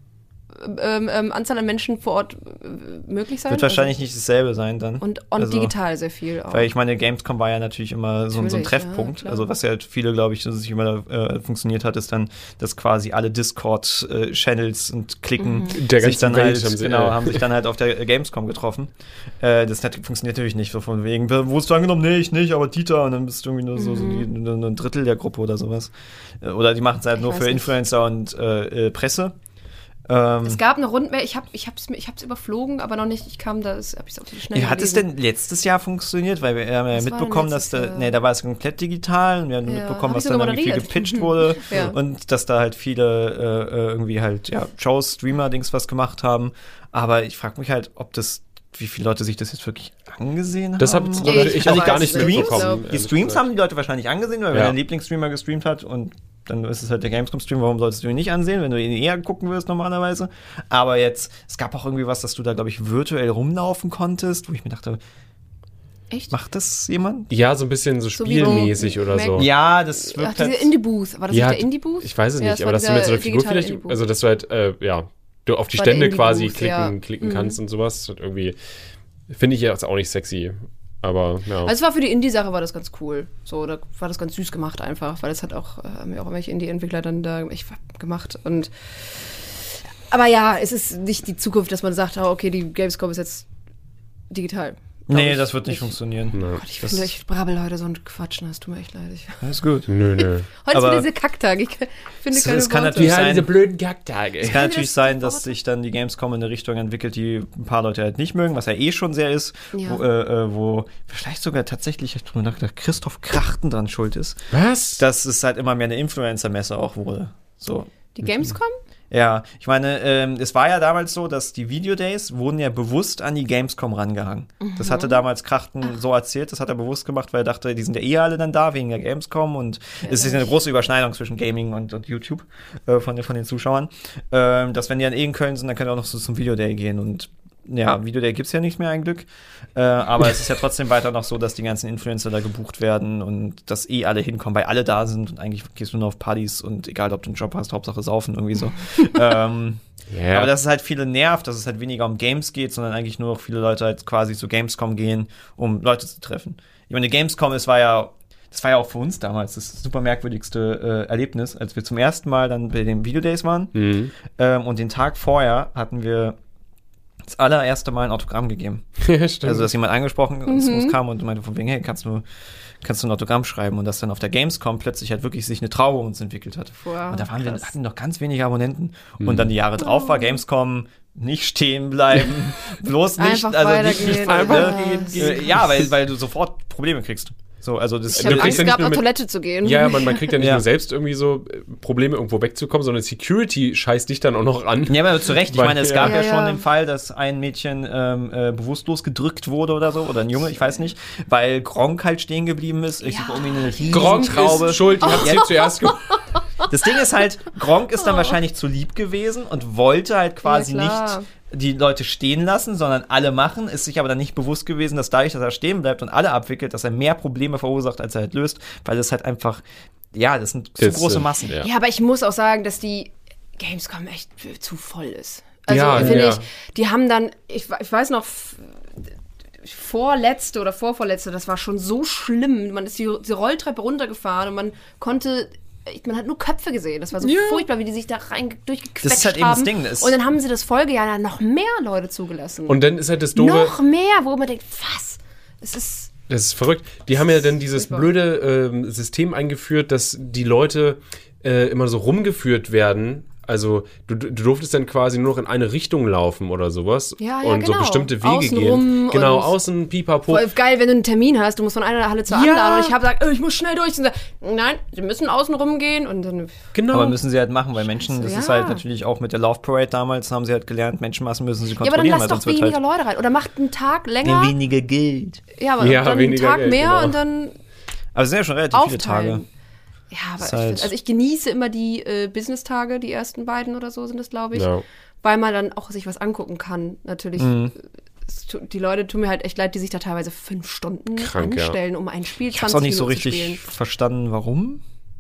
ähm, ähm, Anzahl an Menschen vor Ort äh, möglich sein. wird wahrscheinlich nicht dasselbe sein dann. Also, und, und Also- digital sehr viel auch. Weil ich meine, Gamescom war ja natürlich immer so, so ein Natürlich, Treffpunkt. ja, klar. Also was ja halt viele, glaube ich, dass es sich immer äh, funktioniert hat, ist dann, dass quasi alle Discord-Channels und Klicken Mhm. Der sich ganzen dann Welt halt, haben sie, genau, äh, haben sich dann halt auf der Gamescom getroffen. Äh, das hat, funktioniert natürlich nicht so von wegen, wurdest du angenommen? Nee, ich nicht, aber Dieter. Und dann bist du irgendwie nur so, so die, nur ein Drittel der Gruppe oder sowas. Äh, Oder die machen es halt Ich nur weiß für nicht. Influencer und äh, äh, Presse. Ähm, Es gab eine Rundmail, ich habe ich hab's, mir- ich hab's überflogen, aber noch nicht, ich kam da, habe ich es auch schnell Ja, hat es gelesen. denn letztes Jahr funktioniert? Weil wir haben ja Was war denn mitbekommen, dass letztes da, Jahr? nee, da war es komplett digital und wir haben Ja, mitbekommen, hab was ich dann sogar irgendwie viel moderiert. gepitcht wurde Ja. und dass da halt viele äh, äh, irgendwie halt, ja, Shows, Streamer-Dings was gemacht haben. Aber ich frage mich halt, ob das, wie viele Leute sich das jetzt wirklich angesehen Das habe haben. hab Ja, ich, ich hab weiß gar es nicht nicht. mitbekommen. Ich glaub- Die ehrlich Streams gesagt. haben die Leute wahrscheinlich angesehen, weil wenn Ja. dein Lieblingsstreamer gestreamt hat und dann ist es halt der Gamescom-Stream, warum solltest du ihn nicht ansehen, wenn du ihn eher gucken wirst normalerweise. Aber jetzt, es gab auch irgendwie was, dass du da, glaube ich, virtuell rumlaufen konntest, wo ich mir dachte, Echt? macht das jemand? Ja, so ein bisschen so So wie so spielmäßig oder Mac- so. Ja, das Ach, wirkt diese halt. Indie-Booth. War das Ja, nicht der Indie-Booth? Ich weiß es Ja, nicht, das aber war dass du mit so einer dieser Figur digitale vielleicht, Indie-Booth. also dass du halt, äh, ja, du auf die war der Stände quasi Indie-Booth, klicken, ja. klicken Mhm. kannst und sowas. Und irgendwie finde ich jetzt auch nicht sexy. Aber ja. Also es war für die Indie-Sache war das ganz cool. So, da war das ganz süß gemacht einfach, weil es hat auch, äh, haben ja auch irgendwelche Indie-Entwickler dann da ich, gemacht. Und aber ja, es ist nicht die Zukunft, dass man sagt, oh, okay, die Gamescom ist jetzt digital. Glaub Nee, ich das wird nicht funktionieren. Ja. Gott, ich Das- finde, ich brabbel heute so ein Quatsch, ne? Es tut mir echt leid. Ich, Alles gut. Nö, nö. heute Aber- ist wieder diese Kacktag. Ich finde Es- keine es kann Worte. natürlich sein- blöden Kacktage. Es kann natürlich sein, dass sich dann die Gamescom in eine Richtung entwickelt, die ein paar Leute halt nicht mögen, was ja eh schon sehr ist, Ja. wo, äh, äh, wo vielleicht sogar tatsächlich, ich habe mir gedacht, Christoph Krachten dran schuld ist, Was? dass es halt immer mehr eine Influencer-Messe auch wurde. So. Die Gamescom? Ja, ich meine, ähm, es war ja damals so, dass die Videodays wurden ja bewusst an die Gamescom rangehangen. Das hatte damals Krachten so erzählt, das hat er bewusst gemacht, weil er dachte, die sind ja eh alle dann da wegen der Gamescom und es ist ja eine große Überschneidung zwischen Gaming und, und YouTube äh, von, den- von den Zuschauern. Ähm, dass wenn die dann eh in Köln sind, dann können die auch noch so zum Videoday gehen und ja, Videoday gibt's ja nicht mehr, ein Glück. Äh, aber es ist ja trotzdem weiter noch so, dass die ganzen Influencer da gebucht werden und dass eh alle hinkommen, weil alle da sind und eigentlich gehst du nur auf Partys und egal, ob du einen Job hast, Hauptsache saufen, irgendwie so. ähm, Ja. aber dass es halt viele nervt, dass es halt weniger um Games geht, sondern eigentlich nur noch viele Leute halt quasi zu Gamescom gehen, um Leute zu treffen. Ich meine, Gamescom, es war ja, das war ja auch für uns damals das super merkwürdigste äh, Erlebnis, als wir zum ersten Mal dann bei den Videodays waren. Mhm. Ähm, und den Tag vorher hatten wir das allererste Mal ein Autogramm gegeben. Ja, stimmt. Also, dass jemand angesprochen uns, uns kam und meinte von wegen, hey, kannst du, kannst du ein Autogramm schreiben? Und dass dann auf der Gamescom plötzlich halt wirklich sich eine Traube um uns entwickelt hat. Wow, und da waren wir, krass. hatten noch ganz wenige Abonnenten. Mhm. Und dann die Jahre drauf war Gamescom, nicht stehen bleiben, bloß nicht, Einfach also nicht, nicht weitergehen. ne, äh, ja, weil, weil du sofort Probleme kriegst. So, also das Ich habe Du kriegst Angst ja nicht gehabt, nur auf mit- Toilette zu gehen. Ja, man, man kriegt ja nicht Ja. nur selbst irgendwie so äh, Probleme, irgendwo wegzukommen, sondern Security scheißt dich dann auch noch an. Ja, aber zu Recht. Ich Weil- meine, es ja. gab ja, Ja, schon ja. den Fall, dass ein Mädchen ähm, äh, bewusstlos gedrückt wurde oder so, oder ein Junge, ich weiß nicht, weil Gronk halt stehen geblieben ist. Ich Ja. habe um ihn eine Gronk Riesentraube. ist schuld, die hat sie zuerst gemacht. Das Ding ist halt, Gronk ist dann wahrscheinlich zu lieb gewesen und wollte halt quasi Ja, klar. nicht die Leute stehen lassen, sondern alle machen, ist sich aber dann nicht bewusst gewesen, dass dadurch, dass er stehen bleibt und alle abwickelt, dass er mehr Probleme verursacht, als er halt löst, weil das halt einfach, ja, das sind zu Das, große äh, Massen. ja. Ja, aber ich muss auch sagen, dass die Gamescom echt zu voll ist. Also Ja, finde ja. ich, die haben dann, ich, ich weiß noch, f- vorletzte oder vorvorletzte, das war schon so schlimm. Man ist die, die Rolltreppe runtergefahren und man konnte, man hat nur Köpfe gesehen. Das war so Ja. furchtbar, wie die sich da rein durchgequetscht Das ist halt eben haben. das Ding, das- Und dann haben sie das Folgejahr dann noch mehr Leute zugelassen. Und dann ist halt das Doofe, noch mehr, wo man denkt, was? Es ist... das ist verrückt. Die haben ja dann dieses Furchtbar. blöde ähm, System eingeführt, dass die Leute äh, immer so rumgeführt werden. Also du, du durftest dann quasi nur noch in eine Richtung laufen oder sowas. Ja, ja, und so genau. bestimmte Wege Außenrum gehen. Genau, und- außen, pipapo. Voll geil, wenn du einen Termin hast, du musst von einer Halle zur Ja. anderen und ich habe gesagt, oh, ich muss schnell durch. Und sag, nein, wir müssen außen rumgehen und dann... Genau. Aber müssen sie halt machen, weil Menschen, das ja. ist halt natürlich auch mit der Love Parade damals, haben sie halt gelernt, Menschenmassen müssen sie Ja, aber dann kontrollieren, lass weil doch sonst wird weniger halt Leute rein. Oder macht einen Tag länger. weniger Geld. Ja, aber Ja, dann einen weniger Tag Geld, mehr genau. und dann Aber es sind ja schon relativ viele Tage. aufteilen. Ja, aber Ist ich halt- find, also ich genieße immer die äh, Business-Tage, die ersten beiden oder so sind es, glaube ich. Ja. Weil man dann auch sich was angucken kann. Natürlich, Mhm. es tu- die Leute tun mir halt echt leid, die sich da teilweise fünf Stunden Krank, ja. anstellen, um ein Spiel Ich hab's zwanzig auch nicht so Minuten zu richtig spielen. verstanden, warum.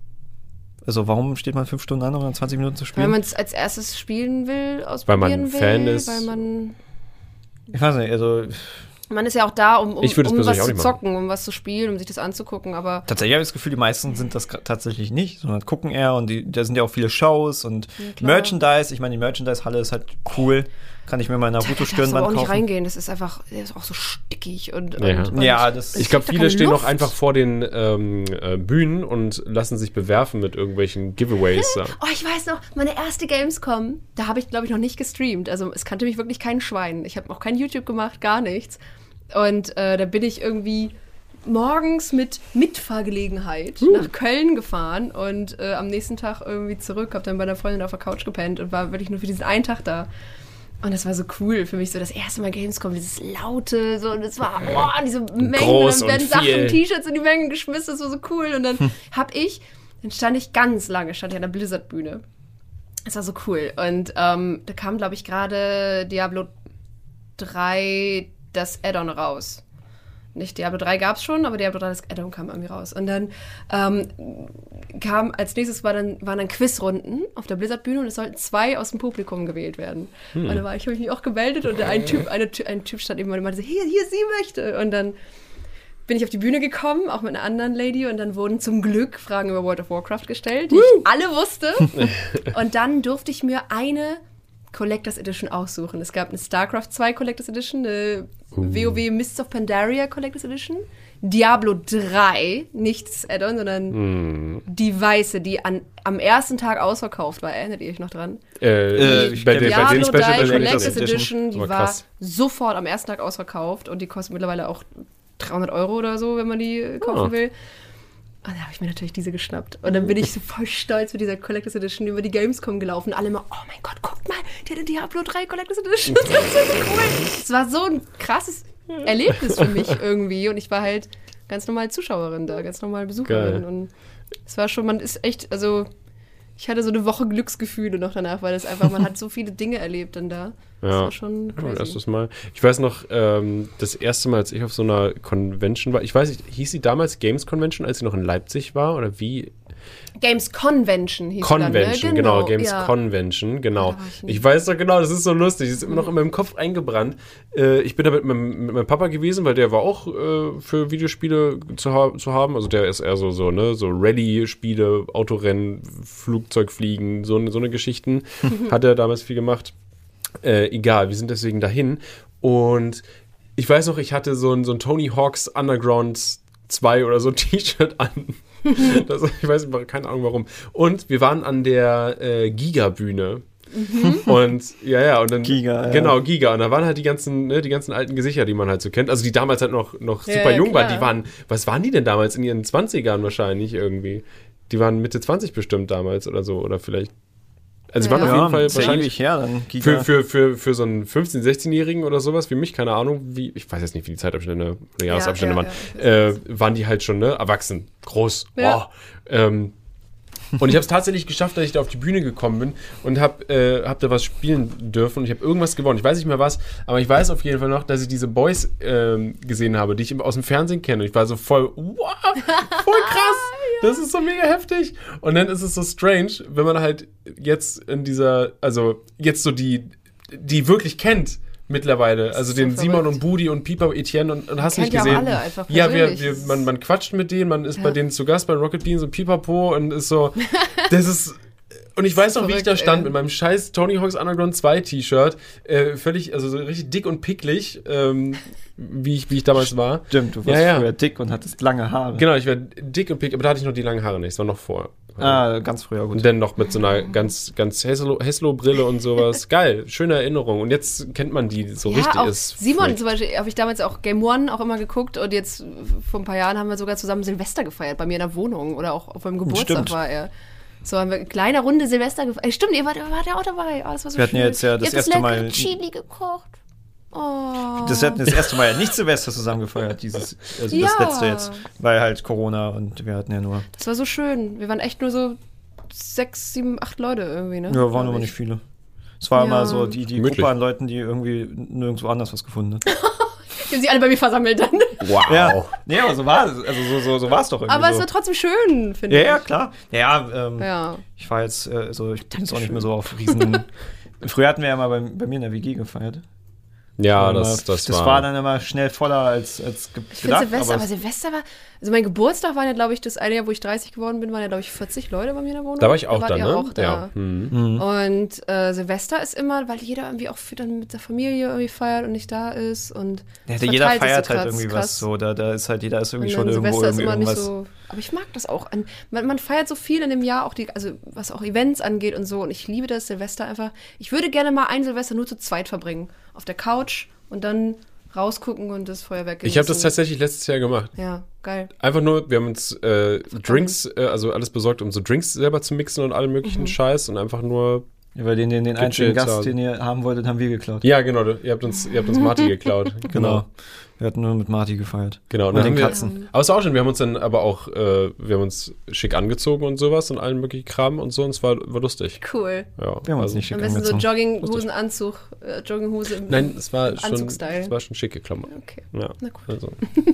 Also warum steht man fünf Stunden an, um dann zwanzig Minuten zu Weil spielen? man es als erstes spielen will, Weil ausprobieren man will. Fan ist. Weil man... Ich weiß nicht, also Man ist ja auch da, um, um, Ich würde es um was persönlich auch zu nicht machen. zocken, um was zu spielen, um sich das anzugucken, aber tatsächlich habe ich das Gefühl, die meisten sind das gra- tatsächlich nicht, sondern gucken eher und die, da sind ja auch viele Shows und klar. Merchandise. Ich meine, die Merchandise-Halle ist halt cool. Kann ich mir mal da darfst du aber auch Naruto-Stirnband nicht kaufen. reingehen. Das ist einfach, der ist auch so stickig und, Ja. und, und Ja, das- es Ich glaube, gibt da viele keine stehen Luft. auch einfach vor den ähm, äh, Bühnen und lassen sich bewerfen mit irgendwelchen Giveaways. da. Oh, ich weiß noch, meine erste Gamescom, da habe ich, glaube ich, noch nicht gestreamt. Also es kannte mich wirklich kein Schwein. Ich habe auch kein YouTube gemacht, gar nichts. Und äh, da bin ich irgendwie morgens mit Mitfahrgelegenheit nach Köln gefahren und äh, am nächsten Tag irgendwie zurück, habe dann bei einer Freundin auf der Couch gepennt und war wirklich nur für diesen einen Tag da. Und das war so cool für mich, so das erste Mal Gamescom, dieses Laute, so, und es war, oh, diese Mengen, Groß und dann werden und Sachen, viel. T-Shirts in die Mengen geschmissen, das war so cool. Und dann hab ich, dann stand ich ganz lange, stand ich an der Blizzard-Bühne. Das war so cool. Und ähm, da kam, glaube ich, gerade Diablo drei das Add-on raus. Nicht Diablo drei gab es schon, aber Diablo drei das Add-on kam irgendwie raus. Und dann ähm, kam, als nächstes war dann, waren dann Quizrunden auf der Blizzard-Bühne und es sollten zwei aus dem Publikum gewählt werden. Hm. Und da war ich, habe ich mich auch gemeldet und ein Typ, eine, ein Typ stand eben und meinte, hier, hier, sie möchte. Und dann bin ich auf die Bühne gekommen, auch mit einer anderen Lady, und dann wurden zum Glück Fragen über World of Warcraft gestellt, die ich alle wusste. Und dann durfte ich mir eine Collectors Edition aussuchen. Es gab eine StarCraft zwei Collectors Edition, eine WoW Mists of Pandaria Collectors Edition, Diablo drei, nicht das Add-on, sondern die weiße, die an, am ersten Tag ausverkauft war. Erinnert ihr euch noch dran? Äh, Äh, ich bei, kenn den- bei den Diablo drei Special Collectors Edition. Edition, die Aber war krass. sofort am ersten Tag ausverkauft und die kostet mittlerweile auch dreihundert Euro oder so, wenn man die äh, kaufen Ah. will. Und dann habe ich mir natürlich diese geschnappt. Und dann bin ich so voll stolz mit dieser Collectors Edition über die Gamescom gelaufen. Alle immer, oh mein Gott, guckt mal, die hat eine Diablo drei Collectors Edition. Das war so cool. Es war so ein krasses Erlebnis für mich irgendwie. Und ich war halt ganz normal Zuschauerin da, ganz normal Besucherin. Geil. Und es war schon, man ist echt, also ich hatte so eine Woche Glücksgefühle noch danach, weil das einfach, man hat so viele Dinge erlebt dann da. Das Ja. war schon Ja, crazy. erstes Mal. Ich weiß noch, ähm, das erste Mal, als ich auf so einer Convention war, ich weiß nicht, hieß sie damals Games Convention, als sie noch in Leipzig war? Oder wie? Games Convention hieß Convention, sie dann, ne? genau, Games ja. Convention, genau. Da war ich nicht. Ich weiß doch genau, das ist so lustig, das ist immer noch in meinem Kopf eingebrannt. Äh, ich bin da mit meinem, mit meinem Papa gewesen, weil der war auch äh, für Videospiele zu, ha zu haben. Also der ist eher so, so, ne, so Rallye-Spiele, Autorennen, Flugzeugfliegen, so, so eine Geschichten. Hat er damals viel gemacht. Äh, egal, wir sind deswegen dahin. Und ich weiß noch, ich hatte so ein, so ein Tony Hawk's Underground zwei oder so T-Shirt an. Das, ich weiß nicht, keine Ahnung warum. Und wir waren an der äh, Giga-Bühne. Und ja, ja, und dann Giga, ja. genau, Giga. Und da waren halt die ganzen, ne, die ganzen alten Gesichter, die man halt so kennt. Also die damals halt noch, noch Ja, super ja, jung waren. klar. Die waren, was waren die denn damals? In ihren zwanzigern wahrscheinlich irgendwie. Die waren Mitte zwanzig bestimmt damals oder so. Oder vielleicht. Also die waren Ja. auf jeden Fall ist ja wahrscheinlich. ewig her dann. Giga. Für, für, für, für so einen fünfzehn-, sechzehnjährigen oder sowas wie mich, keine Ahnung, wie, ich weiß jetzt nicht, wie die Zeitabstände oder Jahresabstände ja, waren, ja. Äh, waren die halt schon, ne, erwachsen, groß, Ja. oh, ähm, und ich habe es tatsächlich geschafft, dass ich da auf die Bühne gekommen bin und habe äh, hab da was spielen dürfen und ich habe irgendwas gewonnen. Ich weiß nicht mehr was, aber ich weiß auf jeden Fall noch, dass ich diese Boys ähm, gesehen habe, die ich aus dem Fernsehen kenne. Und ich war so voll, wow, voll krass, das ist so mega heftig. Und dann ist es so strange, wenn man halt jetzt in dieser, also jetzt so die, die wirklich kennt, mittlerweile. Also so den Simon verrückt. und Budi und Pipa, Etienne und, und hast Kennt nicht ja auch gesehen. alle einfach ja, wir, persönlich. wir, man, man quatscht mit denen, man ist Ja. bei denen zu Gast bei Rocket Beans und Pipapo und ist so, das ist... Und ich weiß noch, wie ich Verrückt, da stand ey. mit meinem scheiß Tony Hawk's Underground zwei T-Shirt, äh, völlig, also so richtig dick und picklig, ähm, wie, ich, wie ich damals war. Stimmt, du warst Ja, ja. früher dick und hattest lange Haare. Genau, ich war dick und picklig, aber da hatte ich noch die langen Haare nicht, das war noch vor. Ah, ganz früher, gut. Und dann noch mit so einer ganz, ganz Heslo- Heslo-Brille und sowas. Geil, schöne Erinnerung. Und jetzt kennt man die so Ja, richtig. auch Ist Simon freak. zum Beispiel, habe ich damals auch Game One auch immer geguckt und jetzt äh, vor ein paar Jahren haben wir sogar zusammen Silvester gefeiert, bei mir in der Wohnung oder auch auf meinem Geburtstag Stimmt. war er. So haben wir eine kleine Runde Silvester gefeiert. Stimmt, ihr wart, ihr wart ja auch dabei. Oh, das war so Wir hatten schön. ja jetzt ja das ihr habt erste Mal- leckere Chili gekocht. Oh. Das hatten das erste Mal ja nicht Silvester zusammen gefeiert, dieses, also das Ja. letzte jetzt, weil halt Corona und wir hatten ja nur, Das war so schön. Wir waren echt nur so sechs, sieben, acht Leute irgendwie, ne? ja, waren Glaub aber ich. nicht viele. Es war Ja. immer so die, die Gemütlich. Gruppe an Leuten, die irgendwie nirgendwo anders was gefunden hat. Die haben sich alle bei mir versammelt dann. Wow. Ja, nee, aber so war es, also so, so, so war es doch irgendwie Aber es so. war trotzdem schön, finde Ja, ich. ja, klar. Ja, ähm, Ja. ich war jetzt, äh, also ich bin jetzt auch nicht mehr so auf riesen... Früher hatten wir ja mal bei, bei mir in der W G gefeiert. Ja, War das, immer- das, das war. war dann immer schnell voller als, als ge Ich finde gedacht. Silvester, aber, aber Silvester war, also mein Geburtstag war ja, glaube ich, das eine Jahr, wo ich dreißig geworden bin, waren ja, glaube ich, vierzig Leute bei mir in der Wohnung. da war ich auch wart da, ihr ne? Auch da. Ja. Hm. Mhm. Und äh, Silvester ist immer, weil jeder irgendwie auch für, dann mit der Familie irgendwie feiert und nicht da ist. Und ja, es jeder verteilt sich feiert so halt krass, irgendwie krass. was so. Da, da ist halt, jeder ist irgendwie Und schon dann irgendwo Silvester ist irgendwie immer nicht irgendwas. so. Aber ich mag das auch. An- Man, man feiert so viel in dem Jahr, auch die, also was auch Events angeht und so. Und ich liebe das Silvester einfach. Ich würde gerne mal ein Silvester nur zu zweit verbringen. Auf der Couch und dann rausgucken und das Feuerwerk genießen. Ich habe das tatsächlich letztes Jahr gemacht. Ja, geil. Einfach nur, wir haben uns äh, Drinks, äh, also alles besorgt, um so Drinks selber zu mixen und allen möglichen Mhm. Scheiß und einfach nur. Über den, den, den Gechillt einzigen Gast, haben. den ihr haben wolltet, haben wir geklaut. Ja, genau, ihr habt uns, ihr habt uns Marty geklaut. Genau. Wir hatten nur mit Marty gefeiert. Genau, Und dann den haben wir- Katzen. Aber es war auch schön, wir haben uns dann aber auch, äh, wir haben uns schick angezogen und sowas und allen möglichen Kram und so und es war, war lustig. Cool. Ja, Wir haben uns also- nicht schick Am besten so angezogen. Jogginghosenanzug, äh, Jogginghose im Nein, es war schon, Anzugstyle. es war schon schicke Klamotten. Okay, Ja, na gut. also.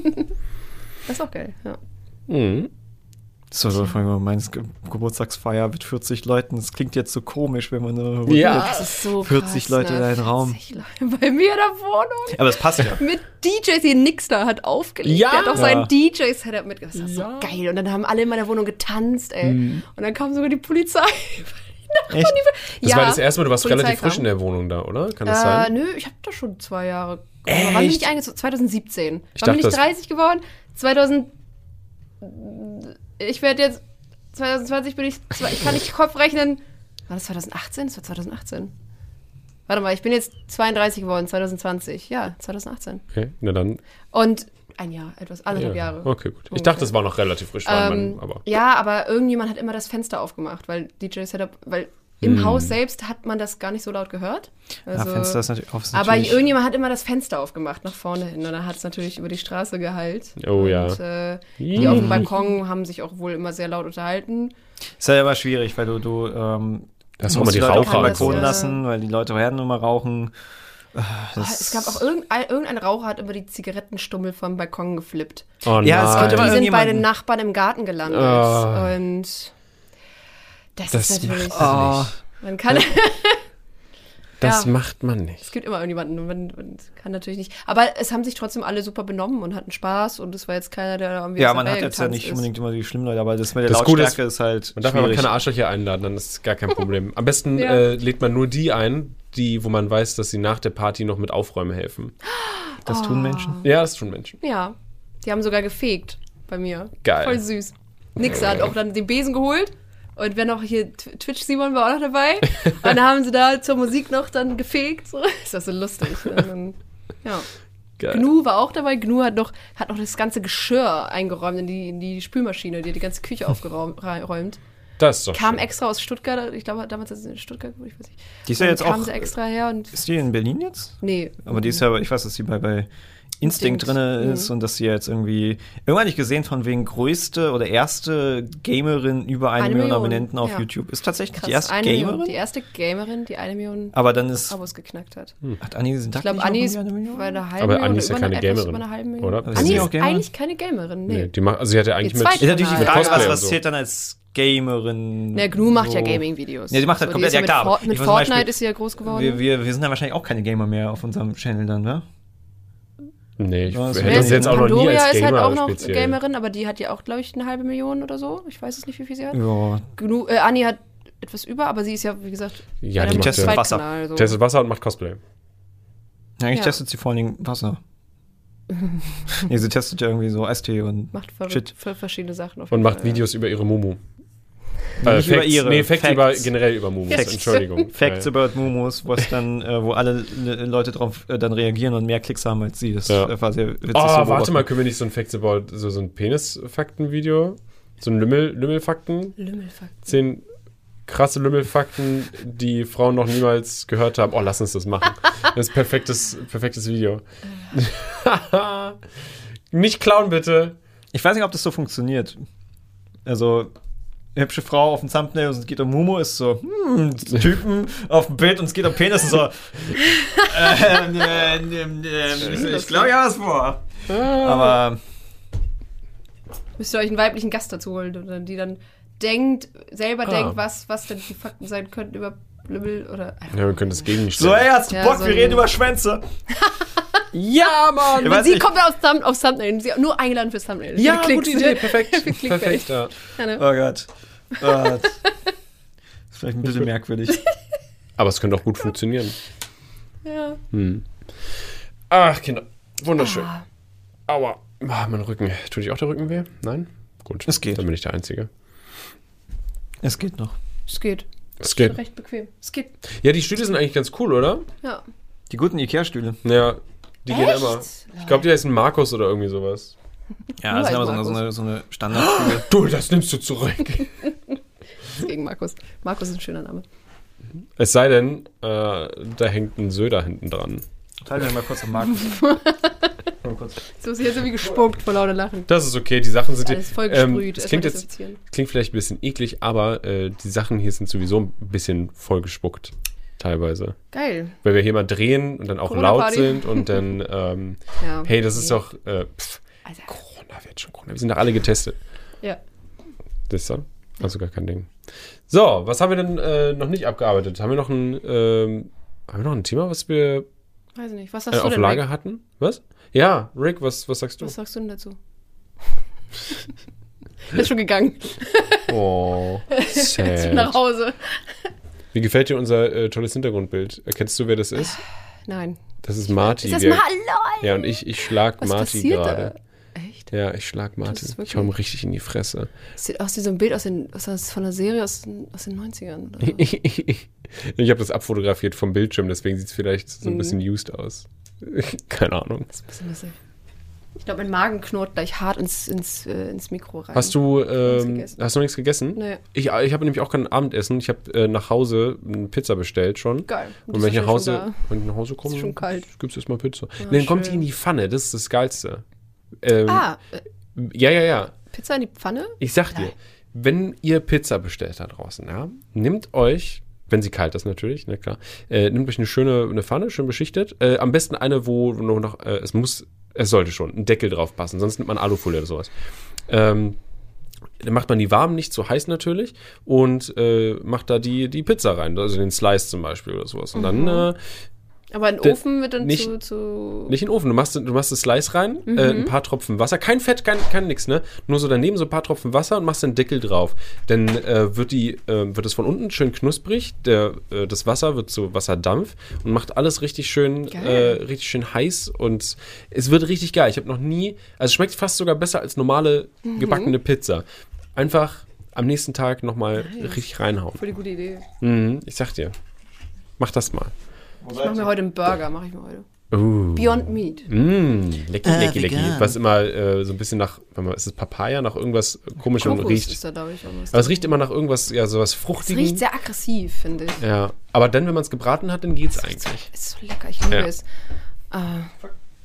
Das ist auch geil, ja. Mhm. So, so, meine Ge Geburtstagsfeier mit vierzig Leuten. Das klingt jetzt so komisch, wenn man so Ja. Das ist so vierzig krass, Leute ne? in einem Raum. vierzig Leute bei mir in der Wohnung. Aber es passt ja. Mit D Js, hier Nix da hat aufgelegt. Ja. Der hat auch Ja. sein D J-Setup mitgebracht. Das war Ja. so geil. Und dann haben alle in meiner Wohnung getanzt, ey. Und dann kam sogar die Polizei. Echt? Das war das erste Mal, du warst Polizei relativ frisch kam. in der Wohnung da, oder? Kann das Äh, sein? nö, ich habe da schon zwei Jahre. Echt? Wann bin ich eingezogen? zwanzig siebzehn. Ich Wann bin ich dachte, das- dreißig geworden? zweitausend. Ich werde jetzt. zwanzig zwanzig bin ich. zwei- Ich kann nicht Kopf rechnen. War das zwanzig achtzehn? Das war zwanzig achtzehn. Warte mal, ich bin jetzt zweiunddreißig geworden, zwanzig zwanzig. Ja, zwanzig achtzehn. Okay, na dann. Und ein Jahr, etwas, anderthalb Ja. Jahre. Okay, gut. Ich Ungefähr. dachte, das war noch relativ frisch, war Ähm, man, aber. Ja, aber irgendjemand hat immer das Fenster aufgemacht, weil D J-Setup, weil im Hm. Haus selbst hat man das gar nicht so laut gehört. Ja, Also, Fenster ist natürlich auf. ist aber natürlich- irgendjemand hat immer das Fenster aufgemacht, nach vorne hin. Und dann hat es natürlich über die Straße geheilt. Oh ja. Und äh, die auf dem Balkon haben sich auch wohl immer sehr laut unterhalten. Ist halt immer schwierig, weil du, du ähm, Das musst haben wir die Leute auf Raucher den und so. Balkon Ja. lassen, weil die Leute werden nur mal rauchen. Oh, es gab auch irgendein, irgendein Raucher hat über die Zigarettenstummel vom Balkon geflippt. Oh nein. Ja, es gibt Die immer sind bei irgendjemanden. den Nachbarn im Garten gelandet. Ah. Und das, Das ist natürlich. macht- Oh, Man kann. Das Ja. macht man nicht. Es gibt immer irgendjemanden und man, man kann natürlich nicht. Aber es haben sich trotzdem alle super benommen und hatten Spaß und es war jetzt keiner, der da irgendwie ja, aus der man hat Reihe jetzt ja getanzt nicht ist. unbedingt immer die schlimmen Leute, aber das mit der Das Gute Lautstärke ist, halt Man darf aber schwierig. keine Arschlöcher einladen, dann ist gar kein Problem. Am besten Ja. äh, lädt man nur die ein, die, wo man weiß, dass sie nach der Party noch mit Aufräumen helfen. Das tun Menschen. Ja, das tun Menschen. Ja, die haben sogar gefegt bei mir. Geil. Voll süß. Nix hat auch dann den Besen geholt. Und wer noch hier, Tw- Twitch-Simon war auch noch dabei. Und dann haben sie da zur Musik noch dann gefegt. So. Ist das so lustig. Und dann, ja. Geil. Gnu war auch dabei. Gnu hat noch, hat noch das ganze Geschirr eingeräumt in die, in die Spülmaschine, die hat die ganze Küche aufgeräumt. Das ist doch Kam schön. extra aus Stuttgart. Ich glaube, damals ist sie in Stuttgart, ich weiß nicht. Die ist ja Dann jetzt kam auch. sie extra her und. Ist die in Berlin jetzt? Nee. Aber die ist ja, ich weiß, dass die bei, bei Instinct drin ist Mhm. und dass sie jetzt irgendwie, irgendwann nicht gesehen von wegen größte oder erste Gamerin über eine, Eine Million, Million, Abonnenten auf ja. YouTube. Ist tatsächlich Krass, die erste eine Gamerin? Million, die erste Gamerin, die eine Million Aber dann ist, Abos geknackt hat. hat Anni, sind Ich glaube, Anni ist bei einer halben Aber Million Anni ist oder ja über keine eine, etwas Gamerin, über eine halbe Million. oder? Aber ist Anni sie ist auch Gamerin? eigentlich keine Gamerin, nee. Nee, die macht, also sie hat ja eigentlich Ihr mit, zweit- ist natürlich die Mit Frage, Cosplay was, und was so. zählt dann als Gamerin? Ja, Gnu macht so. ja Gaming-Videos. Ja, die macht halt So, komplett, ist ja mit klar. aber Fort- Mit ich weiß zum Fortnite Beispiel, ist sie ja groß geworden. wir, wir, wir sind dann wahrscheinlich auch keine Gamer mehr auf unserem Channel dann, ne? Nee, ich Ja, das hätte wäre das jetzt auch noch nie Pandoria als ist halt Gamer auch noch speziell. Gamerin, aber die hat ja auch, glaube ich, eine halbe Million oder so. Ich weiß es nicht, wie viel sie hat. Ja. Gnu, äh, Anni hat etwas über, aber sie ist ja, wie gesagt, Ja, bei die einem macht ja- Zweitkanal, so. Testet Wasser und macht Cosplay. Eigentlich Ja. testet sie vor allen Dingen Wasser. Nee, sie testet ja irgendwie so Eistee und Macht verrückt, Shit. für verschiedene Sachen. Auf Und jeden macht Fall, ja. Videos über ihre Mumu. Nicht über ihre. Nee, Facts, Facts. über generell über Mumus. Facts. Entschuldigung. Facts ja. about Mumos, was dann, äh, wo alle Le- Leute drauf äh, dann reagieren und mehr Klicks haben als sie. Das Ja. äh, war sehr witzig. Oh, zu warte beobachten. mal, können wir nicht so ein Facts about, so, so ein Penis-Fakten-Video? So ein Lümmel, Lümmelfakten? Lümmelfakt. Zehn krasse Lümmelfakten, die Frauen noch niemals gehört haben. Oh, lass uns das machen. Das ist perfektes, perfektes Video. Nicht klauen, bitte. Ich weiß nicht, ob das so funktioniert. Also, eine hübsche Frau auf dem Thumbnail und es geht um Mumu, ist so, hm, Typen auf dem Bild und es geht um Penis und so. ähm, ähm, ähm, ähm, ich glaube, ja was vor. Aber Müsst ihr euch einen weiblichen Gast dazu holen, oder die dann denkt, selber Ah. denkt, was, was denn die Fakten sein könnten über Lümmel oder. Ja, wir können das so, gegenstellen. ey, hast du Ja, Bock? so wir ein- reden über Schwänze. Ja, Mann! Ich weiß Sie nicht. kommt aufs, Thumb, aufs Thumbnail. Sie nur eingeladen fürs Thumbnail. Ja, Für gute Klicks. Idee. Perfekt. Für Clickbait. Perfekt, ja. Ja, ne? Oh Gott. Oh Gott. Das ist vielleicht ein bisschen merkwürdig. Aber es könnte auch gut funktionieren. Ja. Hm. Ach, Kinder. Wunderschön. Ah. Aua. Ah, mein Rücken. Tut dich auch der Rücken weh? Nein? Gut. Es geht. Dann bin ich der Einzige. Es geht noch. Es geht. Es geht. Recht bequem. Es geht. Ja, die Stühle sind eigentlich ganz cool, oder? Ja. Die guten Ikea-Stühle. Ja, die gehen Echt? immer. Ich glaube, die heißen Markus oder irgendwie sowas. Ja, Nur das sind als aber so eine, so Markus. eine, so eine Standardstühle. Du, das nimmst du zurück. Gegen Markus. Markus ist ein schöner Name. Es sei denn, äh, da hängt ein Söder hinten dran. Teil mir mal kurz am Markus. Mal kurz. So ist jetzt irgendwie gespuckt vor lauter Lachen. Das ist okay, die Sachen sind Alles voll ähm, gesprüht. das Erst klingt mal jetzt desinfizieren. klingt vielleicht ein bisschen eklig, aber äh, die Sachen hier sind sowieso ein bisschen voll gespuckt. Teilweise. Geil. Weil wir hier mal drehen und dann auch laut Corona-Party. sind und dann, ähm, Ja. hey, das ist doch, äh, pff, Alter. Corona wird schon Corona. Wir sind doch alle getestet. Ja. Das ist so? Also gar kein Ding. So, was haben wir denn äh, noch nicht abgearbeitet? Haben wir noch ein, ähm, haben wir noch ein Thema, was wir Weiß ich nicht. Was äh, sagst du auf denn, Lager Rick? hatten? Was? Ja, Rick, was, was sagst du? Was sagst du denn dazu? Ist schon gegangen. Oh, Ist schon nach sad. Hause. Wie gefällt dir unser äh, tolles Hintergrundbild? Erkennst du, wer das ist? Nein. Das ist Marty. Ist das Wir- mal lol? Ja, und ich, ich schlag Was Marty passiert gerade. da? Echt? Ja, ich schlag Marty. ist wirklich- Ich hau ihm richtig in die Fresse. Das sieht aus wie so ein Bild aus den, aus, aus, von einer Serie aus den, aus den neunzigern. Oder so. Ich habe das abfotografiert vom Bildschirm, deswegen sieht es vielleicht so ein Mhm. bisschen used aus. Keine Ahnung. Das ist ein bisschen lustig. Ich glaube, mein Magen knurrt gleich hart ins, ins, äh, ins Mikro rein. Hast du, ähm, gegessen. hast du noch nichts gegessen? Nee. Ich, ich habe nämlich auch kein Abendessen. Ich habe äh, nach Hause eine Pizza bestellt schon. Geil. Und wenn ich, nach Hause, Schon wenn ich nach Hause komme, Ist schon kalt. gibt es erstmal Pizza. Ah, nee, dann kommt die schön. in die Pfanne. Das ist das Geilste. Ähm, da. Ah, äh, Ja, ja, ja. Pizza in die Pfanne? Ich sag dir, Nein. wenn ihr Pizza bestellt da draußen, ja, nehmt euch, wenn sie kalt ist natürlich, na klar, äh, nehmt euch eine schöne eine Pfanne, schön beschichtet. Äh, am besten eine, wo nur noch, äh, es muss, es sollte schon ein Deckel drauf passen, sonst nimmt man Alufolie oder sowas. Ähm, dann macht man die warm, nicht zu heiß natürlich, und äh, macht da die, die Pizza rein, also den Slice zum Beispiel oder sowas. Und dann äh, Aber in den Der- Ofen wird dann nicht- zu, zu... nicht in den Ofen, du machst, du machst das Slice rein, Mhm. äh, ein paar Tropfen Wasser, kein Fett, kein, kein nix, ne? Nur so daneben so ein paar Tropfen Wasser und machst den Deckel drauf. Dann äh, wird die, äh, wird es von unten schön knusprig, der, äh, das Wasser wird zu Wasserdampf und macht alles richtig schön, äh, Geil. richtig schön heiß und es wird richtig geil. Ich habe noch nie, also es schmeckt fast sogar besser als normale gebackene Pizza. Einfach am nächsten Tag nochmal Nice. richtig reinhauen. Voll die gute Idee. Mhm, ich sag dir. Mach das mal. Ich mache mir heute einen Burger, mache ich mir heute. Uh. Beyond Meat. Mm, lecky, Äh, lecky, lecky. vegan. Was immer äh, so ein bisschen nach, wenn man, ist es Papaya, nach irgendwas komischem Kokos riecht. ist da, glaube ich, auch was. Aber es riecht immer nach irgendwas, ja, sowas Es Fruchtigem. riecht sehr aggressiv, finde ich. Ja, aber dann, wenn man es gebraten hat, dann geht's Es riecht so- eigentlich. Es ist so lecker, ich liebe Ja. es. Ah,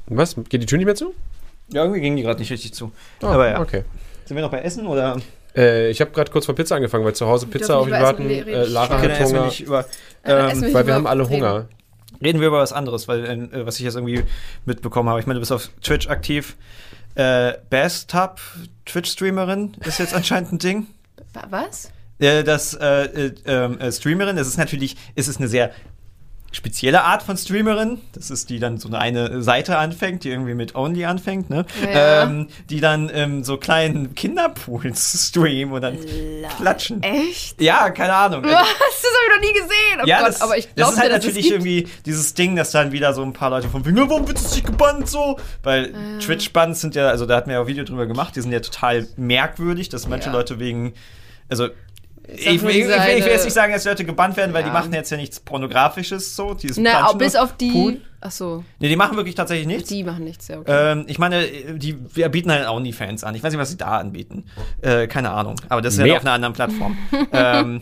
Was? Geht die Tür nicht mehr zu? Ja, irgendwie ging die gerade nicht richtig zu. Oh, Aber ja. Okay. Sind wir noch bei Essen oder? Äh, ich habe gerade kurz vor Pizza angefangen, weil zu Hause Pizza auf dürfen ihn nicht über warten. Essen Äh, reden. Lara Okay, dann hat essen wir Hunger. nicht über. Äh, dann Ähm, essen wir Weil wir über haben alle reden. Hunger. Reden wir über was anderes, weil äh, was ich jetzt irgendwie mitbekommen habe. Ich meine, du bist auf Twitch aktiv. Äh, Bathtub Twitch-Streamerin ist jetzt anscheinend ein Ding. Wa- Was? Äh, das äh, äh, äh, Streamerin, es ist natürlich, es ist eine sehr spezielle Art von Streamerin. Das ist die dann so eine, eine Seite anfängt, die irgendwie mit Only anfängt, ne? Ja. Ähm, die dann ähm, so kleinen Kinderpools streamen und dann klatschen. Echt? Ja, keine Ahnung. Was? Das habe ich noch nie gesehen. Oh Ja, Gott, das, aber ich das glaube ist halt dass es natürlich gibt. irgendwie dieses Ding, dass dann wieder so ein paar Leute von wegen, "Na, warum wird es nicht gebannt so?" Weil Ah. Twitch-Bans sind ja, also da hatten wir ja auch ein Video drüber gemacht, die sind ja total merkwürdig, dass manche Ja. Leute wegen, also Ist ich, auch ich, nur ich, ich diese will eine- jetzt nicht sagen, dass Leute gebannt werden, weil Ja. die machen jetzt ja nichts Pornografisches so. Dieses Na, auch Planschen bis nur. auf die. Pool. Ach so, Nee, die machen wirklich tatsächlich nichts. die machen nichts, ja, okay. Ähm, ich meine, die wir bieten halt OnlyFans an. Ich weiß nicht, was sie da anbieten. Äh, keine Ahnung. Aber das ist ja Mehr. auf einer anderen Plattform. ähm,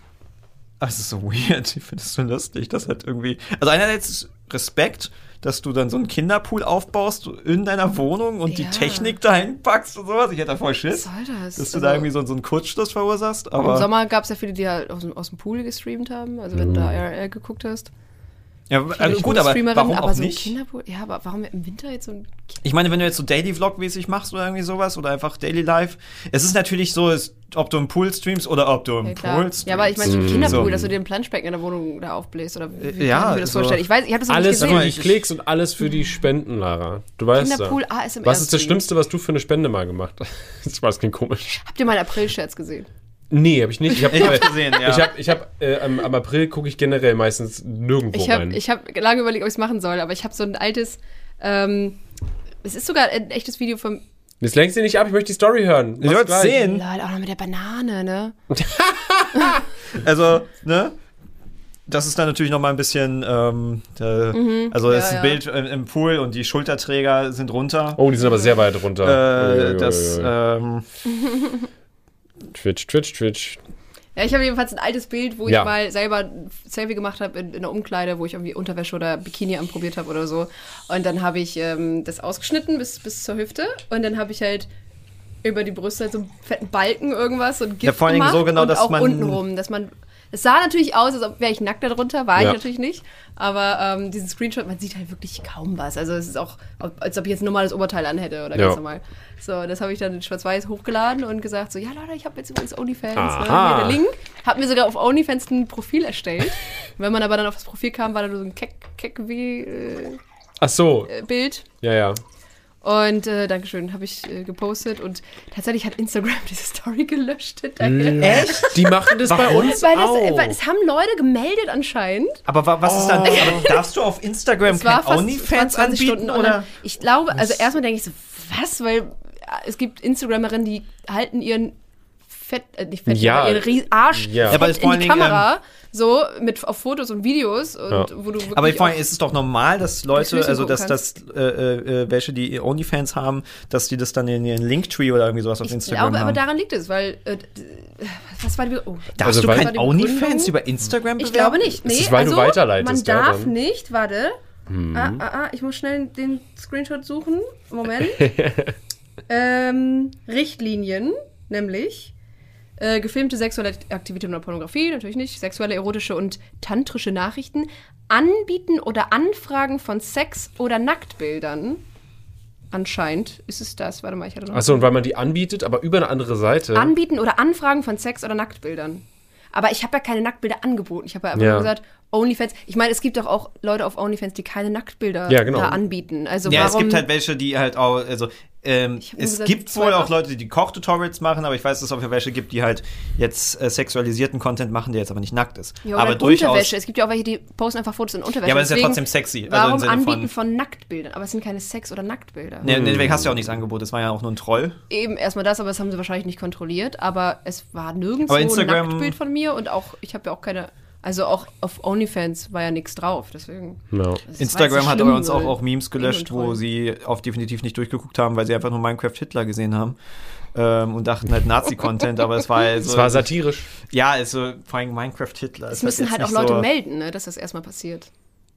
aber es ist so weird. Ich finde es so lustig, dass halt irgendwie. Also einerseits Respekt, dass du dann so einen Kinderpool aufbaust in deiner Wohnung und die Ja. Technik dahin packst und sowas. Ich hätte da voll Was Schiss, soll das? dass du Also, da irgendwie so, so einen Kurzschluss verursachst. Im Aber Sommer gab es ja viele, die halt aus, dem- aus dem Pool gestreamt haben. Also wenn du da I R L geguckt hast. ja, also gut, aber Streamerin, warum aber auch so ein nicht? Kinderpool. Ja, aber warum im Winter jetzt so ein Ich meine, wenn du jetzt so Daily Vlog-mäßig machst oder irgendwie sowas oder einfach Daily Life, es ist natürlich so, es, ob du im Pool streamst oder ob du im Ja, klar. Pool streamst. Ja, aber ich meine, so ein Mm. Kinderpool, So. dass du dir ein Planschbecken in der Wohnung da aufbläst. Oder wie Äh, ja, kann ich mir das so- vorstellen? Ich weiß, ich habe das noch Alles nicht für gesehen. die Klicks und alles für die Spenden, Lara. Du weißt Kinderpool ja. A S M R. Was ist das Stream. Schlimmste, was du für eine Spende mal gemacht hast? Das war, das klingt komisch. Habt ihr meinen April-Scherz gesehen? Nee, hab ich nicht. Ich habe Ich hab's gesehen, ja. Ich hab, ich hab, äh, am, am April gucke ich generell meistens nirgendwo Ich habe rein. ich hab lange überlegt, ob ich es machen soll, aber ich habe so ein altes, ähm, es ist sogar ein echtes Video vom, Jetzt lenkst du nicht ab, ich möchte die Story hören. Ich Mach's wollt's gleich. sehen. lol, auch noch mit der Banane, ne? Also, ne? Das ist dann natürlich noch mal ein bisschen, ähm, der, also ja, das ist ein ja. Bild im, im Pool und die Schulterträger sind runter. Oh, die sind aber sehr weit runter. Äh, Uiuiui. das, ähm, Twitch, Twitch, Twitch. Ja, ich habe jedenfalls ein altes Bild, wo Ja. ich mal selber ein Selfie gemacht habe in, in einer Umkleide, wo ich irgendwie Unterwäsche oder Bikini anprobiert habe oder so. Und dann habe ich ähm, das ausgeschnitten bis, bis zur Hüfte und dann habe ich halt über die Brüste halt so einen fetten Balken irgendwas und Gift Ja, vor allen Dingen gemacht so genau, und dass auch man- untenrum, dass man es sah natürlich aus, als ob wäre ich nackt darunter, war Ja. ich natürlich nicht. Aber ähm, diesen Screenshot, man sieht halt wirklich kaum was. Also es ist auch, als ob ich jetzt ein normales Oberteil anhätte oder Ja. ganz normal. So, das habe ich dann in schwarz-weiß hochgeladen und gesagt so, ja Leute, ich habe jetzt übrigens OnlyFans. Ne? Aha. Hier der Link. Hab mir sogar auf OnlyFans ein Profil erstellt. Wenn man aber dann auf das Profil kam, war da nur so ein keck, keck wie äh, Ach so, äh, Bild. ja, ja. Und äh, Dankeschön, habe ich äh, gepostet und tatsächlich hat Instagram diese Story gelöscht hinterher. Echt? Die machen das bei uns Weil das, auch. äh, weil es haben Leute gemeldet anscheinend. aber wa- was ist dann, aber darfst du auf Instagram Es war kein fast OnlyFans zwanzig Stunden anbieten, online. oder? Ich glaube, also erstmal denke ich so, was? Weil äh, es gibt Instagramerinnen, die halten ihren Fett, äh, nicht Fett, Ja. aber ihren Ries- Arsch Ja. fett Aber das in vor die allen Dingen, Kamera, so mit auf Fotos und Videos und Ja. wo du wirklich Aber vor allem auch- ist es doch normal, dass Leute, Füße also gucken dass, dass äh, äh, welche, die OnlyFans haben, dass die das dann in ihren Linktree oder irgendwie sowas auf ich Instagram glaube, aber haben. daran liegt es, weil äh, d- was war die oh, Darfst Also du weil- kein war die OnlyFans Begründung? über Instagram bewerben? Ich glaube nicht. Nee, ist, weil du also, weiterleitest, man ja, darf dann. Hm. nicht, warte. Ah, ah, ah, ich muss schnell den Screenshot suchen. Moment. ähm, Richtlinien, nämlich äh, gefilmte sexuelle Aktivität oder Pornografie, natürlich nicht, sexuelle, erotische und tantrische Nachrichten, Anbieten oder Anfragen von Sex- oder Nacktbildern. Anscheinend ist es das. Warte mal, ich hatte noch. Achso, und weil man die anbietet, aber über eine andere Seite. Anbieten oder Anfragen von Sex- oder Nacktbildern. Aber ich habe ja keine Nacktbilder angeboten. Ich habe ja einfach Ja. nur gesagt, OnlyFans. Ich meine, es gibt doch auch Leute auf OnlyFans, die keine Nacktbilder Ja, genau. da anbieten. Also Ja, warum, es gibt halt welche, die halt auch, also ähm, Ich hab nur es gesagt, gibt zwei wohl auch acht. Leute, die Kochtutorials machen, aber ich weiß, dass es auch welche gibt, die halt jetzt äh, sexualisierten Content machen, der jetzt aber nicht nackt ist. ja, oder aber in durchaus. Unterwäsche. Es gibt ja auch welche, die posten einfach Fotos in Unterwäsche. Ja, aber das ist ja Deswegen, trotzdem sexy. Also Warum im Sinne Anbieten von. von Nacktbildern? Aber es sind keine Sex- oder Nacktbilder. Nee, nee, deswegen hast du ja auch nichts Angebot. Das war ja auch nur ein Troll. Eben erstmal das, aber das haben sie wahrscheinlich nicht kontrolliert. Aber es war nirgendwo Aber Instagram- ein Nacktbild von mir und auch, ich habe ja auch keine, also auch auf OnlyFans war ja nichts drauf. Deswegen. Ja. das war Instagram jetzt hat schlimm, bei uns auch, weil- auch Memes gelöscht, Eben ein wo Troll. sie auf definitiv nicht durchgeguckt haben, weil sie einfach nur Minecraft Hitler gesehen haben. Ähm, und dachten halt Nazi-Content, aber es war halt so. Es war satirisch. Ja, also vor allem Minecraft Hitler. Es ist müssen jetzt halt auch nicht Leute so, melden, ne, dass das erstmal passiert.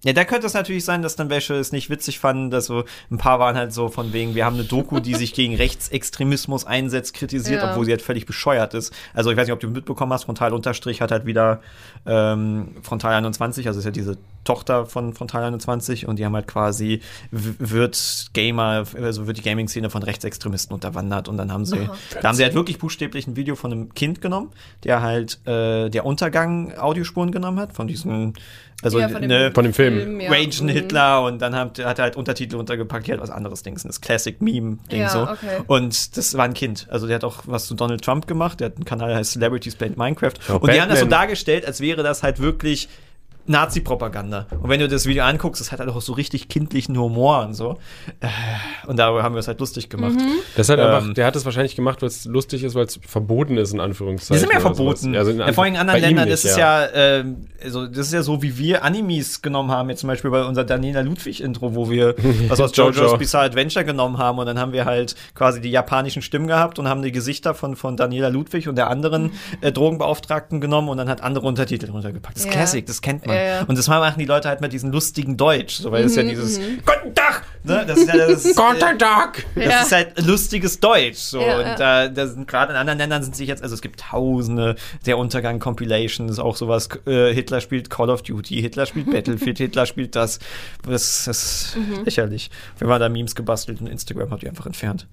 Ja, da könnte es natürlich sein, dass dann welche es nicht witzig fanden, dass so ein paar waren halt so von wegen, wir haben eine Doku, die sich gegen Rechtsextremismus einsetzt, kritisiert, Ja. obwohl sie halt völlig bescheuert ist. Also ich weiß nicht, ob du mitbekommen hast, Frontal Unterstrich hat halt wieder ähm, Frontal einundzwanzig, also ist ja diese Tochter von Frontal einundzwanzig und die haben halt quasi, w- wird Gamer, also wird die Gaming-Szene von Rechtsextremisten unterwandert und dann haben sie, da haben sie halt wirklich buchstäblich ein Video von einem Kind genommen, der halt äh, der Untergang Audiospuren genommen hat, von diesen, also Ja, von dem- ne, Von dem Film. ja. Ragen Mhm. Hitler und dann hat, hat er halt Untertitel untergepackt, die halt was anderes Dings, das Classic-Meme-Ding Ja, so. okay. Und das war ein Kind. Also der hat auch was zu Donald Trump gemacht, der hat einen Kanal, der heißt Celebrities Paint Minecraft. Ja, und die haben das so Batman. dargestellt, als wäre das halt wirklich Nazi-Propaganda. Und wenn du das Video anguckst, das hat halt auch so richtig kindlichen Humor und so. Äh, Und darüber haben wir es halt lustig gemacht. Das ist halt Ähm, einfach, der hat es wahrscheinlich gemacht, weil es lustig ist, weil es verboten ist, in Anführungszeichen. Die sind ja oder sowas. verboten. Also in ja, vor allem in anderen bei ihm Ländern nicht, ist es ja, ähm, also das ist ja so, wie wir Animes genommen haben, jetzt zum Beispiel bei unser Daniela Ludwig-Intro, wo wir was aus Jojo. JoJo's Bizarre Adventure genommen haben und dann haben wir halt quasi die japanischen Stimmen gehabt und haben die Gesichter von, von Daniela Ludwig und der anderen äh, Drogenbeauftragten genommen und dann hat andere Untertitel runtergepackt. Das ist Ja. Classic, das kennt man. Ja, ja. Und das machen die Leute halt mit diesem lustigen Deutsch, so, weil es ja dieses Guten Tag! Ne? Das ist ja das, Guten Tag! das Ja. ist halt lustiges Deutsch. So. Ja, und ja. da, da sind gerade in anderen Ländern sind sich jetzt, also es gibt tausende der Untergang-Compilations, auch sowas, äh, Hitler spielt Call of Duty, Hitler spielt Battlefield, Hitler spielt das. Das, das ist Mhm. lächerlich. Wir waren da Memes gebastelt und Instagram hat die einfach entfernt.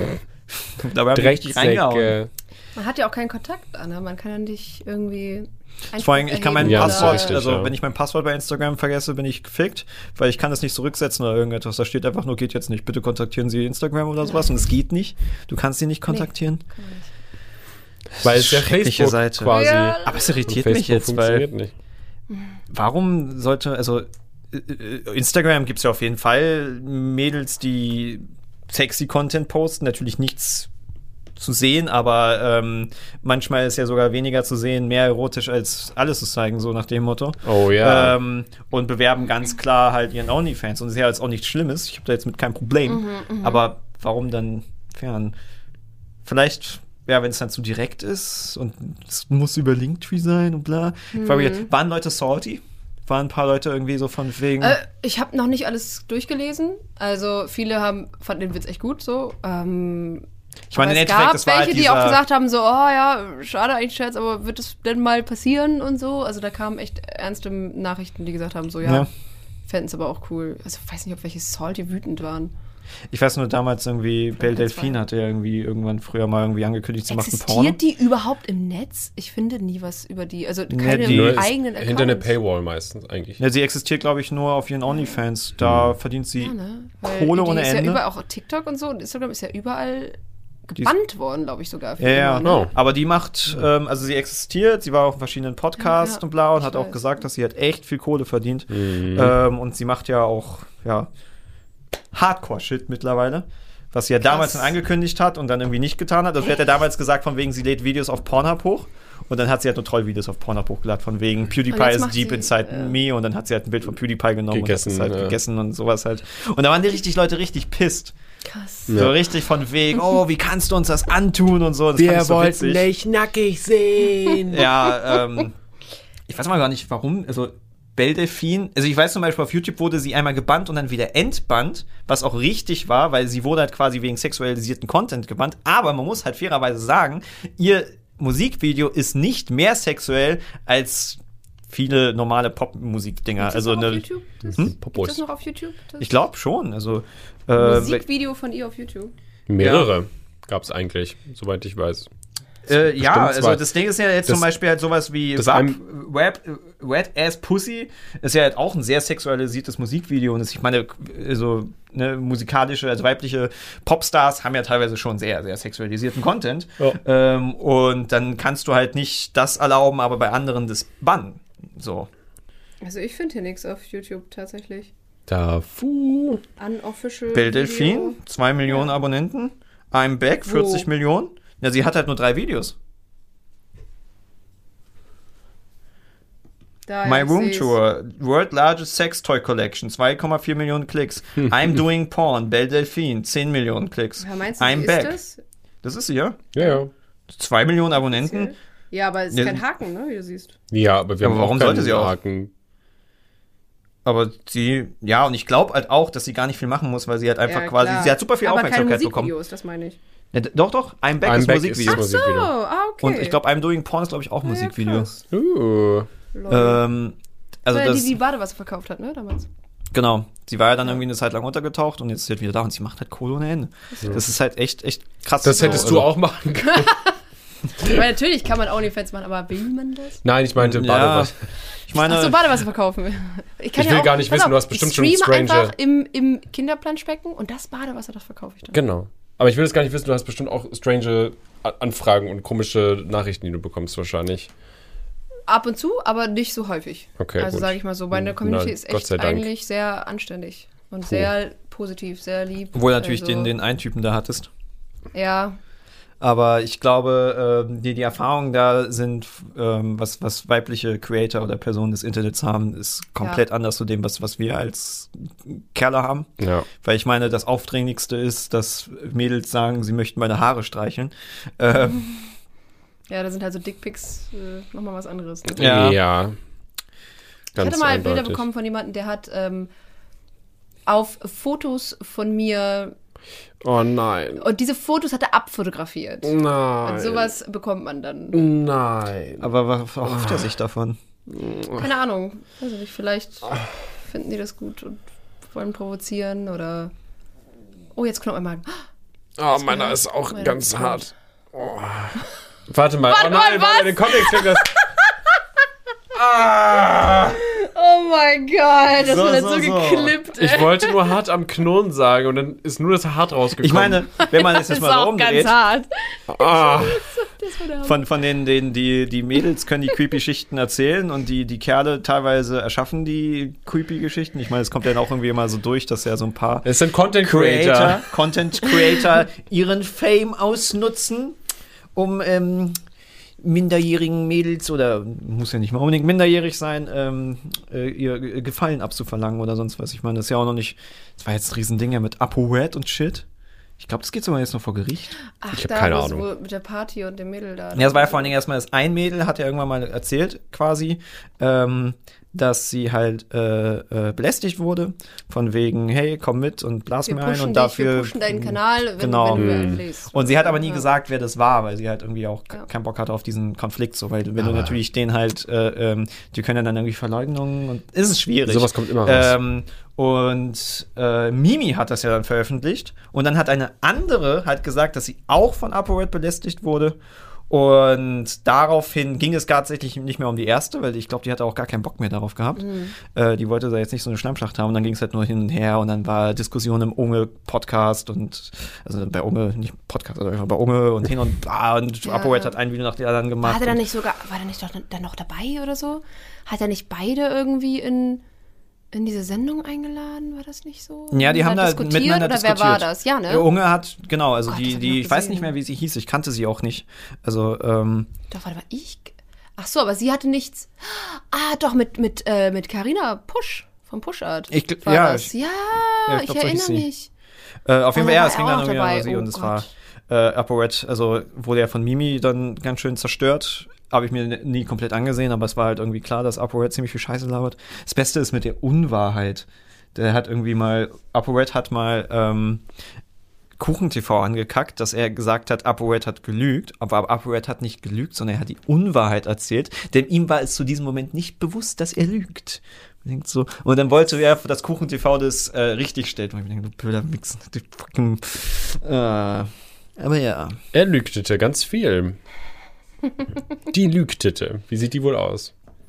Dabei haben die richtig Drecksäcke. reingehauen. Man hat ja auch keinen Kontakt, Anna. Man kann ja nicht irgendwie. Vor allem, ich kann mein erheben Ja, oder- Passwort, richtig, also ja. wenn ich mein Passwort bei Instagram vergesse, bin ich gefickt, weil ich kann das nicht zurücksetzen oder irgendetwas. Da steht einfach nur, geht jetzt nicht. Bitte kontaktieren Sie Instagram oder sowas. Und es geht nicht. Du kannst sie nicht kontaktieren. Kann man nicht. Weil es ja Schreckliche Facebook Seite. quasi. Ja. Aber es Und irritiert mich Facebook jetzt, weil funktioniert nicht. warum sollte, also äh, äh, Instagram gibt es ja auf jeden Fall Mädels, die sexy Content posten, natürlich nichts zu sehen, aber ähm, manchmal ist ja sogar weniger zu sehen, mehr erotisch als alles zu zeigen, so nach dem Motto. Oh ja. Ähm, und bewerben ganz klar halt ihren OnlyFans. Und das ist ja jetzt auch nichts Schlimmes. Ich habe da jetzt mit kein Problem. Aber warum dann fern? Vielleicht, ja, wenn es dann zu direkt ist und es muss über Linktree sein und bla. Ich frage mich, waren Leute salty? Waren ein paar Leute irgendwie so von wegen. Äh, ich habe noch nicht alles durchgelesen. Also viele haben fanden den Witz echt gut so. Ähm, ich meine, aber im es Endeffekt, gab das war welche, halt die auch dieser- gesagt haben so, oh ja, schade eigentlich Scherz, aber wird es denn mal passieren und so. Also da kamen echt ernste Nachrichten, die gesagt haben so, ja, Ja. fänden es aber auch cool. Also ich weiß nicht, ob welche salty wütend waren. Ich weiß nur, damals irgendwie, Belle ganz Delphine zwei. hatte ja irgendwie irgendwann früher mal irgendwie angekündigt, sie macht einen Porno. Existiert die überhaupt im Netz? Ich finde nie was über die. Also keine die- Nur ist eigenen Accounts. hinter einer Paywall meistens eigentlich. Ja, sie existiert, glaube ich, nur auf ihren OnlyFans. Da verdient sie Ja, ne? Weil Kohle die ohne ist Ende. Ja überall, auch TikTok und so und Instagram ist ja überall gebannt worden, glaube ich sogar. für Ja, ja. immer, ne? Oh. Aber die macht, ähm, also sie existiert, sie war auch in verschiedenen Podcasts Ja, und bla und ich hat auch weiß. gesagt, dass sie hat echt viel Kohle verdient. Mhm. Ähm, und sie macht ja auch, ja, Hardcore-Shit mittlerweile. Was sie ja damals Krass. dann angekündigt hat und dann irgendwie nicht getan hat. Also sie hat ja damals gesagt, von wegen, sie lädt Videos auf Pornhub hoch. Und dann hat sie halt nur Trollvideos auf Pornhub hochgeladen, von wegen PewDiePie Und jetzt is macht deep sie, inside ja. me. Und dann hat sie halt ein Bild von PewDiePie genommen Gegessen, und hat es halt ja. gegessen und sowas halt. Und da waren die richtig Leute richtig pisst. Krass. So richtig von wegen, oh, wie kannst du uns das antun und so. Das fand ich so witzig. dich nackig sehen. Ja, ähm, ich weiß mal gar nicht, warum. Also, Belle Delphine, also ich weiß zum Beispiel, auf YouTube wurde sie einmal gebannt und dann wieder entbannt, was auch richtig war, weil sie wurde halt quasi wegen sexualisierten Content gebannt. Aber man muss halt fairerweise sagen, ihr Musikvideo ist nicht mehr sexuell als viele normale Popmusikdinger. Ist das Also noch auf eine, YouTube? Das, Hm? Gibt Popos. das noch auf YouTube? Das ich glaube schon. Also äh, Musikvideo von ihr auf YouTube. Mehrere gab es eigentlich, soweit ich weiß. Äh, ja, Bestimmt also zwei. das Ding ist ja jetzt Das- zum Beispiel halt sowas wie das Wap, einem- Wap, Wet Ass Pussy ist ja halt auch ein sehr sexualisiertes Musikvideo und das, ich meine, also ne, musikalische, also weibliche Popstars haben ja teilweise schon sehr, sehr sexualisierten Content Ja. ähm, und dann kannst du halt nicht das erlauben, aber bei anderen das bannen. So. Also ich finde hier nichts auf YouTube tatsächlich. Da, fu. Unofficial Belle Video. Delphine, zwei Millionen Abonnenten, I'm Back, vierzig Wo? Millionen. Ja, sie hat halt nur drei Videos. Da, My ja, ich Room seh's. Tour, World Largest Sex Toy Collection, zwei Komma vier Millionen Klicks. I'm Doing Porn, Belle Delphine, zehn Millionen Klicks. Ja, meinst du, I'm sie Back. ist das? Das ist sie, ja. Ja, ja. zwei Millionen Abonnenten. Ja, aber es ist Ja. kein Haken, ne, wie du siehst. Ja, aber wir Aber haben warum auch keinen sollte sie auch? Haken. Aber sie, ja, und ich glaube halt auch, dass sie gar nicht viel machen muss, weil sie halt einfach Ja, quasi, klar. sie hat super viel aber Aufmerksamkeit keine bekommen. Musikvideos, das meine ich. Ja, d- doch, doch, I'm Back I'm ist Back Musikvideo. ist So, Musikvideo. ah, okay. Und ich glaube, I'm Doing Porn ist, glaube ich, auch Ja, Musikvideo. krass. Uh. Lol. ähm, also Äh, das, die, die Badewasser verkauft hat, ne, damals. genau. Sie war ja dann irgendwie eine Zeit lang untergetaucht und jetzt ist sie halt wieder da und sie macht halt Kohle ohne Ende. Das ist halt echt, echt krass. Das hättest Also- du auch machen können. Weil natürlich kann man OnlyFans machen, aber will man das? Nein, ich meinte Ja, Badewasser. ich meine, Ach so, Badewasser verkaufen. Ich, kann Ich ja will auch, gar nicht pass wissen, auf, du hast bestimmt ich schon streame Stranger- einfach im, im Kinderplanschbecken und das Badewasser, das verkaufe ich dann. Genau. Aber ich will es gar nicht wissen, du hast bestimmt auch strange A- Anfragen und komische Nachrichten, die du bekommst wahrscheinlich. Ab und zu, aber nicht so häufig. Okay, also gut. sage ich mal so, meine Community Na, ist Gott echt sei Dank. eigentlich sehr anständig und sehr positiv, sehr lieb. obwohl natürlich also, den, den einen Typen da hattest. Ja, Aber ich glaube, ähm, die, die Erfahrungen da sind, ähm, was, was weibliche Creator oder Personen des Internets haben, ist komplett Ja. anders zu dem, was, was wir als Kerle haben. Ja. Weil ich meine, das Aufdringlichste ist, dass Mädels sagen, sie möchten meine Haare streicheln. Ähm, ja, da sind halt so Dickpics äh, nochmal was anderes. Ne? Ja. Ja. Ich Ganz hatte mal eindeutig. Bilder bekommen von jemandem, der hat ähm, auf Fotos von mir Oh nein. und diese Fotos hat er abfotografiert. Nein. Und sowas bekommt man dann. Nein. aber was erhofft er sich davon? Keine Ahnung. Weiß ich nicht, vielleicht finden die das gut und wollen provozieren oder. Oh, jetzt knurrt mein Magen. Oh, meiner ist auch Meiner ganz ist hart. Oh. Warte mal. Warte oh nein, mal, warte, was? den Kontext klingt das. ah. Oh mein Gott, das So, wird so, so, so. geklippt. Ich wollte nur hart am Knurren sagen und dann ist nur das hart rausgekommen. Ich meine, wenn man es das jetzt ist mal so auch umdreht, ganz hart. Ah. Das war der Hammer. von, von den, den, die, die Mädels können die creepy Geschichten erzählen und die, die Kerle teilweise erschaffen die creepy Geschichten. Ich meine, es kommt ja auch irgendwie immer so durch, dass ja so ein paar Es sind Content Creator. Creator, Content Creator ihren Fame ausnutzen, um ähm, minderjährigen Mädels oder muss ja nicht mal unbedingt minderjährig sein, ähm, äh, ihr Ge- Gefallen abzuverlangen oder sonst was. Ich meine, das ist ja auch noch nicht, das war jetzt ein Riesending ja mit ApoRed und Shit. Ich glaube, das geht sogar jetzt noch vor Gericht. Ach, Ich hab da, keine wo Ahnung. So mit der Party und dem Mädel da. Ja, es war ja vor allen Dingen erstmal das ein Mädel, hat ja irgendwann mal erzählt, quasi, ähm, dass sie halt äh, äh, belästigt wurde, von wegen, hey, komm mit und blas wir mir ein pushen und dich, dafür. wir pushen deinen Kanal, wenn, Genau. wenn du Hm. einen lädst. Und sie hat aber nie Ja. gesagt, wer das war, weil sie halt irgendwie auch k- Ja. keinen Bock hatte auf diesen Konflikt, so, weil wenn du Aber- natürlich den halt, äh, ähm, die können ja dann irgendwie Verleugnungen und es ist schwierig. Sowas kommt immer raus. Ähm, und äh, Mimi hat das ja dann veröffentlicht und dann hat eine andere halt gesagt, dass sie auch von ApoRed belästigt wurde. Und daraufhin ging es tatsächlich nicht mehr um die erste, weil ich glaube, die hatte auch gar keinen Bock mehr darauf gehabt. Mhm. Äh, die wollte da jetzt nicht so eine Schlammschacht haben. Und dann ging es halt nur hin und her und dann war Diskussion im Unge-Podcast und also bei Unge, nicht Podcast, also einfach bei Unge und hin und bla. Und Ja. ApoRed hat ein Video nach dem anderen gemacht. Hat er dann und- nicht sogar, war der nicht doch dann noch dabei oder so? Hat er nicht beide irgendwie in, in diese Sendung eingeladen? War das nicht so? Ja, die haben da diskutiert miteinander oder diskutiert. wer war das? Ja, ne? Der Unge hat, genau, also Gott, die, das hab ich die, noch ich weiß gesehen. nicht mehr, wie sie hieß, ich kannte sie auch nicht. Also, ähm, Doch, warte mal, ich. Ach so, aber sie hatte nichts. Ah, doch, mit mit äh, mit Carina Push vom Pushart. Ich gl- war ja, das. ich- ja, ja, ich ich, glaub, so hieß erinnere sie. mich. Äh, auf jeden Oh, Fall, da ja, war es er ging auch dann noch irgendwie dabei. um sie Oh und es Gott. war äh, ApoRed, also wurde ja von Mimi dann ganz schön zerstört. Habe ich mir n- nie komplett angesehen, aber es war halt irgendwie klar, dass ApoRed ziemlich viel Scheiße labert. Das Beste ist mit der Unwahrheit. Der hat irgendwie mal, ApoRed hat mal ähm, KuchenTV angekackt, dass er gesagt hat, ApoRed hat gelügt, aber ApoRed hat nicht gelügt, sondern er hat die Unwahrheit erzählt, denn ihm war es zu diesem Moment nicht bewusst, dass er lügt. Man denkt so, und dann wollte er, dass KuchenTV das äh, richtig stellt. Und ich denke, du blöder Wichsen, du fucking, äh, aber ja. Er lügtete ganz viel. Die lügtete. Wie sieht die wohl aus?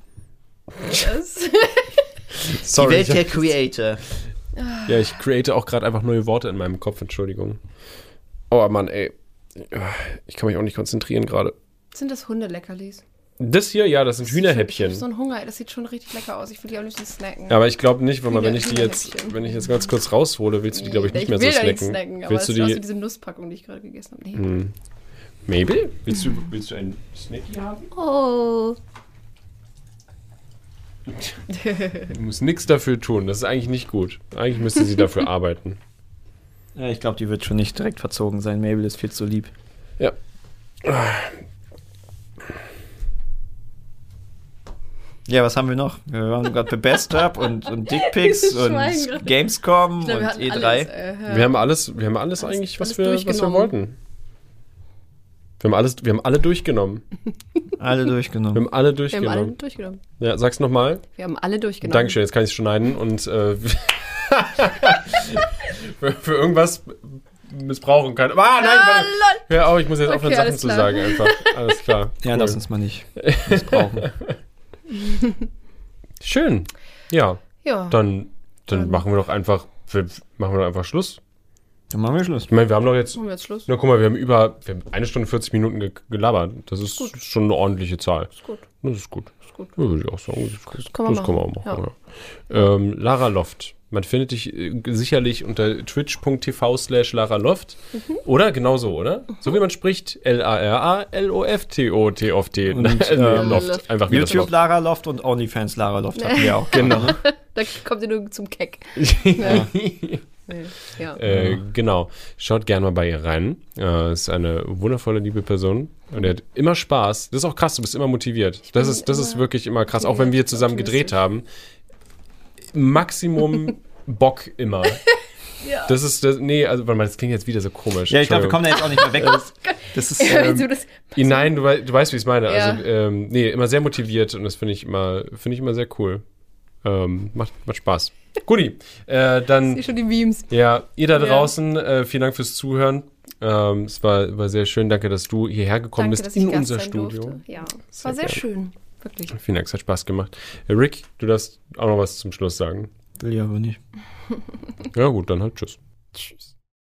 Das. Sorry. die Welt der ich hab- Creator. Ja, ich create auch gerade einfach neue Worte in meinem Kopf, Entschuldigung. Oh Mann, ey. Ich kann mich auch nicht konzentrieren gerade. Sind das Hundeleckerlis? Das hier, ja, das sind Ich hab Hühnerhäppchen. so einen Hunger, das sieht schon richtig lecker aus. Ich will die am liebsten snacken. Aber ich glaube nicht, weil man, wenn ich die Hühner- jetzt, Hühnerhäppchen. wenn ich jetzt ganz kurz raushole, willst du die, glaube ich, nicht ich mehr will so da nicht snacken. snacken, aber Willst es du ist aus die? wie diese Nusspackung, die ich gerade gegessen habe. Nee. Hm. Mabel? Willst du, willst du einen Snacky haben? Oh. Du musst nichts dafür tun. Das ist eigentlich nicht gut. Eigentlich müsste sie dafür arbeiten. Ja, ich glaube, die wird schon nicht direkt verzogen sein. Mabel ist viel zu lieb. Ja, was haben wir noch? Wir waren gerade bei Best Up und, und Dickpics Dieses Schweigen und gerade. Gamescom Ich glaub, wir und hatten E drei. alles, äh, ja. Wir haben alles, wir haben alles, Alles- eigentlich, was, alles wir, was wir durchgenommen. wollten. Wir haben alles, wir haben alle durchgenommen. Alle Wir durchgenommen. haben alle Wir haben alle durchgenommen. durchgenommen. Ja, sag's nochmal. Wir haben alle durchgenommen. Dankeschön, jetzt kann ich schneiden und äh, für, für irgendwas missbrauchen kann. Ah, nein, Ah, warte. lol. Ja, oh, ich muss jetzt Okay, aufhören, Sachen alles zu klar. sagen einfach. Alles klar. Ja, Cool. lass uns mal nicht missbrauchen. Schön. Ja, Ja. dann, dann Dann- machen wir doch einfach, wir, machen wir doch einfach Schluss. Dann machen wir Schluss. Ich meine, wir haben doch jetzt, Machen wir jetzt Schluss. na guck mal, wir haben über, wir haben eine Stunde vierzig Minuten ge gelabert. Das ist Gut. schon eine ordentliche Zahl. Ist gut. Das ist gut. Ist gut. Ja, würde ich auch sagen. Das, das, kann man das kann man auch machen. machen. Ja. Ähm, Lara Loft. Man findet dich äh, sicherlich unter twitch.tv slash Lara Loft. Mhm. Oder? Genauso, oder? So wie man spricht. L A R A L O F T O T O F T. Und, Äh, ähm, Loft. Einfach wie das YouTube Loft. Lara Loft und OnlyFans Lara Loft hatten wir auch. Genau. Da kommt ihr nur zum Keck. Ja. Nee. Ja. Äh, genau. Schaut gerne mal bei ihr rein. Äh, ist eine wundervolle, liebe Person. Und er hat immer Spaß. Das ist auch krass, du bist immer motiviert. Das bin ist, das ist immer wirklich immer krass. Auch wenn wir zusammen gedreht haben. Maximum Bock immer. Ja. Das ist, das, nee, also, warte mal, das klingt jetzt wieder so komisch. Ja, ich glaube, wir kommen da jetzt auch nicht mehr weg. Das ist, ähm, so das, ähm, Nein, du, wei- du weißt, wie ich es meine. Ja. Also, ähm, nee, immer sehr motiviert und das finde ich immer, finde ich immer sehr cool. Ähm, macht, macht Spaß. Guti, äh, dann, schon die Memes. ja, ihr da Ja. draußen, äh, vielen Dank fürs Zuhören. Ähm, es war, war sehr schön. Danke, dass du hierher gekommen Danke, bist dass ich in Gast unser sein Studio. durfte. Ja, es Sehr war sehr gerne. schön. Wirklich. Vielen Dank, es hat Spaß gemacht. Äh, Rick, du darfst auch noch was zum Schluss sagen. will ich aber nicht. Ja, gut, dann halt tschüss. Tschüss.